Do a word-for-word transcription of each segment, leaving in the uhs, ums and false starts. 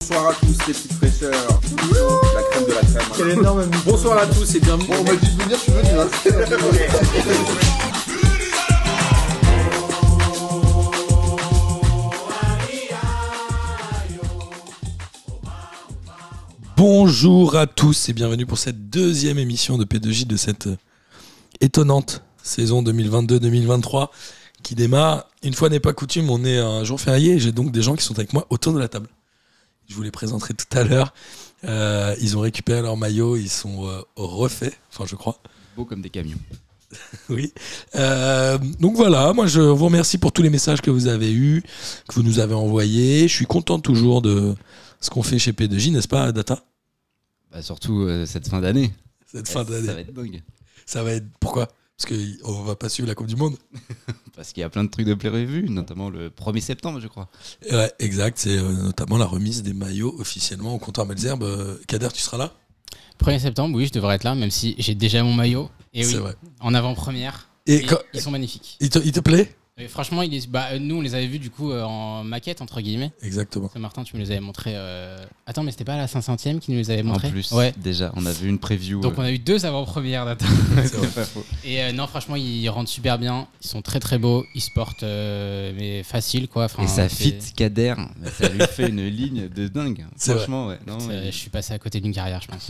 Bonsoir à tous les petites fraîcheurs. La crème de la crème. Quel énorme ami. Bonsoir à tous et bienvenue. Bon, on m'a dit de venir, je suis venu. Hein. Bonjour à tous et bienvenue pour cette deuxième émission de P deux J de cette étonnante saison deux mille vingt-deux deux mille vingt-trois qui démarre. Une fois n'est pas coutume, on est un jour férié et j'ai donc des gens qui sont avec moi autour de la table. Je vous les présenterai tout à l'heure. Euh, ils ont récupéré leur maillot, ils sont euh, refaits, enfin je crois. Beau comme des camions. Oui. Euh, donc voilà, moi je vous remercie pour tous les messages que vous avez eus, que vous nous avez envoyés. Je suis content toujours de ce qu'on fait chez P deux J, n'est-ce pas, Data ? Bah surtout euh, cette fin d'année. Cette fin d'année. Ça va être dingue. Ça va être... Pourquoi ? Parce qu'on va pas suivre la Coupe du Monde. Parce qu'il y a plein de trucs de prévus, notamment le premier septembre, je crois. Ouais, exact. C'est euh, notamment la remise des maillots officiellement au comptoir Malzerbe. Euh, Kader, tu seras là ? premier septembre, oui, je devrais être là, même si j'ai déjà mon maillot. Et C'est oui, vrai. En avant-première. Et Et quand- ils sont magnifiques. Il te, il te plaît ? Et franchement, il est... bah, nous, on les avait vus du coup euh, en maquette, entre guillemets. Exactement. Martin, tu me les avais montrés. Euh... Attends, mais c'était pas à la cinq centième qui nous les avait montrés ? En plus, Ouais. déjà, on a vu une preview. Donc euh, on a eu deux avant-premières d'attente. C'est vrai. pas faux. Et euh, non, franchement, ils rentrent super bien. Ils sont très très beaux. Ils se portent mais euh, facile, quoi. Enfin, Et ça c'est- fit Kader, mais ça lui fait une ligne de dingue. C'est Franchement, ouais. Non, c'est- mais- Je suis passé à côté d'une carrière, je pense.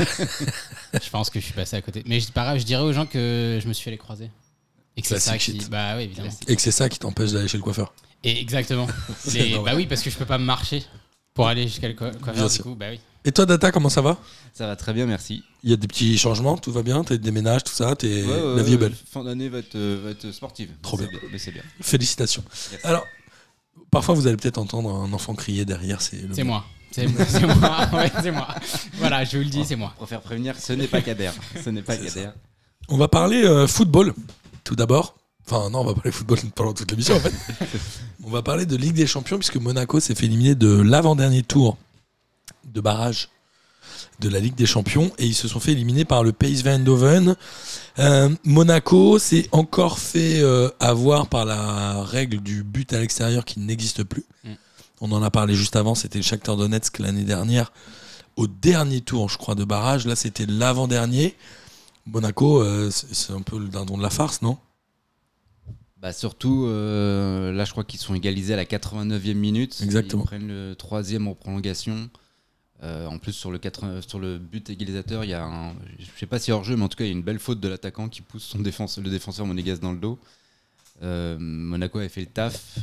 Je pense que je suis passé à côté. Mais c'est pas grave, je dirais aux gens que je me suis allé croiser. Et que c'est ça Classic qui. shit. Bah oui, évidemment. Et que c'est ça qui t'empêche d'aller chez le coiffeur. Et exactement. C'est Les- normal. Bah oui, parce que je peux pas me marcher pour aller jusqu'à le co- Bien coiffeur. Du sûr. coup, bah oui. Et toi, Data, comment ça va ? Ça va très bien, merci. Il y a des petits changements, tout va bien ? T'as des déménages, tout ça t'es... Ouais, ouais, La vie est ouais, belle. Fin d'année va être, euh, va être sportive. Trop C'est bien. Mais c'est bien. Félicitations. Merci. Alors, parfois vous allez peut-être entendre un enfant crier derrière. C'est, le... C'est moi. C'est moi. C'est moi. Ouais, c'est moi. Voilà, je vous le dis, c'est moi. Pour faire prévenir, ce n'est pas Kader. Ce n'est pas C'est Kader. On va parler euh, football, tout d'abord. Enfin, non, on va parler football pendant toute l'émission, en fait. On va parler de Ligue des Champions, puisque Monaco s'est fait éliminer de l'avant-dernier tour de barrage de la Ligue des Champions, et ils se sont fait éliminer par le P S V Eindhoven. Euh, Monaco s'est encore fait euh, avoir par la règle du but à l'extérieur qui n'existe plus. Mm. On en a parlé juste avant, c'était le Shakhtar Donetsk l'année dernière, au dernier tour, je crois, de barrage. Là, c'était l'avant-dernier. Monaco, euh, c'est, c'est un peu le dindon de la farce, non ? Bah surtout, euh, là je crois qu'ils sont égalisés à la quatre-vingt-neuvième minute. Exactement. Ils prennent le troisième en prolongation. Euh, en plus sur le, quatre-vingts sur le but égalisateur, il y a un, je sais pas si hors jeu, mais en tout cas il y a une belle faute de l'attaquant qui pousse son défense, le défenseur monégasque dans le dos. Euh, Monaco avait fait le taf.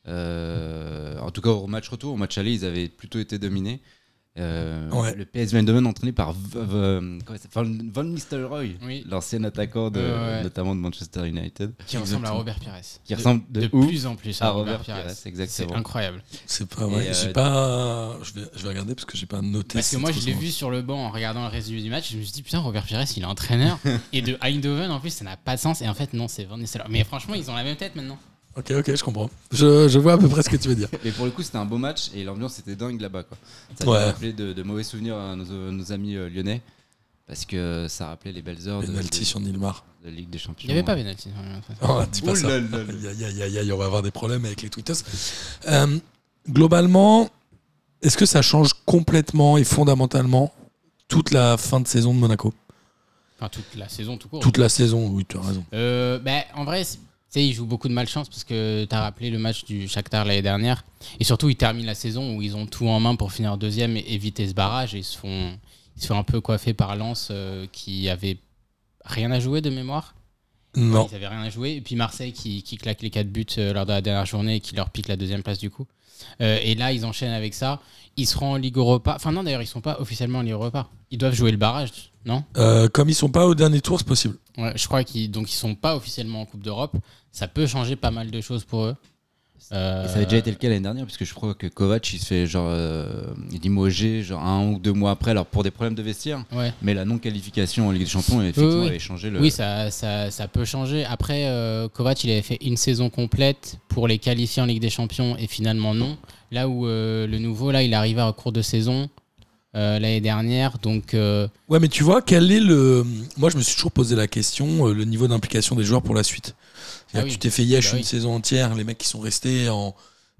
Euh, en tout cas au match retour, au match aller, ils avaient plutôt été dominés. Euh, Ouais. Le P S V Eindhoven entraîné par V- V- comment il s'appelle Van, Van Nistelrooy, Oui. l'ancien attaquant de, Ouais, ouais. notamment de Manchester United. Qui ressemble à Robert Pires. Qui De- ressemble de, de ouf plus en plus à à Robert Robert Pires, Pires. exactement. C'est incroyable. C'est pas vrai. Et, euh, J'ai pas. Je vais, je vais regarder parce que j'ai pas noté. Parce que c'est moi, trop je l'ai souvent. vu sur le banc en regardant le résumé du match. Je me suis dit, putain, Robert Pires, il est entraîneur. Et de Eindhoven, en plus, ça n'a pas de sens. Et en fait, non, c'est Van Nistelrooy. Mais franchement, ils ont la même tête maintenant. Ok, ok, je comprends. Je, je vois à peu près ce que tu veux dire. Mais pour le coup, c'était un beau match et l'ambiance était dingue là-bas, quoi. Ça Ouais. a rappelé de, de mauvais souvenirs à nos, nos amis euh, lyonnais parce que ça rappelait les belles heures de, Penalty de, sur Nilmar. de Ligue des Champions. Il n'y avait pas penalty. Oh, dis pas Ouh ça. là là là. Aïe, aïe, aïe, aïe, aïe, on va avoir des problèmes avec les tweeters. Euh, globalement, est-ce que ça change complètement et fondamentalement toute la fin de saison de Monaco ? Enfin, toute la saison, tout court. Toute la saison, oui, tu as raison. Euh, bah, en vrai, c'est- tu sais, ils jouent beaucoup de malchance parce que tu as rappelé le match du Shakhtar l'année dernière. Et surtout, ils terminent la saison où ils ont tout en main pour finir deuxième et éviter ce barrage. Et ils se font, ils se font un peu coiffer par Lens euh, qui avait rien à jouer de mémoire. Non. Ils avaient rien à jouer. Et puis Marseille qui, qui claque les quatre buts euh, lors de la dernière journée et qui leur pique la deuxième place du coup. Euh, et là, ils enchaînent avec ça. Ils seront en Ligue Europa. Enfin non, d'ailleurs, ils sont pas officiellement en Ligue Europa. Ils doivent jouer le barrage, non ? Euh, comme ils sont pas au dernier tour, c'est possible. Ouais, je crois qu'ils donc ils sont pas officiellement en Coupe d'Europe. Ça peut changer pas mal de choses pour eux. Euh, Et ça avait déjà été le cas l'année dernière puisque je crois que Kovac il se fait genre euh, limogé genre un ou deux mois après alors pour des problèmes de vestiaire. Ouais. Mais la non qualification en Ligue des Champions effectivement Oui, oui. avait changé le. Oui, ça, ça, ça peut changer. Après, euh, Kovac, il avait fait une saison complète pour les qualifier en Ligue des Champions et finalement non. Là où euh, le nouveau, là, il est arrivé en cours de saison euh, l'année dernière. Donc, euh, Ouais, mais tu vois, quel est le. Moi, je me suis toujours posé la question, euh, le niveau d'implication des joueurs pour la suite. Ah oui. Tu t'es fait yesh Bah une oui. saison entière, les mecs qui sont restés en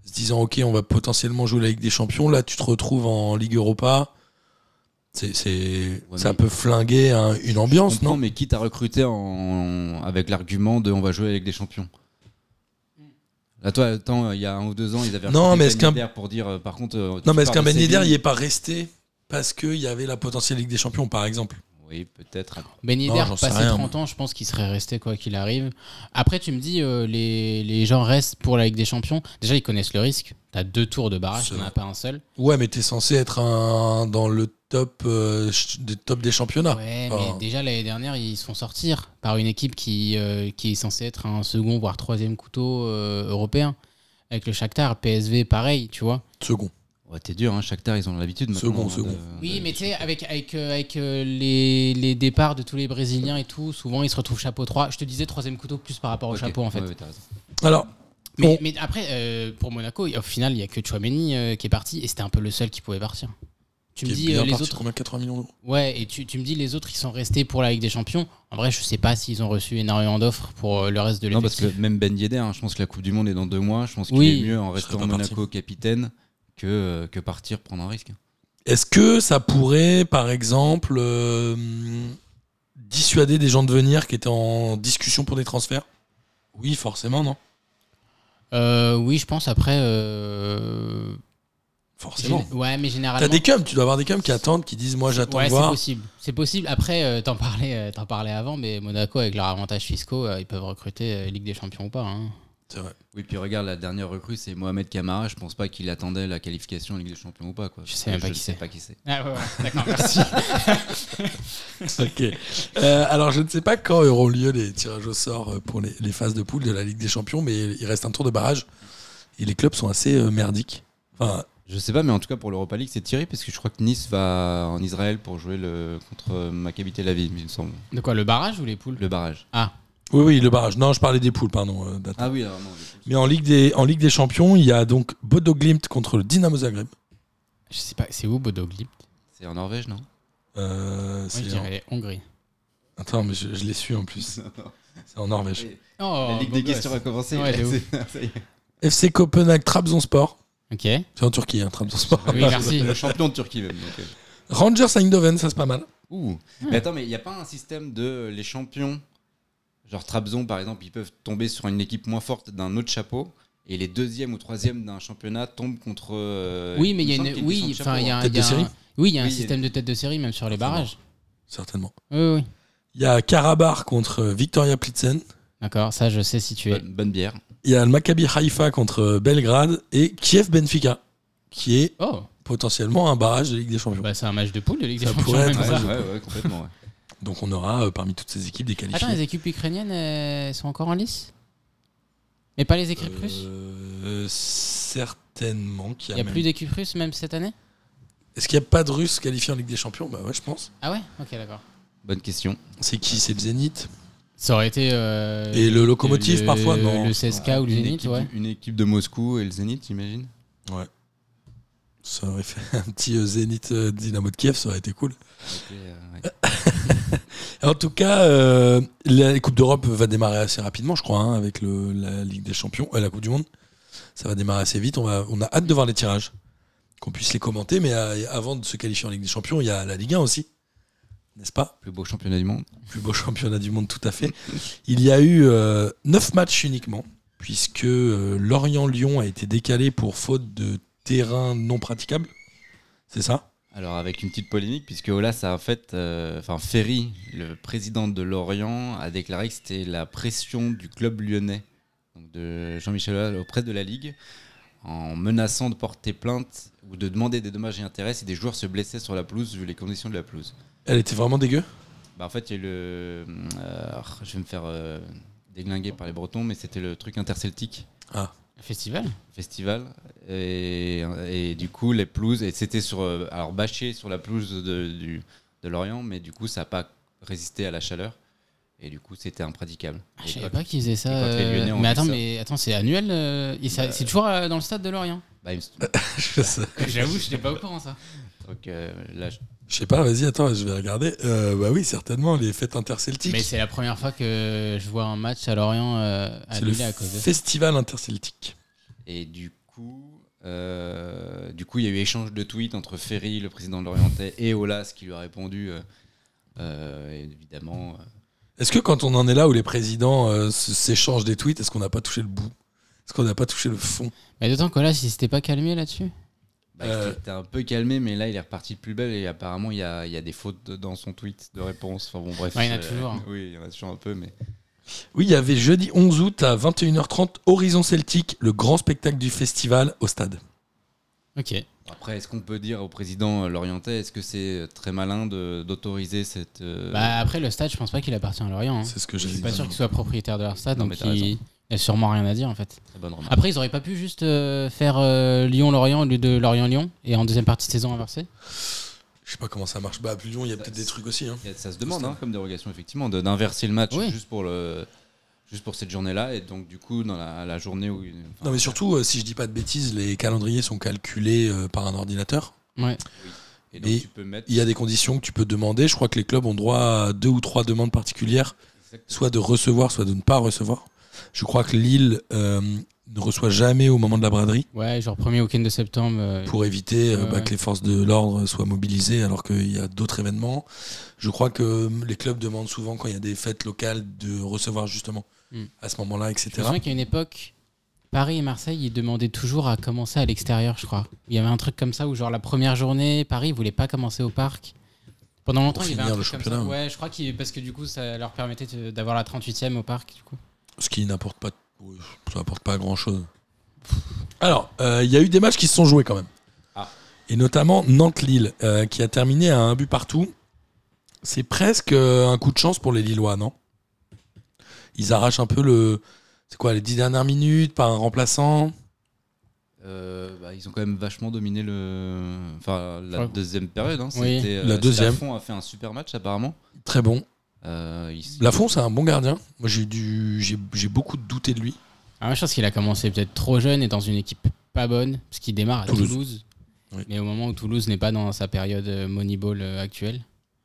se disant ok, on va potentiellement jouer la Ligue des Champions. Là, tu te retrouves en Ligue Europa. C'est, c'est, Ouais, ça mais- peut flinguer un- une ambiance, Je comprends, non? mais quitte à recruter en... avec l'argument de on va jouer avec des champions. Là, toi, attends, il y a un ou deux ans, ils avaient Non, recruté mais est-ce Ben qu'un- Yedder pour dire, euh, par contre. euh, Non, tu mais est-ce pars qu'un de Ben Yedder Séville. n'y est pas resté parce qu'il y avait la potentielle Ligue des Champions, par exemple? Oui, peut-être. Ben Yedder, j'en sais passé rien, trente ans, je pense qu'il serait resté quoi qu'il arrive. Après, tu me dis, euh, les, les gens restent pour la Ligue des Champions. Déjà, ils connaissent le risque. T'as deux tours de barrage, C'est t'en as vrai. pas un seul. Ouais, mais t'es censé être un, dans le top, euh, ch- des top des championnats. Ouais, Enfin, mais déjà l'année dernière, ils se font sortir par une équipe qui, euh, qui est censée être un second, voire troisième couteau euh, européen. Avec le Shakhtar, P S V, pareil, tu vois. second. Ouais, t'es dur, hein, Shakhtar, ils ont l'habitude maintenant. Second, hein, second. de- Oui, de- mais tu sais, avec, avec, euh, avec euh, les, les départs de tous les Brésiliens et tout, souvent ils se retrouvent chapeau trois. Je te disais troisième couteau plus par rapport au Ok, chapeau en fait. ouais, ouais, t'as raison. Alors, Mais, Bon. mais après, euh, pour Monaco, au final, il n'y a que Tchouaméni euh, qui est parti et c'était un peu le seul qui pouvait partir. Tu me qui est dis bien euh, les parti, autres. combien, quatre-vingts millions d'euros? Ouais, et tu, tu me dis les autres, ils sont restés pour la Ligue des Champions. En vrai, je sais pas s'ils ont reçu énormément d'offres pour euh, le reste de Non, parce l'effectif. que même Ben Yedder, hein, je pense que la Coupe du Monde est dans deux mois. Je pense qu'il Oui. est mieux en Je serais restant pas Monaco capitaine que, euh, que partir prendre un risque. Est-ce que ça pourrait, par exemple, euh, dissuader des gens de venir qui étaient en discussion pour des transferts? Oui, forcément, non? Euh, oui, je pense après. euh, Forcément. gén- Ouais, mais généralement. T'as des cums, tu dois avoir des cums qui attendent, qui disent moi j'attends Ouais, de c'est voir. possible. C'est possible. Après, euh, t'en parlais, euh, t'en parlais avant, mais Monaco, avec leurs avantages fiscaux, euh, ils peuvent recruter euh, Ligue des Champions ou pas. hein. C'est vrai. Oui, puis regarde, la dernière recrue, c'est Mohamed Camara. Je pense pas qu'il attendait la qualification en Ligue des Champions ou pas. Quoi. Je sais même pas je qui sais c'est. pas qui c'est. Ah ouais, ouais. D'accord, merci. Ok. Euh, alors je ne sais pas quand auront lieu les tirages au sort euh, pour les, les phases de poule de la Ligue des Champions, mais il reste un tour de barrage et les clubs sont assez euh, merdiques. Enfin, Je sais pas, mais en tout cas pour l'Europa League, c'est tiré parce que je crois que Nice va en Israël pour jouer le, contre Maccabi Tel Aviv, il me semble. De quoi, le barrage ou les poules Le barrage. Ah, oui, oui, le barrage. Non, je parlais des poules, pardon. euh, d'Athènes. Ah oui, alors non. Mais en Ligue des, en Ligue des Champions, il y a donc Bodo Glimt contre le Dynamo Zagreb. je sais pas, c'est où Bodo Glimt C'est en Norvège, non? Euh, Moi, c'est je dirais Hongrie. en- Attends, mais je, je l'ai su en plus. C'est en Norvège. Oh, La Ligue beau des gosse. questions a commencé. Ouais, de ouf. Ça y est. F C Copenhague Trabzonspor. Ok. C'est en Turquie, hein, Trabzonspor. Oui, merci. Le champion de Turquie même. donc, euh. Rangers Eindhoven, ça c'est pas mal. Ouh. Mais attends, mais il n'y a pas un système de euh, les champions, genre Trabzon par exemple, ils peuvent tomber sur une équipe moins forte d'un autre chapeau et les deuxièmes ou troisièmes d'un championnat tombent contre. euh, Oui, mais il y a me une. semble qu'il Oui, question de enfin, il y a un. Tête il y a de série un- Oui, il y a un Oui, il y a- système de tête de série, même sur les barrages. Certainement. Oui, oui. Il y a Karabakh contre Victoria Plitzen. D'accord, ça, je sais situer. Bonne, bonne bière. Il y a le Maccabi Haïfa contre Belgrade et Kiev Benfica, qui est Oh, potentiellement un barrage de Ligue des Champions. bah, c'est un match de poule de Ligue des Ça Champions. pourrait même être, Ouais, ça. ouais, ouais, complètement. Ouais. Donc on aura euh, parmi toutes ces équipes des qualifiés. Attends, les équipes ukrainiennes, elles sont encore en lice Mais pas les équipes russes Euh, certainement qu'il Il y a, n'y a même- plus d'équipes russes, même cette année Est-ce qu'il n'y a pas de Russes qualifiés en Ligue des Champions? Bah ouais, je pense. Ah ouais Ok, d'accord. Bonne question. C'est qui? C'est le Zénith. Ça aurait été. euh, Et le Lokomotiv, le- parfois, non. Le C S K ou le Une Zénith, équipe, ouais. une équipe de Moscou et le Zénith, j'imagine. Ouais. Ça aurait fait un petit euh, Zénith euh, Dynamo de Kiev, ça aurait été cool. Ok, euh, ouais. En tout cas, euh, la Coupe d'Europe va démarrer assez rapidement, je crois, hein, avec le, la Ligue des Champions, euh, la Coupe du Monde. Ça va démarrer assez vite. On, va, on a hâte de voir les tirages, qu'on puisse les commenter. Mais euh, avant de se qualifier en Ligue des Champions, il y a la Ligue un aussi, n'est-ce pas? Plus beau championnat du monde. Plus beau championnat du monde, tout à fait. Il y a eu euh, neuf matchs uniquement, puisque euh, Lorient-Lyon a été décalé pour faute de terrain non praticable. C'est ça? Alors avec une petite polémique, puisque Olas a en fait, euh, enfin Ferry, le président de Lorient, a déclaré que c'était la pression du club lyonnais, donc de Jean-Michel Aulas auprès de la Ligue, en menaçant de porter plainte ou de demander des dommages et intérêts si des joueurs se blessaient sur la pelouse vu les conditions de la pelouse. Elle était vraiment dégueu? Bah, en fait, il y a eu le, euh, je vais me faire euh, déglinguer par les Bretons, mais c'était le truc interceltique. Ah. Festival Festival et, et du coup les pelouses et c'était sur euh, alors bâché sur la pelouse de, du, de Lorient mais du coup ça n'a pas résisté à la chaleur et du coup c'était impraticable. Ah, Et Je savais quand- pas qu'ils faisaient ça. et quand les euh, Lyonnais ont Mais vu attends, ça- mais attends, c'est annuel euh, et ça- Bah, C'est toujours euh, dans le stade de Lorient bah, il me- Je sais. J'avoue, je n'étais pas au courant ça. donc, euh, là, je- Je sais pas, vas-y, attends, je vais regarder. Euh, bah oui, certainement, les fêtes interceltiques. Mais c'est la première fois que je vois un match à Lorient euh, C'est le annulé à cause de ça. festival interceltique. et du coup, euh, du coup, il y a eu échange de tweets entre Ferry, le président de Lorientais, et Aulas qui lui a répondu, euh, euh, et évidemment. euh, Est-ce que quand on en est là où les présidents euh, s- s'échangent des tweets, est-ce qu'on n'a pas touché le bout? Est-ce qu'on n'a pas touché le fond? Mais d'autant que là, s'il s'était pas calmé là-dessus. Bah, Euh. il était un peu calmé, mais là, il est reparti de plus belle et apparemment, il y a, il y a des fautes dans son tweet de réponse. Enfin bon, bref. Ouais, il y en a euh, toujours. Oui, il y en a toujours un peu, mais. Oui, il y avait jeudi onze août à vingt et une heures trente, Horizon Celtique, le grand spectacle du festival au stade. Ok. Après, est-ce qu'on peut dire au président euh, Lorientais, est-ce que c'est très malin de, d'autoriser cette. euh, Bah après le stade, je pense pas qu'il appartient à Lorient. Hein. C'est ce que Je j'ai suis dit. pas sûr qu'il soit propriétaire de leur stade, Non, donc mais t'as il... raison. il y a sûrement rien à dire en fait. Très bonne remarque. Après, ils auraient pas pu juste euh, faire euh, Lyon-Lorient au lieu de Lorient-Lyon et en deuxième partie de saison inversée. Je sais pas comment ça marche. Bah, à Lyon, il y a peut-être des trucs aussi. Hein. Il y a- Ça se demande, hein, comme dérogation, effectivement, de- d'inverser le match Oui. juste pour le. Juste pour cette journée-là, et donc du coup, dans la, la journée où. enfin, Non, mais surtout, euh, si je dis pas de bêtises, les calendriers sont calculés euh, par un ordinateur. Ouais. Et donc et tu peux mettre. Il y a des conditions que tu peux demander. Je crois que les clubs ont droit à deux ou trois demandes particulières, Exactement. soit de recevoir, soit de ne pas recevoir. Je crois que Lille euh, ne reçoit jamais au moment de la braderie Ouais, genre premier week-end de septembre. euh, pour éviter euh, Ouais, bah, ouais. que les forces de l'ordre soient mobilisées alors qu'il y a d'autres événements. Je crois que euh, les clubs demandent souvent, quand il y a des fêtes locales, de recevoir justement Mm. à ce moment-là, Je me et cetera. souviens qu'à une époque, Paris et Marseille, ils demandaient toujours à commencer à l'extérieur, je crois. Il y avait un truc comme ça où, genre, la première journée, Paris voulait pas commencer au parc. Pendant longtemps, Pour il y avait un finir le truc comme ça. championnat, Ouais, je crois qu'il parce que du coup, ça leur permettait de- d'avoir la trente-huitième au parc, du coup. Ce qui n'apporte pas, oui, ça n'apporte pas grand-chose. Alors, euh, il y a eu des matchs qui se sont joués quand même. Ah. Et notamment Nantes-Lille, euh, qui a terminé à un but partout. C'est presque euh, un coup de chance pour les Lillois, non? Ils arrachent un peu le... C'est quoi, les dix dernières minutes par un remplaçant? Euh, bah, ils ont quand même vachement dominé le. Enfin, la Ouais. deuxième période. Hein, Oui. C'était, La deuxième. Lafont a fait un super match, apparemment. Très bon. Euh, il- Lafont, c'est un bon gardien. Moi, j'ai, dû... j'ai... j'ai beaucoup douté de lui. Ah, moi, je pense qu'il a commencé peut-être trop jeune et dans une équipe pas bonne, parce qu'il démarre à Toulouse. Toulouse. Oui. Mais au moment où Toulouse n'est pas dans sa période euh, Moneyball euh, actuelle.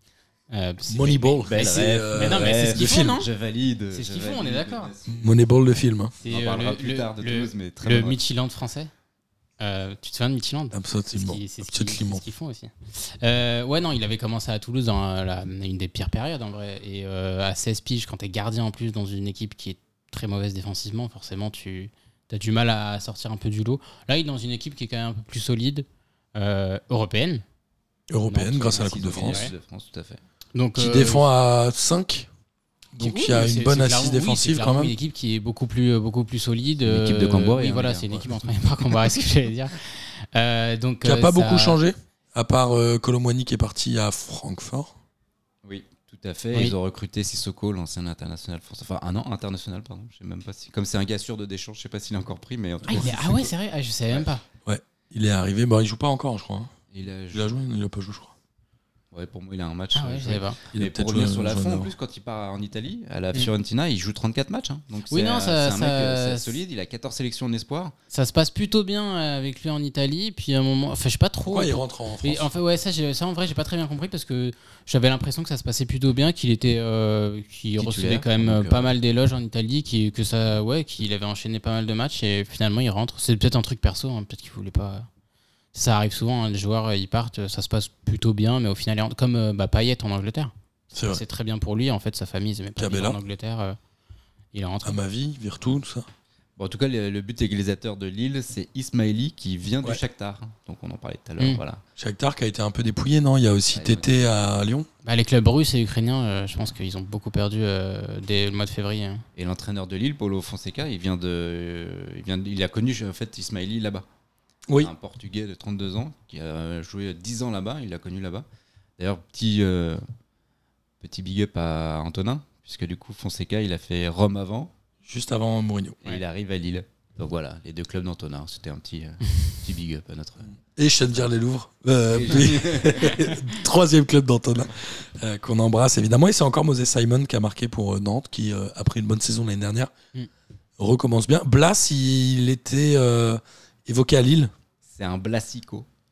Euh, c'est- Moneyball. mais- mais c'est, c'est- euh, mais non, mais c'est ce qu'ils le font, film. non Je valide. C'est ce je qu'ils font, on est valide. d'accord. Moneyball, le film. Hein. C'est On en euh, parlera le, plus le- tard de le- Toulouse, mais très le bonne ref. Midtjylland français. Euh, tu te souviens de Midtjylland? C'est ce Absolument. qu'ils c'est ce qu'ils- c'est Absolument. ce qu'ils font aussi. Euh, ouais, non, il avait commencé à Toulouse dans la- une des pires périodes en vrai. Et euh, à seize piges, quand t'es gardien en plus dans une équipe qui est très mauvaise défensivement, forcément, tu as du mal à sortir un peu du lot. Là, il est dans une équipe qui est quand même un peu plus solide, euh, européenne. Européenne, Non, grâce à la Ils Coupe de ont gagné France. la Coupe de France, tout à fait. Donc, Qui euh, défend à cinq. qui- Donc oui, il y a mais une c'est- bonne c'est assise clairement- oui, c'est défensive quand clairement même. une équipe qui est beaucoup plus, euh, beaucoup plus solide. Une équipe de euh, Camboire, Oui, hein, voilà, on va c'est une dire. équipe entraînée par Camboire, c'est ce que j'allais dire. Euh, donc, Qui n'a euh, pas ça- beaucoup changé, à part euh, Colomwani qui est parti à Francfort. Oui, tout à fait. Oui. Ils ont recruté Sissoko, l'ancien international français. Enfin, un an international, pardon. Je sais même pas si. Comme c'est un gars sûr de Deschamps, je sais pas s'il est encore pris, mais en tout Ah, cas. il est- ah ouais, c'est vrai, ah, je savais même pas. Il est arrivé, bon, il joue pas encore, je crois. hein. Il a, Il a joué, il a pas joué, je crois. Ouais, pour moi, il a un match. Ah ouais, euh, je joué. savais pas. Il a Et pour peut-être revenir joué- sur la joué fond, en d'avant. plus, quand il part en Italie, à la Mm. Fiorentina, il joue trente-quatre matchs. hein. Donc Oui, c'est, non, euh, ça- c'est un mec ça- euh, c'est solide. Il a quatorze sélections en espoir. Ça se passe plutôt bien euh, avec lui en Italie, puis à un moment, enfin je sais pas trop. Pourquoi il rentre en France Et en fait, ouais, ça, j'ai- ça en vrai, j'ai pas très bien compris parce que j'avais l'impression que ça se passait plutôt bien, qu'il était, euh, qu'il Titulaire, recevait quand même donc, euh, pas euh, mal d'éloges en Italie, qui, que ça, ouais, qu'il avait enchaîné pas mal de matchs et finalement il rentre. C'est peut-être un truc perso, hein, peut-être qu'il voulait pas. Ça arrive souvent, hein, les joueurs euh, ils partent, ça se passe plutôt bien, mais au final, ils rentrent. Comme euh, bah, Payet en Angleterre. C'est vrai. C'est très bien pour lui, en fait, sa famille, ils aimaient pas Cabella. vivre en Angleterre. euh, il est rentré. À ma vie, Virtu, tout ça. Bon, en tout cas, le, le but égalisateur de Lille, c'est Ismaili qui vient Ouais. du Shakhtar. Donc on en parlait tout à l'heure. Mm. Voilà. Shakhtar qui a été un peu dépouillé, non? Il y a aussi Ouais, Tété à Lyon. Bah, les clubs russes et ukrainiens, euh, je pense qu'ils ont beaucoup perdu euh, dès le mois de février. hein. Et l'entraîneur de Lille, Paulo Fonseca, il vient de, il vient, de- il a connu en fait Ismaili là-bas. Oui. Un Portugais de trente-deux ans qui a joué dix ans là-bas. Il l'a connu là-bas. D'ailleurs, petit, euh, petit big up à Antonin, puisque du coup Fonseca, il a fait Rome avant Juste avant Mourinho. et Ouais. il arrive à Lille. Donc voilà, les deux clubs d'Antonin. C'était un petit, euh, petit big up à notre. Et Chenvière-les-Louvres. Euh, puis- Troisième club d'Antonin. euh, qu'on embrasse évidemment. Et c'est encore Moses Simon qui a marqué pour euh, Nantes, qui, euh, après une bonne saison l'année dernière, Mm. recommence bien. Blas, il était euh, évoqué à Lille. C'est un Blasico.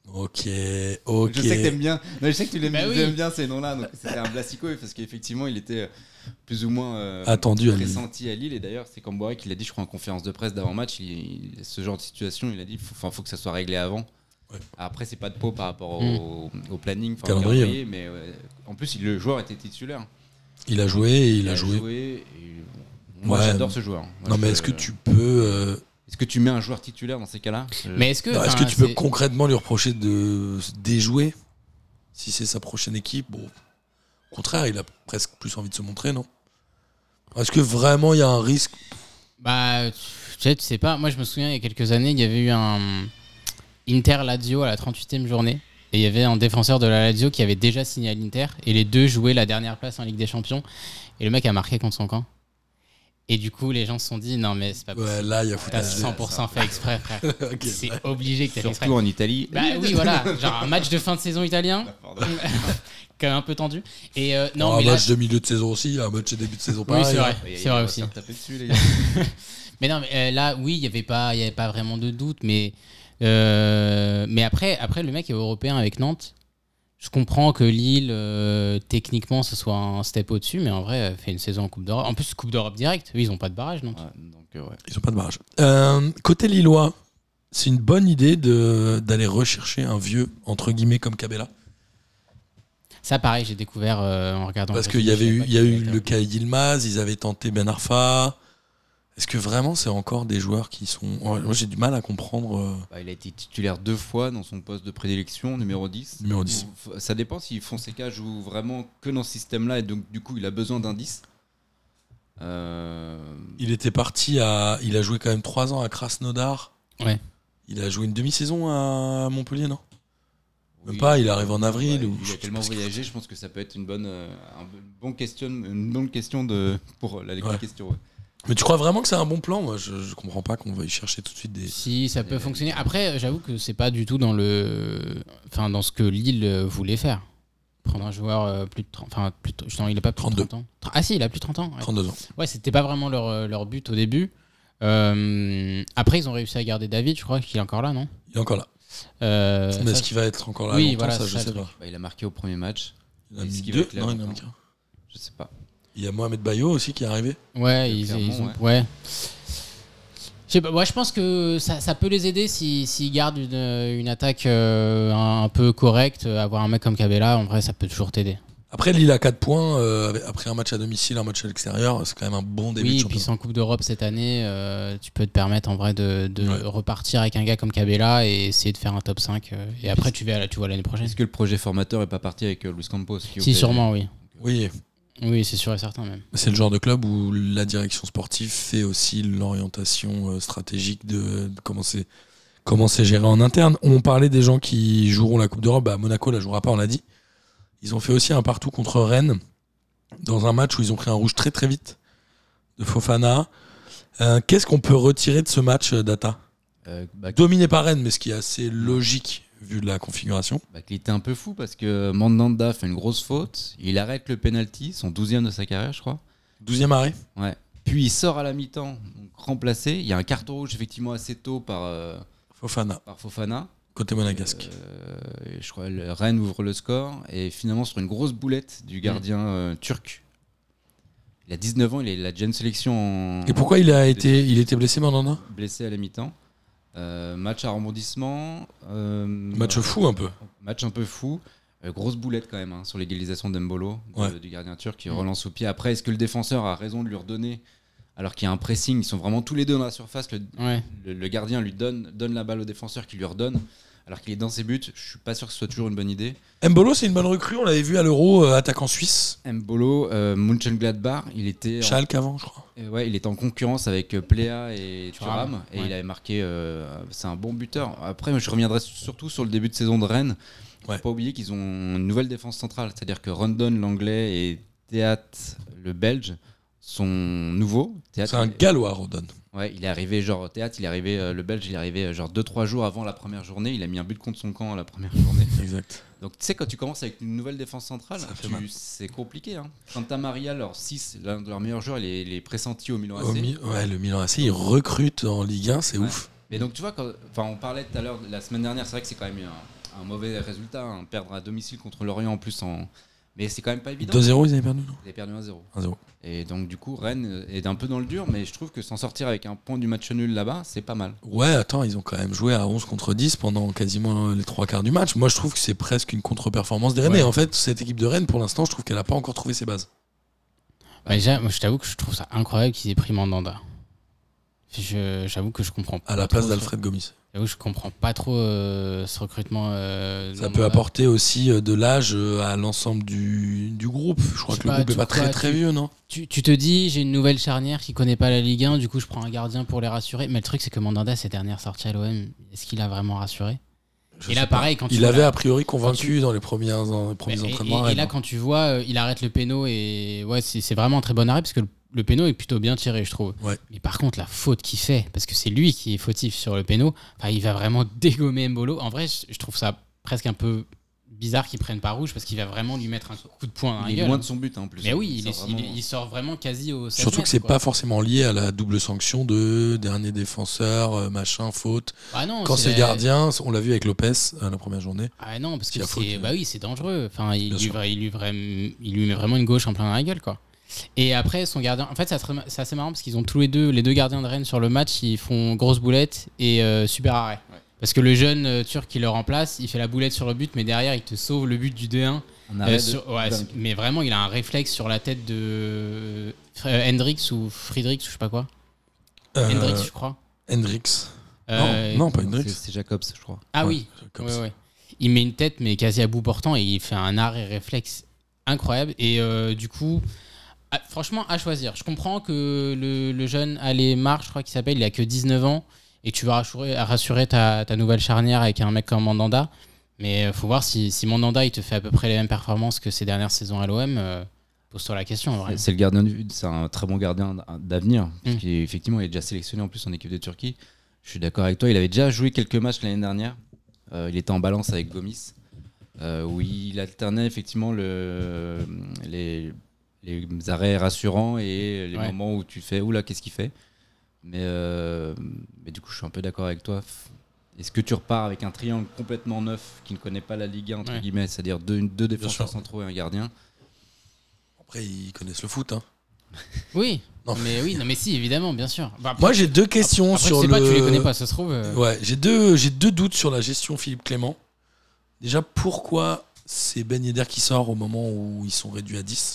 Ok, ok. Je sais que t'aimes bien. Non, je sais que tu l'aimes Bah oui. aimes bien ces noms-là. Donc c'était un Blasico parce qu'effectivement, il était plus ou moins euh, Attendu à Lille. pressenti à Lille. Et d'ailleurs, c'est Camboire qui l'a dit, je crois, en conférence de presse d'avant-match. Il, il- ce genre de situation, il a dit, faut, enfin, faut que ça soit réglé avant. Ouais. Après, c'est pas de peau par rapport au, Mm. au planning, enfin, au Calendrier, calendrier, mais ouais. En plus, il- le joueur était titulaire. Il a joué et il, a joué. et, bon, moi, Ouais. j'adore ce joueur. Moi, Non, mais je- est-ce que tu peux. euh, Est-ce que tu mets un joueur titulaire dans ces cas-là Je- Mais est-ce que. non, est-ce enfin, que tu peux c'est- concrètement lui reprocher de se déjouer si c'est sa prochaine équipe? Bon, au contraire, il a presque plus envie de se montrer, non? Est-ce que vraiment il y a un risque? Bah, tu tu sais, tu sais pas. Moi, je me souviens, il y a quelques années, il y avait eu un Inter-Lazio à la trente-huitième journée. Et il y avait un défenseur de la Lazio qui avait déjà signé à l'Inter. Et les deux jouaient la dernière place en Ligue des Champions. Et le mec a marqué contre son camp. Et du coup, les gens se sont dit, non, mais c'est pas possible. Ouais, là, il y a T'as foutage. cent pour cent fait exprès, frère. Ok, C'est ouais. obligé que t'aies fait exprès. Surtout en Italie. Bah oui, voilà. Genre un match de fin de saison italien, Pardon. quand même un peu tendu. Et euh, non, Oh, mais un là. match de milieu de saison aussi, un match de début de saison Oui, pareil. c'est vrai. hein. Ouais, C'est il vrai va aussi. se faire taper dessus, les gars. Mais non, mais euh, là, oui, il n'y avait, pas- il y avait pas vraiment de doute. Mais, euh, mais après, après, le mec est européen avec Nantes. Je comprends que Lille, euh, techniquement, ce soit un step au-dessus, mais en vrai, elle fait une saison en Coupe d'Europe. En plus, Coupe d'Europe direct. Eux, ils n'ont pas de barrage, non Ouais, donc, euh, ouais. Ils ont pas de barrage. Euh, côté Lillois, c'est une bonne idée de, d'aller rechercher un vieux, entre guillemets, comme Cabella. Ça, pareil, j'ai découvert euh, en regardant. Parce le qu'il y avait film, eu, je savais il y a pas eu qu'il avait le été- cas Yilmaz, ils avaient tenté Ben Arfa. Est-ce que vraiment c'est encore des joueurs qui sont. Ouais, moi j'ai du mal à comprendre. euh, Bah, il a été titulaire deux fois dans son poste de prédilection, numéro dix. Numéro dix. F- Ça dépend si Fonseca joue vraiment que dans ce système-là et donc du coup il a besoin d'un dix. Euh, Il était parti à. Il a joué quand même trois ans à Krasnodar. Ouais. Il a joué une demi-saison à Montpellier, non? Même oui, pas, il arrive en avril. ouais, ou... Il a tellement voyagé, je pense que ça peut être une bonne, euh, un bon question, une bonne question de, pour la Ouais. question. Ouais. Mais tu crois vraiment que c'est un bon plan? Moi je, je comprends pas qu'on va y chercher tout de suite des. Si, ça peut Et- fonctionner. Après, j'avoue que c'est pas du tout dans le, enfin, dans ce que Lille euh, voulait faire. Prendre un joueur euh, plus de trente, enfin, plus de- non, il est pas plus trente-deux. de trente ans. Tra- Ah si, il a plus de trente ans. Ouais, trente-deux ans. ouais c'était pas vraiment leur, euh, leur but au début. Euh, après, ils ont réussi à garder David, je crois qu'il est encore là, non Il est encore là. Euh, Mais ça, est-ce qu'il va être encore là Oui, longtemps, voilà, ça, c'est je ça, sais le pas. truc. Bah, il a marqué au premier match, Il a Est-ce mis qu'il deux. va être là Non, il en a longtemps mis qu'un. je sais pas. Il y a Mohamed Bayo aussi qui est arrivé. Ouais, ils, Clairement, ils ont. ouais. Ouais. Je sais pas, moi, je pense que ça, ça peut les aider s'ils s'ils gardent une, une attaque euh, un, un peu correcte. Avoir un mec comme Cabella, en vrai, ça peut toujours t'aider. Après, Lille a quatre points. euh, après un match à domicile, un match à l'extérieur, c'est quand même un bon début Oui, de et puis championnat. sans Coupe d'Europe cette année, euh, tu peux te permettre en vrai de, de Ouais. repartir avec un gars comme Cabella et essayer de faire un top cinq. euh, et après, tu, vas, tu vois l'année prochaine. Est-ce que le projet formateur est pas parti avec euh, Luis Campos qui est au Si, P S G? sûrement, oui. Oui, Oui, c'est sûr et certain même. c'est le genre de club où la direction sportive fait aussi l'orientation euh, stratégique de, de comment c'est comment c'est géré en interne. On parlait des gens qui joueront la Coupe d'Europe. Bah, Monaco la jouera pas, on l'a dit. Ils ont fait aussi un partout contre Rennes dans un match où ils ont pris un rouge très très vite de Fofana. Euh, qu'est-ce qu'on peut retirer de ce match, euh, Data? Euh, bah, Dominé par Rennes, mais ce qui est assez logique vu de la configuration. bah, qu'il était un peu fou parce que Mandanda fait une grosse faute, il arrête le penalty, son douzième de sa carrière, je crois. douzième arrêt. Ouais. Puis il sort à la mi-temps, donc remplacé. Il y a un carton rouge effectivement assez tôt par, euh, Fofana, par Fofana. côté monégasque. Euh, et je crois que Rennes ouvre le score et finalement sur une grosse boulette du gardien euh, turc. Il a dix-neuf ans, il, est, il a déjà une sélection en Et pourquoi il a été, il était blessé, Mandanda? blessé à la mi-temps. Euh, match à rebondissement. euh, Match fou un peu. Match un peu fou. Euh, grosse boulette quand même hein, sur l'égalisation d'Embolo, de- Ouais. du gardien turc qui Mm. relance au pied. Après, est-ce que le défenseur a raison de lui redonner alors qu'il y a un pressing? Ils sont vraiment tous les deux dans la surface. Le, Ouais. le- le gardien lui donne, donne la balle au défenseur qui lui redonne alors qu'il est dans ses buts. Je suis pas sûr que ce soit toujours une bonne idée. Mbolo, c'est une bonne recrue. On l'avait vu à l'Euro, euh, attaquant suisse. Mbolo, euh, Mönchengladbach, il était en- Schalke avant, je crois. Euh, ouais, il était en concurrence avec euh, Plea et Thuram, Thuram et ouais. il avait marqué. euh, c'est un bon buteur. Après, je reviendrai surtout sur le début de saison de Rennes. Ouais. Faut pas oublier qu'ils ont une nouvelle défense centrale, c'est-à-dire que Rondon, l'anglais, et Théat, le belge, sont nouveaux. Théat, C'est un il- Gallois, Rodon. Ouais, il est arrivé genre Théat, il est arrivé euh, le belge, il est arrivé euh, genre deux trois jours avant la première journée. Il a mis un but contre son camp à la première journée. Exact. Donc tu sais quand tu commences avec une nouvelle défense centrale, Ça fait tu- mal. c'est compliqué. Hein. Santa Maria, leur six, l'un de leurs meilleurs joueurs, il est, il est pressenti au Milan A C. Au Mi- ouais, le Milan A C, il recrute en Ligue un, c'est Ouais. ouf. Mais donc tu vois, quand, enfin, on parlait tout à l'heure, la semaine dernière, c'est vrai que c'est quand même un, un mauvais résultat, hein, perdre à domicile contre Lorient en plus en. Mais c'est quand même pas évident. deux zéro, ils avaient perdu, non ? Ils avaient perdu un zéro. un zéro. Et donc du coup Rennes est un peu dans le dur, mais je trouve que s'en sortir avec un point du match nul là-bas, c'est pas mal. Ouais, attends, ils ont quand même joué à onze contre dix pendant quasiment les trois quarts du match. Moi, je trouve que c'est presque une contre-performance des Rennais. Ouais. En fait, cette équipe de Rennes, pour l'instant, je trouve qu'elle n'a pas encore trouvé ses bases. Bah, déjà, moi, je t'avoue que je trouve ça incroyable qu'ils aient pris Mandanda. Je, j'avoue que je comprends pas. À la place trop d'Alfred Gomis. ce- J'avoue que je comprends pas trop euh, ce recrutement. Euh, Ça Mandanda. peut apporter aussi euh, de l'âge euh, à l'ensemble du, du groupe. Je crois Je que sais le pas, groupe n'est tu pas très crois, très tu- vieux, non ? Tu, tu te dis, j'ai une nouvelle charnière qui connaît pas la Ligue un, du coup je prends un gardien pour les rassurer. Mais le truc, c'est que Mandanda, ses dernières sorties à l'O M, est-ce qu'il a vraiment rassuré ? Je Et sais là, pas. pareil, quand tu Il vois avait la- a priori convaincu tu- dans les premiers, dans les premiers Et, et- entraînements. à et Rennes, là, hein. quand tu vois, euh, il arrête le péno et ouais, c'est, c'est vraiment un très bon arrêt parce que le, le péno est plutôt bien tiré, je trouve. Ouais. Mais par contre, la faute qu'il fait, parce que c'est lui qui est fautif sur le péno, enfin, il va vraiment dégommer Mbolo. En vrai, je, je trouve ça presque un peu bizarre qu'il prenne pas rouge parce qu'il va vraiment lui mettre un coup de poing dans la Il est gueule. loin de son but hein, en plus. Mais oui, il, est- sort il, vraiment- est- il sort vraiment quasi au seize Surtout que mètres, c'est quoi. pas forcément lié à la double sanction de dernier défenseur, euh, machin, faute. Ah non, Quand c'est la- gardien, on l'a vu avec Lopez euh, la première journée. Ah non, parce S'il que y a faute, c'est, euh, bah oui, c'est dangereux. Enfin, il bien lui, sûr. vra- il, lui vra- il lui met vraiment une gauche en plein dans la gueule, quoi. Et après, son gardien. En fait, c'est assez- c'est assez marrant parce qu'ils ont tous les deux, les deux gardiens de Rennes sur le match, ils font grosse boulette et euh, super arrêt. Ouais. Parce que le jeune euh, turc qui le remplace, il fait la boulette sur le but, mais derrière, il te sauve le but du deux un. On Euh, arrête de- sur- ouais, dingue. c'est- mais vraiment, il a un réflexe sur la tête de euh, Hendrix ou Friedrich, je sais pas quoi. Euh, Hendrix, je crois. Hendrix. Euh, non, non, pas C'est, Hendrix. c'est Jacobs, je crois. Ah Ouais, oui. comme Ouais, ça. ouais. Il met une tête, mais quasi à bout portant, et il fait un arrêt réflexe incroyable. Et euh, du coup, à- franchement, à choisir. Je comprends que le, le jeune Alémar, je crois qu'il s'appelle, il a que dix-neuf ans, et tu vas rassurer, rassurer ta, ta nouvelle charnière avec un mec comme Mandanda. Mais il faut voir si, si Mandanda il te fait à peu près les mêmes performances que ses dernières saisons à l'O M. euh, pose-toi la question. En vrai. C'est le gardien du- c'est un très bon gardien d'avenir. Parce Mm. qu'effectivement, il est déjà sélectionné en plus en équipe de Turquie. Je suis d'accord avec toi. Il avait déjà joué quelques matchs l'année dernière. Euh, il était en balance avec Gomis, euh, où il alternait effectivement le, les, les arrêts rassurants et les Ouais. moments où tu fais oula, qu'est-ce qu'il fait. Mais, euh, mais du coup, je suis un peu d'accord avec toi. Est-ce que tu repars avec un triangle complètement neuf qui ne connaît pas la Ligue un, entre Ouais. guillemets, c'est-à-dire deux, deux défenseurs sûr. centraux et un gardien? Après, ils connaissent le foot. Hein. Oui, Non. mais oui, non, mais si, évidemment, bien sûr. Bah, après- Moi, j'ai deux questions après, sur je sais le. pas, tu les connais pas, ça se trouve. euh, Ouais, j'ai deux, j'ai deux doutes sur la gestion Philippe Clément. Déjà, pourquoi c'est Ben Yedder qui sort au moment où ils sont réduits à dix ?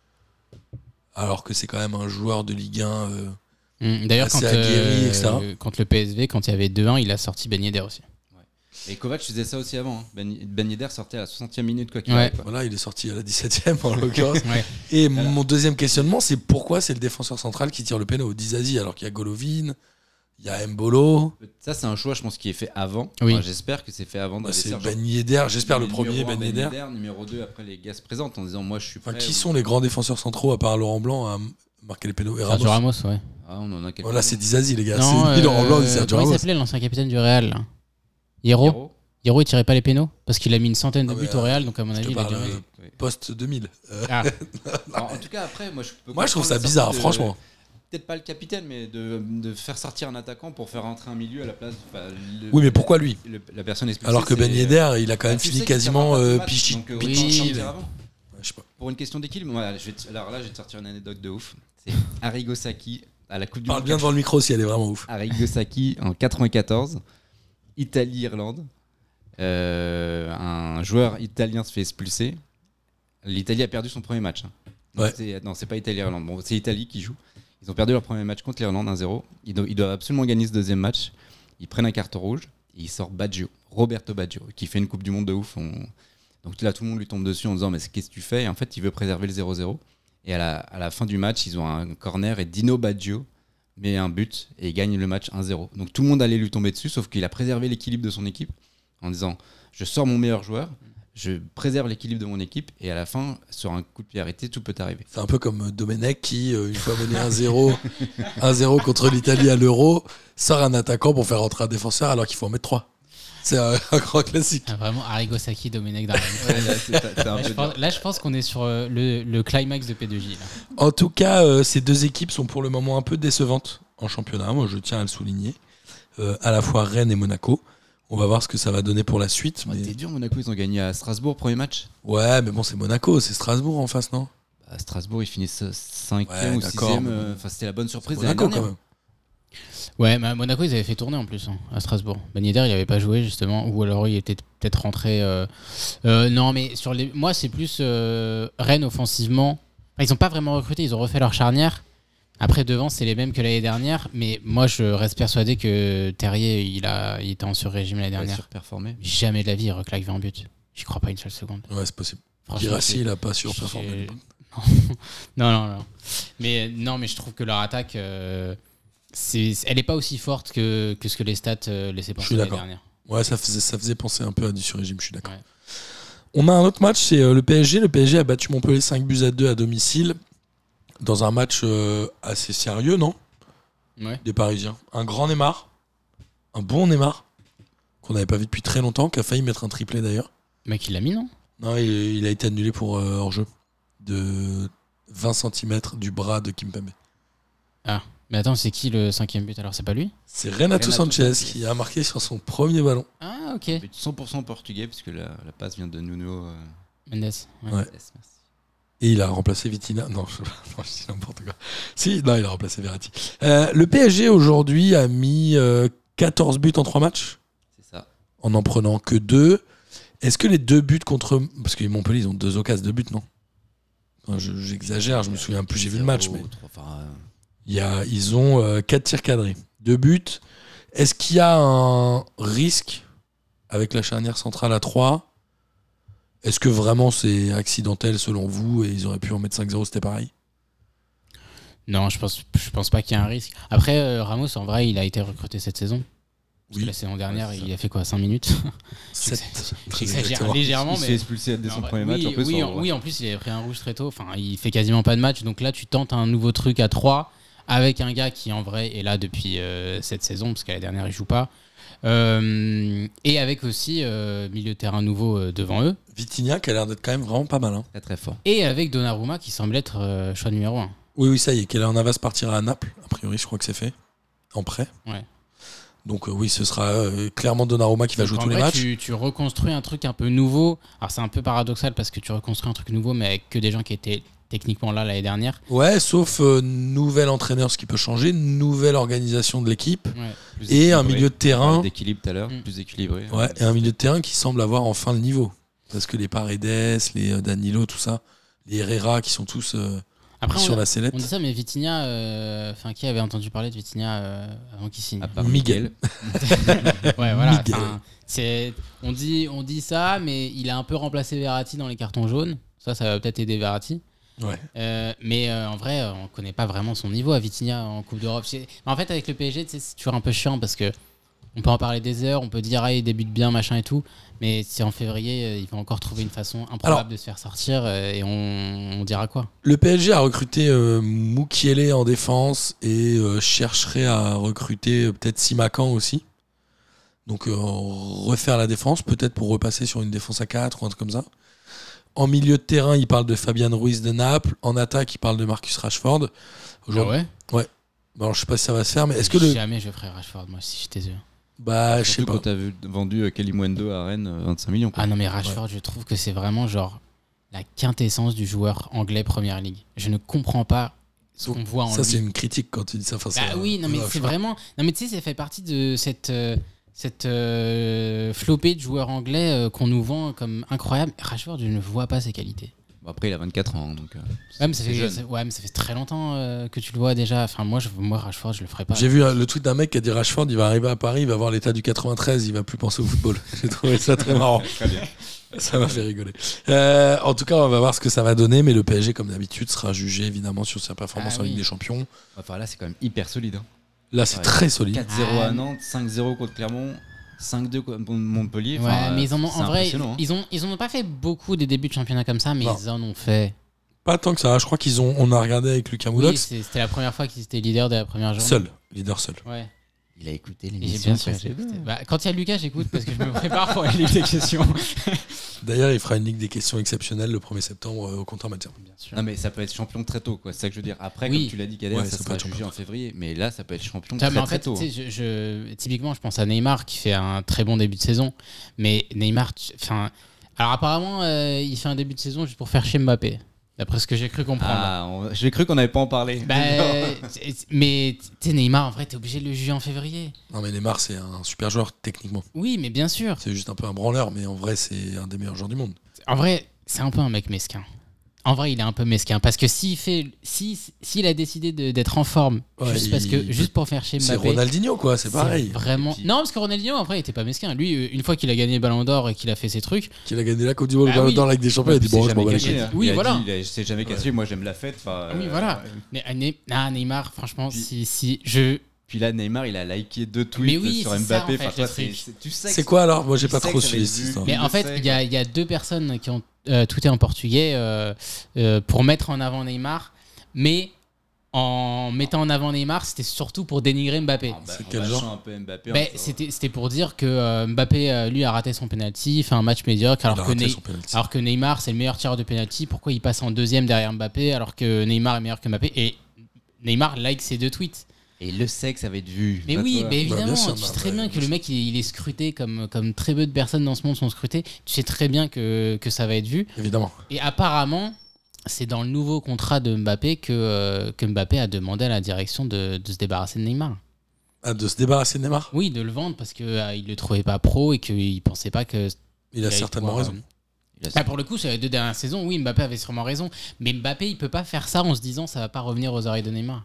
Alors que c'est quand même un joueur de Ligue un. euh, Hum, D'ailleurs, assez quand, aguerri, euh, et cetera. contre le P S V, quand il y avait deux un, il a sorti Ben Yedder aussi. Et Kovac faisait ça aussi avant. hein. Ben, Ben Yedder sortait à la soixantième minute, quoi qu'il Ouais. arrive, quoi. Voilà, il est sorti à la dix-septième en l'occurrence. Ouais. Et mon deuxième questionnement, c'est pourquoi c'est le défenseur central qui tire le péno au Dizazi alors qu'il y a Golovin, il y a Mbolo, Ça, c'est un choix, je pense, qui est fait avant. Oui. Enfin, j'espère que c'est fait avant. bah, d'aller c'est chercher- Ben Yedder, j'espère le Numéro premier un, Ben Yedder. Numéro deux, après les gars se présentent en disant moi je suis prêt. Enfin, qui ou- sont les grands défenseurs centraux à part Laurent Blanc à marquer les pénaux et Sergio Ramos. Ramos, ouais. Ah, on en a quelques Voilà, c'est Dizazi les gars, Non, c'est ni Laurent Blanc ni euh, Sergio comment il Ramos. s'appelait l'ancien capitaine du Real là Hierro Hierro. Hierro, il tirait pas les pénaux parce qu'il a mis une centaine de Non, buts mais, au Real, donc à mon Je avis, te il a parle duré. euh, Oui. post deux mille. Euh, Ah, Alors, en tout cas, après, moi je peux Moi, je trouve comprendre ça la bizarre, sortie de- franchement. Peut-être pas le capitaine, mais de, de faire sortir un attaquant pour faire rentrer un milieu à la place. enfin, le- Oui, mais pourquoi lui le- La personne expulsée, Alors que Ben c'est- Yedder, il a quand Bah, même tu fini sais qu'il quasiment sera pas de euh, match, pichi. donc, euh, oui, autant le sortir mais- avant. Je sais pas. Pour une question d'équilibre, moi, je vais te- alors là, je vais te sortir une anecdote de ouf. C'est Arrigo Sacchi à la Coupe du Parle Monde. bien devant le micro si elle est vraiment ouf. Arrigo Sacchi en quatre-vingt-quatorze, Italie-Irlande. Euh, un joueur italien se fait expulser. L'Italie a perdu son premier match. hein. Donc Ouais. c'est- non, c'est pas Italie-Irlande. Bon, c'est Italie qui joue. Ils ont perdu leur premier match contre l'Irlande un zéro. Ils, do- ils doivent absolument gagner ce deuxième match. Ils prennent un carton rouge et il sort Baggio, Roberto Baggio, qui fait une Coupe du Monde de ouf. On- Donc là, tout le monde lui tombe dessus en disant mais qu'est-ce que tu fais? Et en fait, il veut préserver le zéro zéro. Et à la, à la fin du match, ils ont un corner et Dino Baggio met un but et il gagne le match un zéro. Donc tout le monde allait lui tomber dessus, sauf qu'il a préservé l'équilibre de son équipe en disant je sors mon meilleur joueur, je préserve l'équilibre de mon équipe et à la fin, sur un coup de pied arrêté, tout peut arriver. C'est un peu comme Domenech qui, euh, une fois mené un zéro un zéro contre l'Italie à l'Euro, sort un attaquant pour faire rentrer un défenseur alors qu'il faut en mettre trois. C'est un, un grand classique. ah, vraiment, Arrigo Sacchi, Domenech Darwin. Ouais, là, c'est- t'as- t'as un Là, peu je pense, là, je pense qu'on est sur euh, le, le climax de P deux J. Là. En tout cas, euh, ces deux équipes sont pour le moment un peu décevantes en championnat. Moi, je tiens à le souligner. Euh, à la fois Rennes et Monaco. On va voir ce que ça va donner pour la suite. Ouais, mais... T'es dur, Monaco, ils ont gagné à Strasbourg, premier match. Ouais, mais bon, c'est Monaco, c'est Strasbourg en face, non? À Strasbourg, ils finissent cinquième Ouais, ou d'accord, sixième. mais euh, Enfin, c'était la bonne surprise de Monaco l'année quand dernière. même. Ouais, mais à Monaco, ils avaient fait tourner en plus, hein, à Strasbourg. Ben Yedder, il avait pas joué, justement, ou alors il était peut-être rentré. Euh... Euh, non, mais sur les... moi, c'est plus euh, Rennes offensivement. Enfin, ils ont pas vraiment recruté, ils ont refait leur charnière. Après, devant, c'est les mêmes que l'année dernière, mais moi, je reste persuadé que Terrier, il, a... il était en sur-régime l'année Il a dernière. surperformé. Jamais de la vie, il reclaque vingt buts. J'y crois pas une seule seconde. Ouais, c'est possible. Franchement, Guirassy, c'est- il a pas surperformé. j'ai- non, non, non. Mais non, mais je trouve que leur attaque, euh, c'est, elle est pas aussi forte que, que ce que les stats euh, laissaient Je penser suis l'année d'accord. dernière. Ouais, ça faisait, ça faisait penser un peu à du sur-régime, je suis d'accord. Ouais. On a un autre match, c'est euh, le P S G. Le P S G a battu Montpellier cinq buts à deux à domicile dans un match euh, assez sérieux, non? Ouais. Des Parisiens. Un grand Neymar, un bon Neymar, qu'on n'avait pas vu depuis très longtemps, qui a failli mettre un triplé d'ailleurs. Le mec, il l'a mis, non? Non, il, il a été annulé pour euh, hors-jeu de vingt centimètres du bras de Kimpembe. Mais attends, c'est qui le cinquième but alors? C'est pas lui? C'est Renato, Renato Sanchez, Sanchez. qui a marqué sur son premier ballon. Ah, ok. But cent pour cent portugais, puisque la, la passe vient de Nuno. euh, Mendes. Ouais. Ouais. Mendes, merci. Et il a remplacé Vitina. Non, je, non, je dis n'importe quoi. Si, non, il a remplacé Verratti. Euh, le P S G aujourd'hui a mis euh, quatorze buts en trois matchs, C'est ça. en n'en prenant que deux. Est-ce que les deux buts contre. Parce que Montpellier, ils ont deux occasions de but, non? Enfin, je- J'exagère, je me souviens plus, j'ai vu le match. Zéro, Mais trois, enfin, euh, il y a, ils ont euh, quatre tirs cadrés, deux buts. Est-ce qu'il y a un risque avec la charnière centrale à trois? Est-ce que vraiment c'est accidentel selon vous et ils auraient pu en mettre cinq zéro, c'était pareil? Non, je pense, je pense pas qu'il y ait un risque. Après, euh, Ramos, en vrai, il a été recruté cette saison. Parce Oui. que la saison dernière, Ouais, c'est ça. il a fait quoi, cinq minutes? Sept. Très J'exagère exactement. légèrement, il se mais. fait expulser dès Non, son bah, premier oui, match. En plus, oui, on- en, oui, en plus, il avait pris un rouge très tôt. Enfin, il fait quasiment pas de match. Donc là, tu tentes un nouveau truc à trois avec un gars qui, en vrai, est là depuis euh, cette saison, parce qu'à la dernière, il joue pas. Euh, et avec aussi euh, milieu de terrain nouveau euh, devant eux. Vitinha qui a l'air d'être quand même vraiment pas mal. Hein. Très très fort. Et avec Donnarumma qui semble être euh, choix numéro un. Oui, oui, ça y est, Keller Navas partira à Naples. A priori, je crois que c'est fait. En prêt. Ouais. Donc euh, oui, ce sera euh, clairement Donnarumma qui va Donc, jouer en tous les vrai, matchs. Tu, tu reconstruis un truc un peu nouveau. Alors, c'est un peu paradoxal parce que tu reconstruis un truc nouveau, mais avec que des gens qui étaient techniquement là l'année dernière. Ouais, sauf euh, nouvel entraîneur, ce qui peut changer, nouvelle organisation de l'équipe Ouais. Plus et un équilibré. milieu de terrain. D'équilibre tout à l'heure, Mm. plus équilibré. Ouais, et un milieu de terrain qui semble avoir enfin le niveau. Parce que les Paredes, les euh, Danilo, tout ça, les Herrera qui sont tous euh, Après, sur on, la sellette. on dit ça, mais Vitinha, euh, enfin, qui avait entendu parler de Vitinha euh, avant qu'il signe? À part Miguel. Miguel. Ouais, voilà. Miguel. enfin, c'est, on, dit, on dit ça, mais il a un peu remplacé Verratti dans les cartons jaunes. Ça, ça va peut-être aider Verratti. Ouais. Euh, mais euh, en vrai, euh, on connaît pas vraiment son niveau à Vitinha en Coupe d'Europe. C'est- En fait, avec le P S G, tu sais, c'est toujours un peu chiant parce que on peut en parler des heures, on peut dire ah, il débute bien, machin et tout. Mais si en février, euh, il va encore trouver une façon improbable Alors- de se faire sortir euh, et on, on dira quoi? Le P S G a recruté euh, Moukielé en défense et euh, chercherait à recruter euh, peut-être Simakan aussi. Donc euh, refaire la défense, peut-être pour repasser sur une défense à quatre ou un truc comme ça. En milieu de terrain, il parle de Fabian Ruiz de Naples. En attaque, il parle de Marcus Rashford. Ah Aujourd'hui, ouais? bon, alors, je sais pas si ça va se faire, mais est-ce que le. Jamais je ferai Rashford, moi, si j'étais eux. Bah, je sais Surtout pas. quand t'as vu- vendu euh, Kalimundo à Rennes, euh, vingt-cinq millions. quoi. Ah non, mais Rashford, je trouve que c'est vraiment genre la quintessence du joueur anglais Première Ligue. Je ne comprends pas ce Donc, qu'on voit en Ça, lui. c'est une critique quand tu dis ça. Enfin, Bah ça- oui, non mais ça- c'est vraiment. Non mais tu sais, ça fait partie de cette euh, cette euh, flopée de joueurs anglais euh, qu'on nous vend comme incroyable. Rashford, je ne vois pas ses qualités. Bon, après, il a vingt-quatre ans, donc. euh, Ouais, mais ça c'est fait, jeune. ça- ouais, mais ça fait très longtemps euh, que tu le vois déjà. Enfin, moi, je, moi, Rashford, je le ferais pas. J'ai vu euh, le tweet d'un mec qui a dit Rashford, il va arriver à Paris, il va voir l'état du quatre-vingt-treize, il va plus penser au football. J'ai trouvé ça très marrant. Très bien. Ça m'a fait rigoler. Euh, en tout cas, on va voir ce que ça va donner, mais le P S G, comme d'habitude, sera jugé évidemment sur sa performance Ah en Ligue oui. des Champions. Enfin, là, c'est quand même hyper solide. hein. Là, c'est Ouais. très solide. quatre zéro Ah, à Nantes, cinq zéro contre Clermont, cinq deux contre Montpellier. Ouais, Enfin, mais ils en ont, c'est en vrai, impressionnant, hein. ils ont, ils en ont pas fait beaucoup des débuts de championnat comme ça, mais Non. ils en ont fait. Pas tant que ça. Je crois qu'ils ont. On a regardé avec Lucas Oui, Moulox. c'est- c'était la première fois qu'ils étaient leaders de la première journée. Seul, leader seul. Ouais. Il a écouté Et j'ai l'émission. bien sûr. j'ai précédente. écouté. Bah, quand il y a Lucas, j'écoute parce que je me prépare pour les livres des questions. D'ailleurs, il fera une Ligue des questions exceptionnelle le premier septembre euh, au compte amateur. Bien sûr. Non mais ça peut être champion très tôt, quoi. C'est ça que je veux dire. Après, Oui. comme tu l'as dit, Kader, Ouais, ça ça peut sera être jugé champion. en février. Mais là, ça peut être champion Ah, très mais en très fait, tôt. tu sais, je, je- typiquement, je pense à Neymar qui fait un très bon début de saison. Mais Neymar, tu- enfin, alors apparemment, euh, il fait un début de saison juste pour faire chier Mbappé, d'après ce que j'ai cru comprendre. Ah, on- j'ai cru qu'on n'avait pas en parlé. Bah, c'est- mais tu sais, Neymar, en vrai, t'es obligé de le juger en février. Non, mais Neymar, c'est un super joueur techniquement. Oui, mais bien sûr. C'est juste un peu un branleur, mais en vrai, c'est un des meilleurs joueurs du monde. En vrai, c'est un peu un mec mesquin. En vrai, il est un peu mesquin parce que s'il fait, si, s'il a décidé de- d'être en forme Ouais, juste il- parce que, juste pour faire chier C'est Mbappé, Ronaldinho, quoi, c'est pareil. Vraiment. Et puis- Non, parce que Ronaldinho, en vrai, il était pas mesquin. Lui, euh, une fois qu'il a gagné le Ballon d'Or et qu'il a fait ses trucs, Qu'il a gagné la Coupe du Monde, Bah le Ballon oui. d'Or, la Ligue des Champions, il a dit bon, je m'en bats les couilles. caché, hein. Oui, Il a voilà. dit, il a- s'est jamais cassé. Moi, j'aime la fête. enfin, oui, euh, voilà. euh, Mais euh, Ne- ah, Neymar, franchement, Puis- si, si je. Puis là, Neymar, il a liké deux tweets Mais oui, sur c'est Mbappé. ça, en fait, Enfin, le toi, truc. c'est- c'est- tu sais que C'est quoi alors? Moi, j'ai tu pas sais trop que ça va suivi être cette vu. histoire. Mais Il en le fait, sait, il y a, il y a deux personnes qui ont euh, tweeté en portugais euh, euh, pour mettre en avant Neymar, mais en mettant en avant Neymar, c'était surtout pour dénigrer Mbappé. Ah, bah, C'est en quel bâchant genre un peu Mbappé. Ben, en- c'était, c'était pour dire que euh, Mbappé, euh, lui, a raté son penalty, fait un match médiocre, Il a alors que, raté Ney- son penalty. alors que Neymar, c'est le meilleur tireur de penalty. Pourquoi il passe en deuxième derrière Mbappé alors que Neymar est meilleur que Mbappé? Et Neymar like ces deux tweets. Et il le sait que ça va être vu. Mais Pas oui, toi. mais Bah, bien évidemment, sûr, tu bah, sais très bah, bien bien que le mec, il, il est scruté comme, comme très peu de personnes dans ce monde sont scrutées. Tu sais très bien que, que ça va être vu. Évidemment. Et apparemment, c'est dans le nouveau contrat de Mbappé que, euh, que Mbappé a demandé à la direction de, de se débarrasser de Neymar. Ah, de se débarrasser de Neymar? Oui, de le vendre parce qu'il ne le trouvait pas pro et qu'il pensait pas que. Il a allait certainement pouvoir, raison. Il a- Bah, pour le coup, sur les deux dernières saisons, oui, Mbappé avait sûrement raison. Mais Mbappé, il peut pas faire ça en se disant ça va pas revenir aux oreilles de Neymar.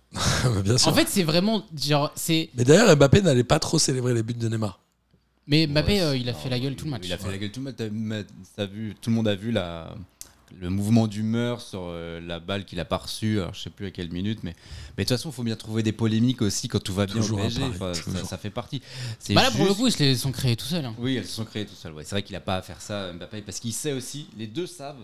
Bien sûr. En fait, c'est vraiment genre c'est. Mais d'ailleurs, Mbappé n'allait pas trop célébrer les buts de Neymar. Mais Mbappé, Ouais, euh, il a non, fait la gueule tout le match. Il a fait la gueule tout le match. T'as- mais t'as vu, tout le monde a vu la, le mouvement d'humeur sur euh, la balle qu'il a pas reçue. Alors, je sais plus à quelle minute, mais mais de toute façon, il faut bien trouver des polémiques aussi quand tout va bien Toujours au à P S G. Paris, Enfin, ça, toujours. ça fait partie. C'est Bah là, pour le juste- coup, ils se les sont créés tout seuls. hein. Oui, elles se sont créées tout seules. Ouais. C'est vrai qu'il a pas à faire ça, Mbappé, parce qu'il sait aussi, les deux savent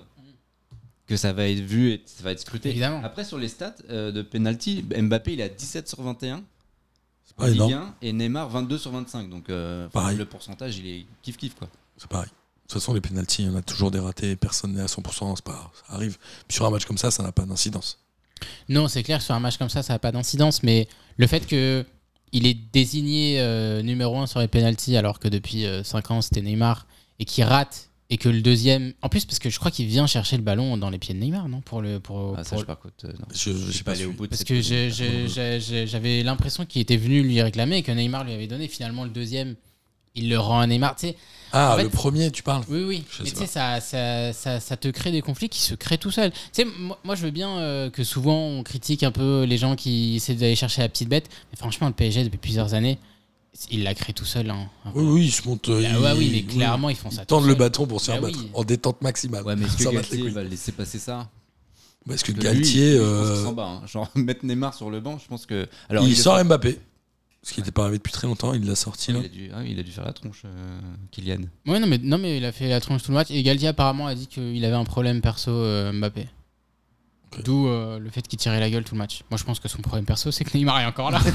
que ça va être vu et ça va être scruté. Évidemment. Après, sur les stats euh, de penalty, Mbappé il a dix-sept sur vingt et un C'est en pas Ligue énorme. un et Neymar vingt-deux sur vingt-cinq. Donc euh, enfin, Pareil. le pourcentage, il est kiff-kiff quoi. C'est pareil. De toute façon, les pénaltys, il y en a toujours des ratés. Personne n'est à cent pour cent. C'est pas grave, ça arrive. Puis sur un match comme ça, ça n'a pas d'incidence. Non, c'est clair que sur un match comme ça, ça n'a pas d'incidence. Mais le fait que il est désigné euh, numéro un sur les pénaltys alors que depuis cinq ans, c'était Neymar et qu'il rate. Et que le deuxième. En plus, parce que je crois qu'il vient chercher le ballon dans les pieds de Neymar, non pour le, pour, Ah, ça, pour- je par contre, euh, non. Je- Je j'ai suis pas pas allé au suivi. bout de Parce cette que j'ai- polémique. j'ai- j'ai- j'ai- j'avais l'impression qu'il était venu lui réclamer et que Neymar lui avait donné. Finalement, le deuxième, il le rend à Neymar. Tu sais, Ah, En fait- le premier, tu parles? oui, oui. Je Mais sais tu sais, ça, ça, ça, ça te crée des conflits qui se créent tout seuls. Tu sais, moi, moi, je veux bien euh, que souvent on critique un peu les gens qui essaient d'aller chercher la petite bête. Mais franchement, le P S G, depuis plusieurs années, il l'a créé tout seul. Hein. Oui, oui, ils se montent. euh, Ah ouais, ils- oui, mais clairement, ils font ça Ils tout tendent le seuls. bâton pour se faire Bah battre oui. en détente maximale. Ouais, mais est-ce que Ça bat les Galtier couilles. va le laisser passer ça? Parce que Parce que lui, Galtier, lui, je pense qu'il euh, s'en bat, hein. Genre mettre Neymar sur le banc, je pense que. Alors, il le sort fait- Mbappé. Parce qu'il n'était pas arrivé depuis très longtemps, il l'a sorti. il, Là. a dû, ah, il a dû faire la tronche, euh, Kylian. Ouais, non mais, non, mais il a fait la tronche tout le match. Et Galtier, apparemment, a dit qu'il avait un problème perso, euh, Mbappé. Ok. D'où euh, le fait qu'il tirait la gueule tout le match. Moi, je pense que son problème perso, c'est que Neymar est encore là.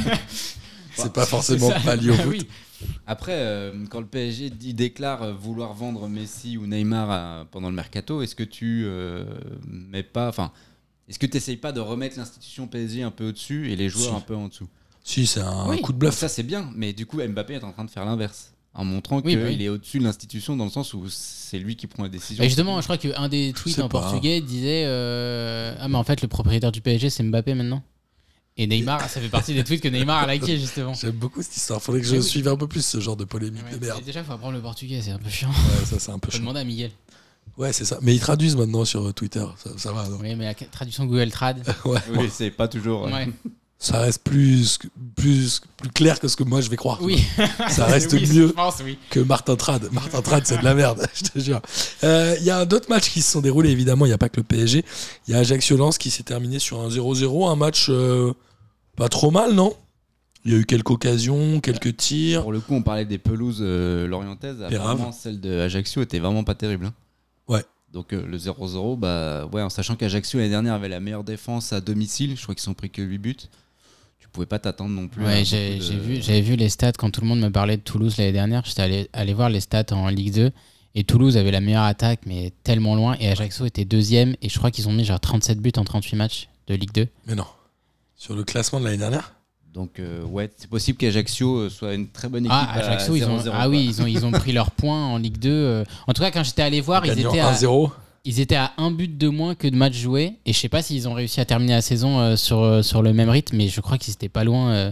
C'est pas forcément C'est ça. pas lié au Ah foot. oui. Après, euh, quand le P S G dit, déclare euh, vouloir vendre Messi ou Neymar à- pendant le mercato, est-ce que tu euh, mets pas, enfin, est-ce que tu n'essayes pas de remettre l'institution P S G un peu au-dessus et les joueurs Si. un peu en dessous? Si, c'est un Oui. coup de bluff. Ça c'est bien, mais du coup Mbappé est en train de faire l'inverse, en montrant Oui, qu'il bah oui. est au-dessus de l'institution dans le sens où c'est lui qui prend la décision. Bah justement, je crois qu'un des tweets sais en pas. portugais disait euh, ah mais en fait le propriétaire du P S G c'est Mbappé maintenant. Et Neymar, ça fait partie des tweets que Neymar a liké justement. J'aime beaucoup cette histoire. Faudrait que je Mais oui. suive un peu plus ce genre de polémique Ouais, de merde. et déjà, faut apprendre le portugais, c'est un peu chiant. Ouais, ça, c'est un peu Faut chiant. demander à Miguel. Ouais, c'est ça. Mais ils traduisent maintenant sur euh, Twitter. Ça, ça va, non Oui, mais la traduction Google Trad. Ouais. Oui, c'est pas toujours. euh, Ouais. Ça reste plus, plus, plus clair que ce que moi je vais croire. Oui. Ça reste Oui, mieux Je pense, oui. que Martin Trad. Martin Trad, c'est de la merde, je te jure. Euh, Il y a d'autres matchs qui se sont déroulés, évidemment. Il n'y a pas que le P S G. Il y a Ajaccio-Lens qui s'est terminé sur un zéro zéro. Un match euh, pas trop mal, non? Il y a eu quelques occasions, quelques tirs. Pour le coup, on parlait des pelouses euh, lorientaises. Apparemment, celle de Ajaccio était vraiment pas terrible. hein. Ouais. Donc euh, le zéro zéro, bah, ouais, en sachant qu'Ajaccio l'année dernière avait la meilleure défense à domicile, je crois qu'ils sont pris que huit buts. Tu pouvais pas t'attendre non plus. à Ouais, beaucoup j'ai de- j'ai vu, j'avais vu les stats quand tout le monde me parlait de Toulouse l'année dernière. J'étais allé, allé voir les stats en Ligue deux. Et Toulouse avait la meilleure attaque, mais tellement loin. Et Ajaccio était deuxième. Et je crois qu'ils ont mis genre trente-sept buts en trente-huit matchs de Ligue deux. Mais non. Sur le classement de l'année dernière. Donc, euh, ouais, c'est possible qu'Ajaccio soit une très bonne équipe. Ah, Ajaccio, à ils ont, zéro zéro, ah oui, ils ont, ils ont pris leurs points en Ligue deux. euh. En tout cas, quand j'étais allé voir, ils Gagnant étaient, à, un zéro. ils étaient à un but de moins que de matchs joués. Et je sais pas s'ils ont réussi à terminer la saison euh, sur, euh, sur le même rythme, mais je crois qu'ils étaient pas loin, euh,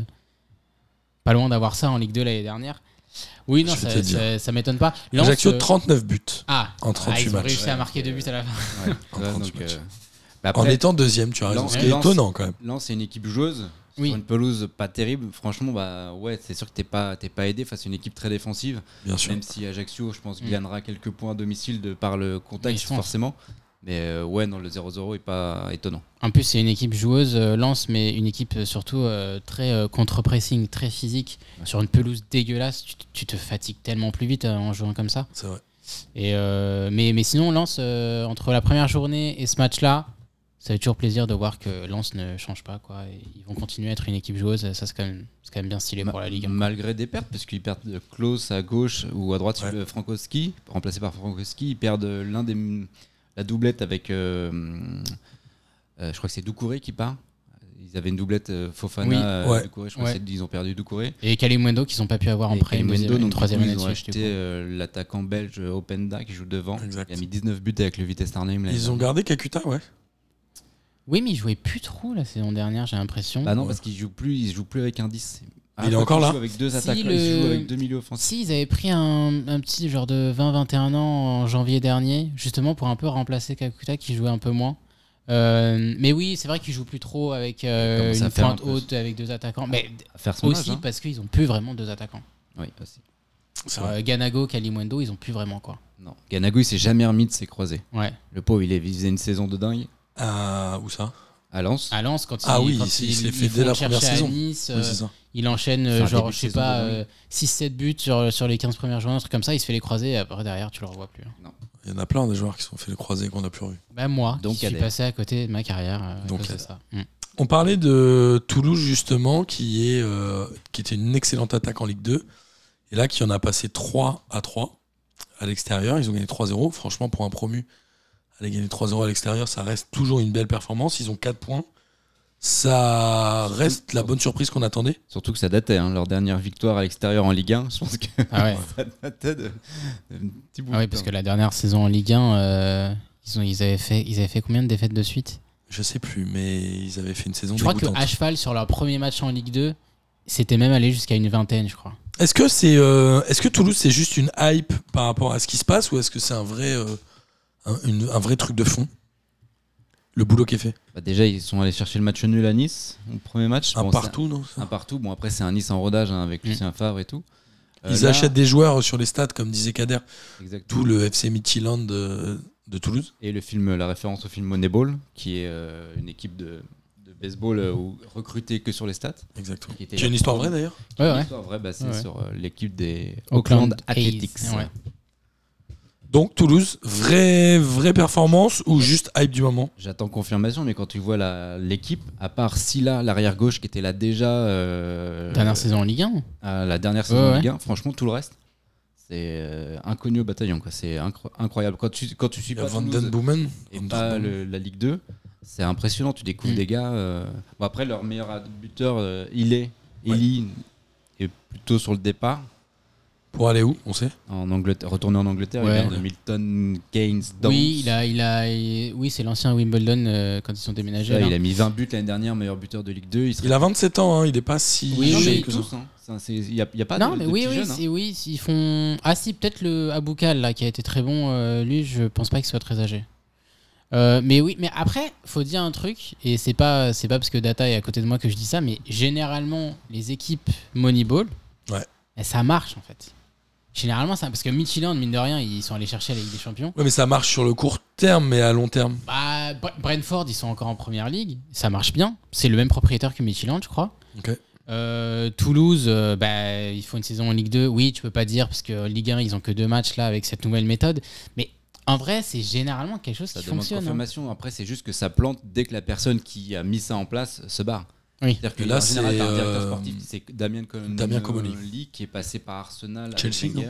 pas loin d'avoir ça en Ligue deux l'année dernière. Oui, non, Je vais ça, te dire. ça, ça m'étonne pas. Lens, Ajaccio, euh, trente-neuf buts ah, en ah, trente-huit ils ont matchs. réussi à marquer deux buts à la fin. Ouais, En ouais, trente-huit donc, matchs. euh, bah En après, étant deuxième, tu as raison. Lens- Ce qui est Lens- étonnant quand même. Lens, c'est une équipe joueuse. Oui. Sur une pelouse pas terrible, franchement, bah ouais, c'est sûr que t'es pas, t'es pas aidé face à une équipe très défensive. Bien sûr. Même si Ajaccio, je pense, Mm. gagnera quelques points à domicile de par le Oui, contact, je pense. forcément. Mais euh, ouais, non, le zéro zéro est pas étonnant. En plus, c'est une équipe joueuse, euh, Lens, mais une équipe euh, surtout euh, très euh, contre-pressing, très physique. Ouais. Sur une pelouse dégueulasse, tu, tu te fatigues tellement plus vite euh, en jouant comme ça. C'est vrai. Et euh, mais, mais sinon, Lens, euh, entre la première journée et ce match-là, ça fait toujours plaisir de voir que Lens ne change pas, quoi. Et ils vont continuer à être une équipe joueuse. Ça, c'est quand même, c'est quand même bien stylé pour la Ligue. Malgré des pertes, parce qu'ils perdent de Klose à gauche ou à droite, Ouais. euh, Frankowski, remplacé par Frankowski. Ils perdent l'un des la doublette avec, euh, euh, je crois que c'est Doucouré qui part. Ils avaient une doublette euh, Fofana, Oui. euh, Ouais. Doucouré. Je crois Ouais. qu'ils ont perdu Doucouré. Et Kalimundo qu'ils n'ont pas pu avoir en Et prêt une, Kalimundo, deuxième, une donc, troisième du coup, année ils ont de suite, acheté du coup. euh, l'attaquant belge Openda qui joue devant. Exact. Il a mis dix-neuf buts avec le Vitesse Arnhem. l'année Ils ont dernière. gardé Kakuta, ouais. Oui, mais il jouait plus trop la saison dernière, j'ai l'impression. Bah non, Ouais. parce qu'il joue plus, il joue plus avec un dix. Il est encore là Il joue avec deux Si, attaquants, le- il joue avec deux milieux offensifs. Si, ils avaient pris un, un petit genre de vingt vingt et un ans en janvier dernier, justement pour un peu remplacer Kakuta qui jouait un peu moins. Euh, mais oui, c'est vrai qu'ils jouent plus trop avec euh, Il commence à une faire un pointe peu haute avec deux attaquants. Mais À faire son aussi âge, hein. parce qu'ils ont plus vraiment deux attaquants. Oui, aussi. C'est vrai. Euh, Ganago, Kalimundo, ils ont plus vraiment quoi. Non, Ganago, il s'est jamais remis de ses croisés. Ouais. Le pauvre, il, est, il faisait une saison de dingue Ah, où ça à Lens. À Lens, quand Ah il, oui, quand il s'est- il, il s'est ils fait font dès la le première chercher à saison. Nice, Oui, euh, c'est ça. il enchaîne C'est euh, un genre, début de je sais saison pas, de dingue. euh, six sept buts sur, sur les quinze premières journées, un truc comme ça, il se fait les croiser et après derrière tu le revois plus. Il y en a plein des joueurs qui se sont fait le croisé qu'on n'a plus revu. Bah moi, Donc, qui suis Kader. passé à côté de ma carrière euh, à Donc, cause de Kader. ça. Mm. On parlait de Toulouse justement, qui, est, euh, qui était une excellente attaque en Ligue deux. Et là, qui en a passé trois à trois à l'extérieur. Ils ont gagné trois zéro. Franchement, pour un promu, aller gagner trois zéro à l'extérieur, ça reste toujours une belle performance. Ils ont quatre points. Ça reste la bonne surprise qu'on attendait. Surtout que ça datait, hein, leur dernière victoire à l'extérieur en Ligue un. Je pense que Ah ouais. ça datait de, de un petit bout Ah de oui, parce temps. que la dernière saison en Ligue un, euh, ils, ont, ils, avaient fait, ils avaient fait combien de défaites de suite? Je sais plus, mais ils avaient fait une saison Je crois que dégoûtante. à cheval, sur leur premier match en Ligue deux, c'était même allé jusqu'à une vingtaine, je crois. Est-ce que c'est, euh, est-ce que Toulouse c'est juste une hype par rapport à ce qui se passe, ou est-ce que c'est un vrai, euh, un, une- un vrai truc de fond, le boulot qui est fait? Bah, déjà, ils sont allés chercher le match nul à Nice, au premier match. Un Bon, partout, non c'est Un partout. Bon, après, c'est un Nice en rodage hein, avec Mm. Lucien Favre et tout. Euh, Ils là- achètent des joueurs sur les stades, comme disait Kader, Exactement. tout le F C Midtjylland de, de Toulouse. Et le film, la référence au film Moneyball, qui est euh, une équipe de, de baseball euh, où- recrutée que sur les stats. Exactement. Qui était Qui a une la histoire première- vraie d'ailleurs. Ouais, Une ouais. histoire vraie basée Ouais, ouais. sur euh, l'équipe des Auckland Auckland Athletics. A's, ouais. Donc Toulouse, vraie, vraie performance ou juste hype du moment? J'attends confirmation, mais quand tu vois la- l'équipe, à part Silla, l'arrière gauche, qui était là déjà euh, Dernière saison en Ligue un. à la dernière saison Ouais, en ouais. Ligue un, franchement, tout le reste, c'est euh, inconnu au bataillon. Quoi. C'est incro- incroyable. Quand tu, quand tu suis Il y a pas Van Toulouse Den Boomen. et Van Den pas Boomen. le- la Ligue deux, c'est impressionnant. Tu découvres Mm. des gars. euh, Bon, après, leur meilleur buteur, euh, il est Eli, est plutôt sur le départ. Pour aller où, on sait? En Angleterre, retourner en Angleterre, Ouais. il vient de Milton Keynes Dons. Oui, il a, il a, il- oui, c'est l'ancien Wimbledon euh, quand ils sont déménagés. Là, là. il a mis vingt buts l'année dernière, meilleur buteur de Ligue deux. Il, Il a vingt-sept ans, hein, il est pas si Oui, Non, oui, jeune mais que tous, ça. hein. Ça, c'est- Il n'y a, il y a pas Non, de, mais de oui, petits oui, jeunes, hein. c'est- oui, ils font. Ah si, peut-être le Aboukal là qui a été très bon. euh, lui, je pense pas qu'il soit très âgé. Euh, mais oui, mais après, faut dire un truc, et c'est pas, c'est pas parce que Data est à côté de moi que je dis ça, mais généralement, les équipes Moneyball, Ouais. eh, ça marche en fait. Généralement, ça, parce que Midtjylland, mine de rien, ils sont allés chercher la Ligue des Champions. Ouais, mais ça marche sur le court terme, mais à long terme. Bah, Bre- Brentford, ils sont encore en première ligue, ça marche bien. C'est le même propriétaire que Midtjylland, je crois. Ok. Euh, Toulouse, euh, bah, il faut une saison en Ligue deux. Oui, tu peux pas dire parce que Ligue un, ils ont que deux matchs là avec cette nouvelle méthode. Mais en vrai, c'est généralement quelque chose Ça qui demande fonctionne. hein. confirmation. Après, c'est juste que ça plante dès que la personne qui a mis ça en place se barre. Oui. C'est-à-dire que Et là, là, en général, c'est, t'as un directeur euh, sportif, c'est Damien Comolli, Damien Comolli. qui est passé par Arsenal, avec Chelsea, non Wenger.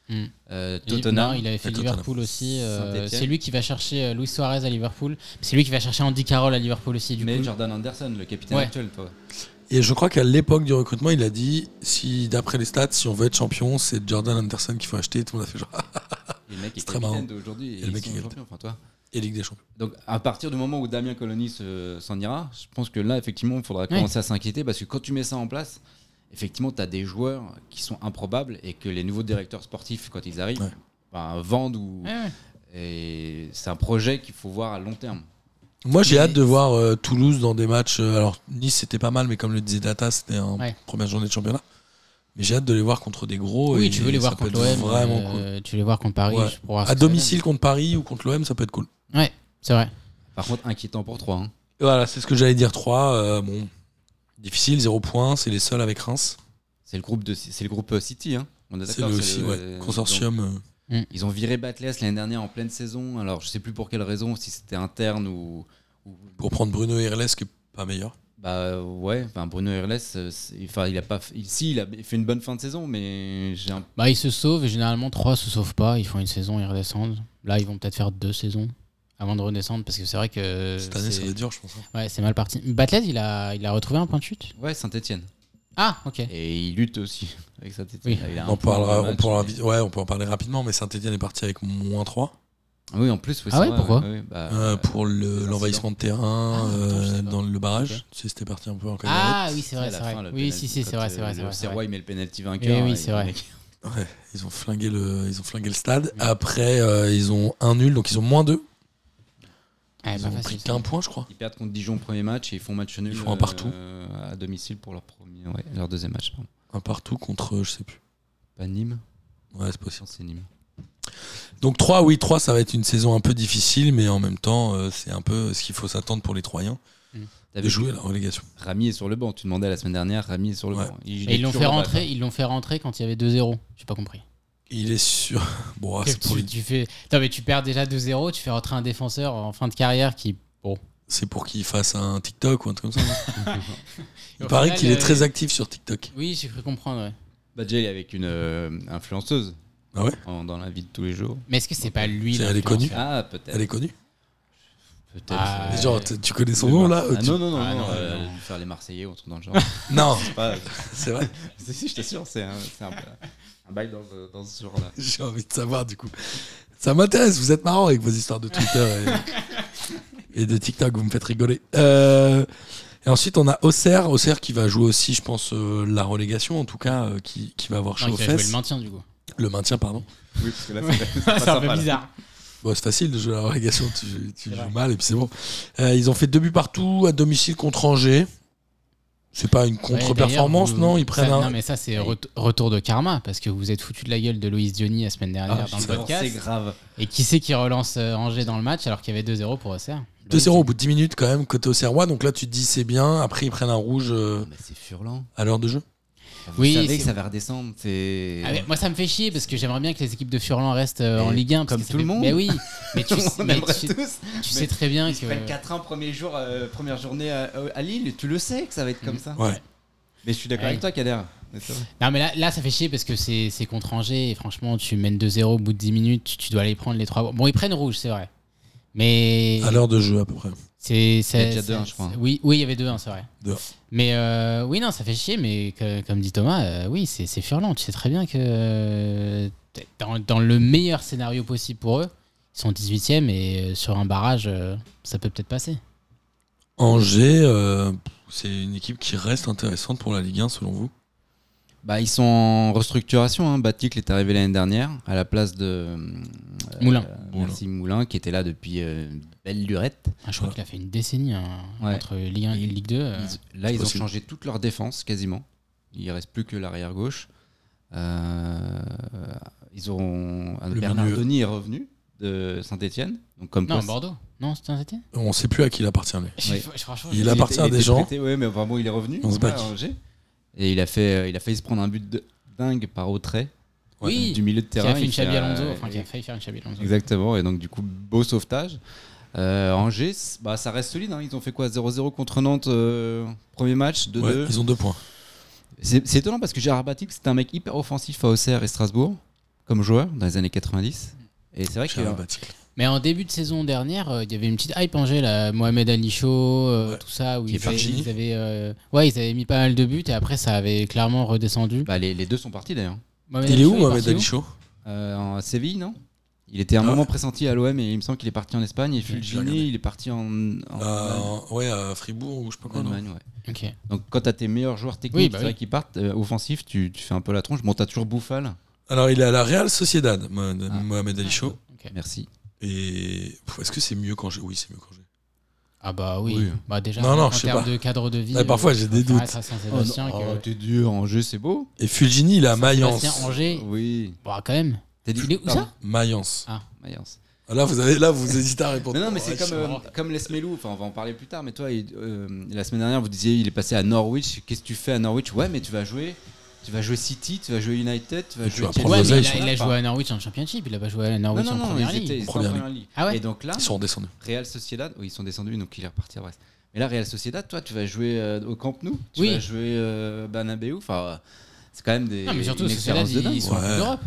Mm. Euh, Et- Tottenham. non, il avait fait Et Tottenham. Liverpool aussi. euh, Saint-Étienne. c'est lui qui va chercher euh, Luis Suarez à Liverpool. C'est lui qui va chercher Andy Carroll à Liverpool aussi. Du mais coup. Jordan Anderson, le capitaine Ouais. actuel, toi. Et je crois qu'à l'époque du recrutement, il a dit si d'après les stats, si on veut être champion, c'est Jordan Anderson qu'il faut acheter. Tout le monde a fait genre Et le mec est C'est très marrant. capitaine d'aujourd'hui. Et le mec ils est sont capitaine. champions, enfin, toi. et Ligue des Champions. Donc à partir du moment où Damien Colony se- s'en ira, je pense que là, effectivement, il faudra Ouais. commencer à s'inquiéter parce que quand tu mets ça en place, effectivement, tu as des joueurs qui sont improbables et que les nouveaux directeurs sportifs, quand ils arrivent, Ouais. ben, vendent ou. Ouais, ouais. Et c'est un projet qu'il faut voir à long terme. Moi, j'ai Mais- hâte de voir euh, Toulouse dans des matchs. euh, alors, Nice, c'était pas mal, mais comme le disait Data, c'était en Ouais. première journée de championnat. Mais j'ai hâte de les voir contre des gros. Oui, et tu veux les ça voir peut contre être l'O M. Vraiment euh, Tu veux les voir contre Paris. Ouais. pour voir ce cool. À que ça domicile contre Paris ou contre l'O M, ça peut être cool. donne. Ouais, c'est vrai. Par contre, inquiétant pour trois. Hein. Voilà, c'est ce que j'allais dire. trois. euh, bon, difficile, zéro point. C'est les seuls avec Reims. C'est le groupe de, c'est le groupe City. Hein. On est C'est d'accord. le aussi, le- ouais, consortium. euh, donc, ils ont viré Batles l'année dernière en pleine saison. Alors je sais plus pour quelle raison, si c'était interne ou. ou- pour prendre Bruno Irles, qui est pas meilleur. Bah ouais, enfin, Bruno Irles, euh, c'est- enfin il a pas, fait- il, si il a fait une bonne fin de saison, mais j'ai un. Bah, ils se sauvent et généralement trois se sauvent pas. Ils font une saison, ils redescendent. Là, ils vont peut-être faire deux saisons avant de redescendre parce que c'est vrai que Cette année, c'est- ça va être dur, je pense. hein. ouais, c'est mal parti. Batlet, il a, il a retrouvé un point de chute. Ouais, Saint-Etienne. Ah, ok. Et il lutte aussi avec Saint-Etienne. Oui. Il a un On, point parlera, dans le on, match, pourra, mais- ouais, on peut en parler rapidement, mais Saint-Etienne est parti avec moins trois Oui, en plus. Oui, Ah c'est ouais, vrai, pourquoi ouais, ouais, bah, euh, pour le- les l'envahissement de terrain Ah, attends, je euh, savais pas. dans le barrage. Ok. Tu sais, c'était parti un peu en cacahuète. Ah oui, c'est à vrai, la c'est fin, vrai. le Oui, penalty, si, si, c'est quand, vrai, c'est euh, vrai, c'est le vrai. c'est Serrois, vrai. il met le penalty vainqueur. Oui, oui, et c'est le vrai. mec- Ouais, ils ont flingué le, ils ont flingué le stade. Après, euh, ils ont un nul, donc ils ont moins deux. Ouais, Ils pas ont facile, pris ça. qu'un point, je crois. Ils perdent contre Dijon au premier match et ils font match nul. Ils font un partout. euh, à domicile pour leur premier, ouais, leur deuxième match. Pardon. Un partout contre, euh, je sais plus. Pas Nîmes. Ouais, c'est possible. Non, c'est Nîmes. Donc trois, oui, trois, ça va être une saison un peu difficile, mais en même temps, euh, c'est un peu ce qu'il faut s'attendre pour les Troyens, T'as de vu jouer que la relégation. Rami est sur le banc. Tu demandais la semaine dernière. Rami est sur le Ouais. banc. Il, Et est ils l'ont toujours fait en bas, rentrer, quoi. ils l'ont fait rentrer quand il y avait deux zéro. J'ai pas compris. Il est sur. Bon, ah, c'est pour, tu, tu fais... Non, mais tu perds déjà deux zéro, tu fais rentrer un défenseur en fin de carrière qui. Bon. c'est pour qu'il fasse un TikTok ou un truc comme ça. Il Au paraît final, qu'il est euh, très actif sur TikTok. Oui, j'ai cru comprendre, ouais. Badja, il est avec une euh, influenceuse. Ah ouais en- Dans la vie de tous les jours. Mais est-ce que c'est pas lui C'est- elle est l'influenceur connue. Ah, peut-être. Elle est connue. Peut-être. Ah, euh, Ouais. Genre, t- tu connais son le nom Mar- là euh, Ah, tu- non, non, non. Ah, non, non, euh, non. lui faire les Marseillais ou un truc dans le genre. Non, C'est pas. c'est vrai. Si, si, je t'assure, c'est un, c'est un, un bail dans, ce- dans ce genre-là. J'ai envie de savoir du coup. Ça m'intéresse, vous êtes marrant avec vos histoires de Twitter et, et de TikTok, vous me faites rigoler. Euh, et ensuite, on a Auxerre, Auxerre qui va jouer aussi, je pense, euh, la relégation, en tout cas, euh, qui, qui va avoir chaud Non, aux il va jouer fesses. le maintien du coup. Le maintien, pardon. Oui, parce que là, c'est pas C'est un sympa, peu là. bizarre. Bon, c'est facile de jouer la relégation, tu, tu C'est joues vrai. mal et puis c'est bon. Euh, ils ont fait deux buts partout à domicile contre Angers. C'est pas une Ouais, contre-performance, d'ailleurs, vous- non Ils prennent ça- un. Non, mais ça, c'est Oui. ret- retour de karma parce que vous êtes foutu de la gueule de Loïs Diony la semaine dernière Ah, dans le putain, podcast. C'est grave. Et qui c'est qui relance euh, Angers dans le match alors qu'il y avait deux zéro pour Auxerre? deux zéro au bout de dix minutes quand même, côté Auxerrois. Donc là, tu te dis c'est bien. Après, ils prennent un rouge euh, Mais c'est furlant. à l'heure de jeu. Vous Oui, savez c'est- que ça va redescendre. C'est. Ah, mais moi, ça me fait chier parce que j'aimerais bien que les équipes de Furlan restent euh, en Mais Ligue un. parce comme que ça tout le fait- monde. Mais oui, mais tu, sais- On mais aimerait tu- tous. tu Mais sais très bien Ils se prennent que. quatre un premier jour, euh, première journée à, à Lille. Tu le sais que ça va être comme ça. Ouais. Mais je suis d'accord Ouais. avec toi, Kader. Mais c'est vrai. Non, mais là, là, ça fait chier parce que c'est c'est contre Angers et franchement, tu mènes deux zéro au bout de dix minutes, tu, tu dois aller prendre les trois. Bon, ils prennent rouge, c'est vrai. Mais. À l'heure de jeu à peu près. C'est, c'est, Il y a déjà c'est- deux un, je crois. c'est- Oui, oui, il y avait deux un, c'est vrai. deux un. Mais euh, oui, non, ça fait chier, mais que- comme dit Thomas, euh, oui, c'est, c'est Furlan. Tu sais très bien que euh, dans, dans le meilleur scénario possible pour eux, ils sont dix-huitième et euh, sur un barrage, euh, ça peut peut-être passer. Angers, euh, c'est une équipe qui reste intéressante pour la Ligue un selon vous. Bah, ils sont en restructuration. Hein. Baticle est arrivé l'année dernière à la place de euh, Moulin. Merci Moulin, qui était là depuis euh, belle lurette. Ah, je crois Ouais. qu'il a fait une décennie hein, Ouais. entre Ligue un et Ligue deux. euh. Ils- là, c'est ils ont possible. changé toute leur défense quasiment. Il reste plus que l'arrière gauche. Euh, ils auront Le Bernardoni est revenu de Saint-Etienne. Donc comme Non, quoi, Bordeaux. Non, c'était un Saint-Étienne. On sait plus à qui il appartient lui. Oui. Franchement, Il je- appartient était- à des était gens. prêté, ouais, mais vraiment il est revenu. On se ouais, back. à Angers. Et il a fait, il a failli se prendre un but de dingue par Autrey. Oui, du milieu de qui terrain. a fait il une Xabi fait, Alonso. euh, Enfin, qui a failli faire une Xabi Alonso. Exactement, et donc du coup, beau sauvetage. Euh, Angers, c- bah, ça reste solide. Hein. Ils ont fait quoi zéro zéro contre Nantes, euh, premier match, deux deux. Ouais, ils ont deux points. C'est c'est étonnant parce que Gérard Batic, c'était un mec hyper offensif à Auxerre et Strasbourg. comme joueur dans les années quatre-vingt-dix. Et c'est vrai que. Gérard Batic. Mais en début de saison dernière, euh, il y avait une petite hype Angers, là, Mohamed Ali Chaud, euh, Ouais. tout ça, où Qui est ils avaient, Virginie. ils avaient, euh, ouais, ils avaient mis pas mal de buts et après ça avait clairement redescendu. Bah, les, les deux sont partis d'ailleurs. Mohamed Il Ali est Chaud, où, Mohamed parti Ali Chaud Euh, en Séville, non? Il était un Ah moment ouais. pressenti à l'O M et il me semble qu'il est parti en Espagne. Et je vais Fulgini, regarder. il est parti en, en, Euh, en Ouais, à Fribourg ou je sais pas quoi. non Allemagne. Ouais. Ok. Donc quand t'as tes meilleurs joueurs techniques Oui, bah c'est vrai oui. qui partent euh, offensifs, tu, tu fais un peu la tronche. Bon, t'as toujours Bouffal. Alors, il est à la Real Sociedad, Mohamed Ah. Mohamed Ali Chaud. Ok. Merci. Et pff, est-ce que c'est mieux quand je. Oui, c'est mieux quand je. Ah bah oui. Oui. Bah déjà, Non, non, en je sais termes pas. de cadre de vie. Ouais, parfois, euh, j'ai je des préfère doutes. être à Saint-Sébastien que. t'es dur en jeu, c'est beau. Et Fulgini, il est à Mayence. Saint-Sébastien, Angers. Oui. Bon, quand même. T'as dit Il est où ça Mayence. Ah. Mayence. Là, vous avez, là, vous hésitez à répondre. Non, non, mais c'est Ouais, comme, je- euh, comme Les Melou, enfin on va en parler plus tard, mais toi, il- euh, la semaine dernière, vous disiez il est passé à Norwich, qu'est-ce que tu fais à Norwich? Ouais, mais tu vas jouer, tu vas jouer City, tu vas jouer United, tu vas Et tu jouer vas Chelsea. prendre Ouais, mais l'oseille, il a, sur il a Enfin, joué à Norwich en Championship, il a pas joué à Norwich non, non, en non, première ils étaient, ils ligue. étaient en Première première ligue. Ah ouais. Et donc là, Ils sont redescendus. Real Sociedad, oui, ils sont descendus, donc il est reparti à Brest. Mais là, Real Sociedad, toi, tu vas jouer euh, au Camp Nou, tu Oui. vas jouer euh, Bernabéu, enfin, euh, c'est quand même des. Non, mais surtout, une Sociedad, expérience de dingue. ils sont en Ouais. Coupe d'Europe.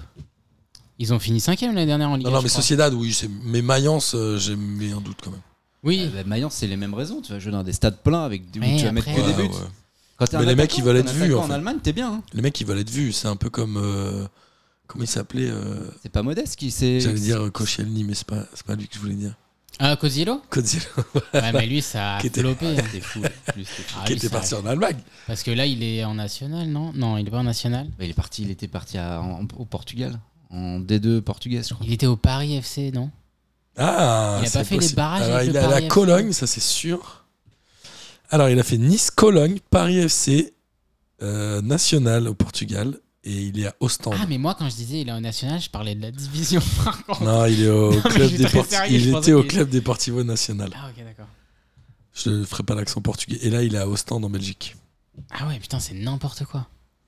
Ils ont fini cinquième l'année dernière en Ligue. Non, non, mais Sociedad, oui, c'est. Mais Mayence, euh, j'ai mis un doute quand même. Oui. Euh, bah, Mayence, c'est les mêmes raisons. Tu vas jouer dans des stades pleins avec où Ouais, tu vas mettre que après, des Ouais, buts. ouais. Quand t'es Mais un les mecs, attaquant, ils veulent t'es être un vus, attaquant en en fait. Allemagne, t'es bien. Hein. Les mecs, ils veulent être vus. C'est un peu comme. euh, Comment il s'appelait euh, C'est pas Modeste qui s'est. J'allais dire euh, Koscielny, mais c'est pas, c'est pas lui que je voulais dire. Ah, Coziello. Kodziel, Ouais, mais lui, ça a Qui était- floppé. C'était fou. Lui, c'était fou. Ah, qui lui, était ça- parti en Allemagne. Parce que là, il est en national, non? Non, il est pas en national. Bah, il est parti, il était parti à- en- au Portugal, en D deux portugaise, je crois. Il était au Paris F C, non? Ah, Il a c'est pas fait les possible. barrages Alors, avec il le est à la Paris F C. Cologne, ça c'est sûr. Alors, il a fait Nice-Cologne, Paris F C, euh, National au Portugal, et il est à Ostende. Ah, mais moi, quand je disais il est en national, je parlais de la division. par contre. Non, il est au mais club je suis très Deporti- sérieux, je Il pensais était au qu'il- club Deportivo Nacional. Ah, ok, d'accord. Je ne ferai pas l'accent portugais. Et là, il est à Ostende en Belgique. Ah ouais, putain, c'est n'importe quoi.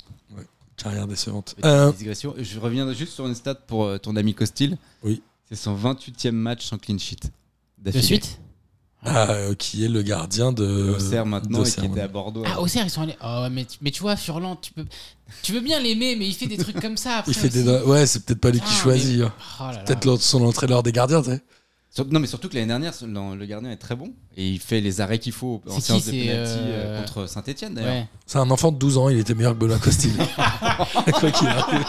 Carrière décevante. Petite Euh, digression. Je reviens juste sur une stat pour euh, ton ami Costil. Oui. C'est son vingt-huitième match sans clean sheet. De suite ah, euh, qui est le gardien de. Auxerre maintenant et qui d'Auxerre, était à ouais. Bordeaux. Ah, Auxerre, ils sont allés. Oh, ouais, mais, tu- mais tu vois, Furlan, tu peux, tu veux bien l'aimer, mais il fait des trucs comme ça après. Il fait aussi. des. Ouais, c'est peut-être pas lui qui Ah, choisit. hein. Oh là là. Peut-être l'autre- son entraîneur des gardiens, tu sais. Sur- Non, mais surtout que l'année dernière, le le gardien est très bon et il fait les arrêts qu'il faut en C'est séance qui, de c'est, penalty euh, euh, contre Saint-Etienne d'ailleurs. Ouais. C'est un enfant de douze ans, il était meilleur que Benoît Costil. Quoi qu'il arrive.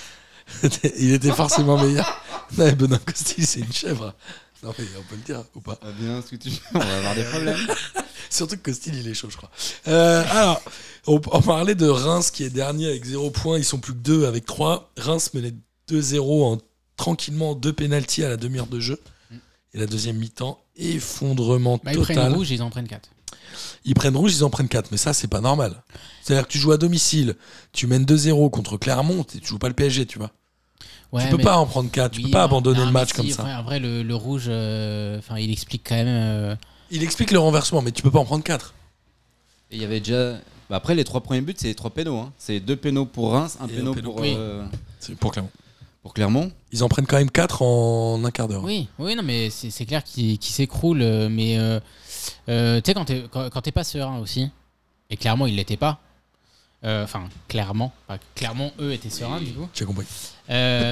Il était forcément meilleur. Non, mais Benoît Costil, c'est une chèvre. Non, mais on peut le dire ou pas. Ah bien, ce que tu fais, on va avoir des problèmes. Surtout que Costil, il est chaud, je crois. Euh, alors, on, on parlait de Reims qui est dernier avec zéro points. Ils sont plus que deux avec trois. Reims menait deux zéro en, tranquillement, deux pénaltys à la demi-heure de jeu. Et la deuxième mi-temps, effondrement Bah, ils prennent total. rouge, ils en prennent quatre. Ils prennent rouge, ils en prennent quatre. Mais ça, c'est pas normal. C'est-à-dire que tu joues à domicile, tu mènes deux zéro contre Clermont, tu joues pas le P S G, tu vois. Ouais, tu peux mais- pas en prendre quatre, tu Oui, peux pas non, abandonner non, le mais match si, comme ça. enfin, en vrai, le, le rouge, euh, enfin, il explique quand même. euh, Il explique le renversement, mais tu peux pas en prendre quatre. Et il y avait déjà. Bah, après, les trois premiers buts, c'est les trois pénaux. Hein. C'est deux pénaux pour Reims, un Et un péno péno. pour, Oui. euh, C'est pour Clermont. pour Clermont. Ils en prennent quand même quatre en un quart d'heure. Oui, oui, non, mais c'est c'est clair qu'il qu'il s'écroule. euh, Mais euh, euh, tu sais, quand t'es quand, quand t'es pas serein aussi, et clairement, il l'était pas. Euh, Enfin, clairement. Pas- clairement, eux étaient sereins, du coup. J'ai compris. Euh,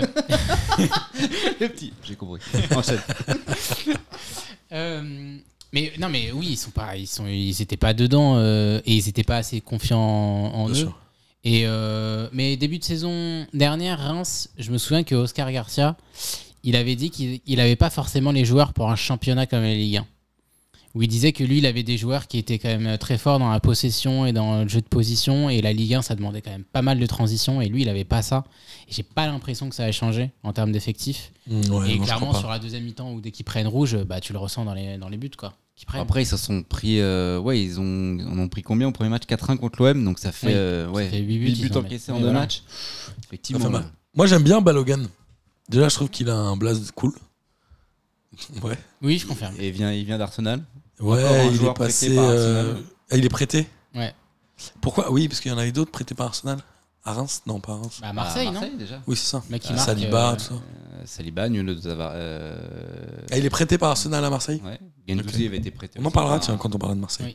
Le petit, j'ai compris. Enchaîne. euh, mais non, mais oui, ils sont pas, ils sont, ils étaient pas dedans euh, et ils étaient pas assez confiants en, en Bien eux. sûr. Et euh, mais début de saison dernière, Reims, je me souviens que Oscar Garcia, il avait dit qu'il il avait pas forcément les joueurs pour un championnat comme la Ligue un. Où il disait que lui, il avait des joueurs qui étaient quand même très forts dans la possession et dans le jeu de position. Et la Ligue un, ça demandait quand même pas mal de transition. Et lui, il avait pas ça. Et j'ai pas l'impression que ça a changé en termes d'effectifs. Mmh, ouais, et non, je clairement, crois sur pas. la deuxième mi-temps, où dès qu'ils prennent rouge, bah, tu le ressens dans les, dans les buts, quoi. Qu'ils prennent. Après, ils se sont pris. euh, ouais, ils ont, en ont pris combien au premier match? quatre un contre l'O M. Donc ça fait, Oui, euh, ouais, fait huit buts, huit ils buts en encaissés mettent. en Oui, deux voilà. matchs. Effectivement. Ça fait mal. Moi, j'aime bien Balogan. Déjà, je trouve qu'il a un blaze cool. Ouais. Oui, je confirme. Et il vient, il vient d'Arsenal. Ouais, Encore un il est joueur passé. prêté par euh, Arsenal. ah, il est prêté. Ouais. Pourquoi? Oui, parce qu'il y en avait d'autres prêtés par Arsenal. À Reims? Non, pas à Reims. Bah, Marseille, Ah, non déjà. Oui, c'est ça. Le mec qui Ah, marque, Saliba, euh, tout ça. Euh, Saliba, Nuno de Zavar. Euh... Ah, il est prêté par Arsenal à Marseille? Ouais. Gendouzi Ok. avait été prêté. On en aussi parlera, par- tiens, quand on parlera de Marseille. Oui.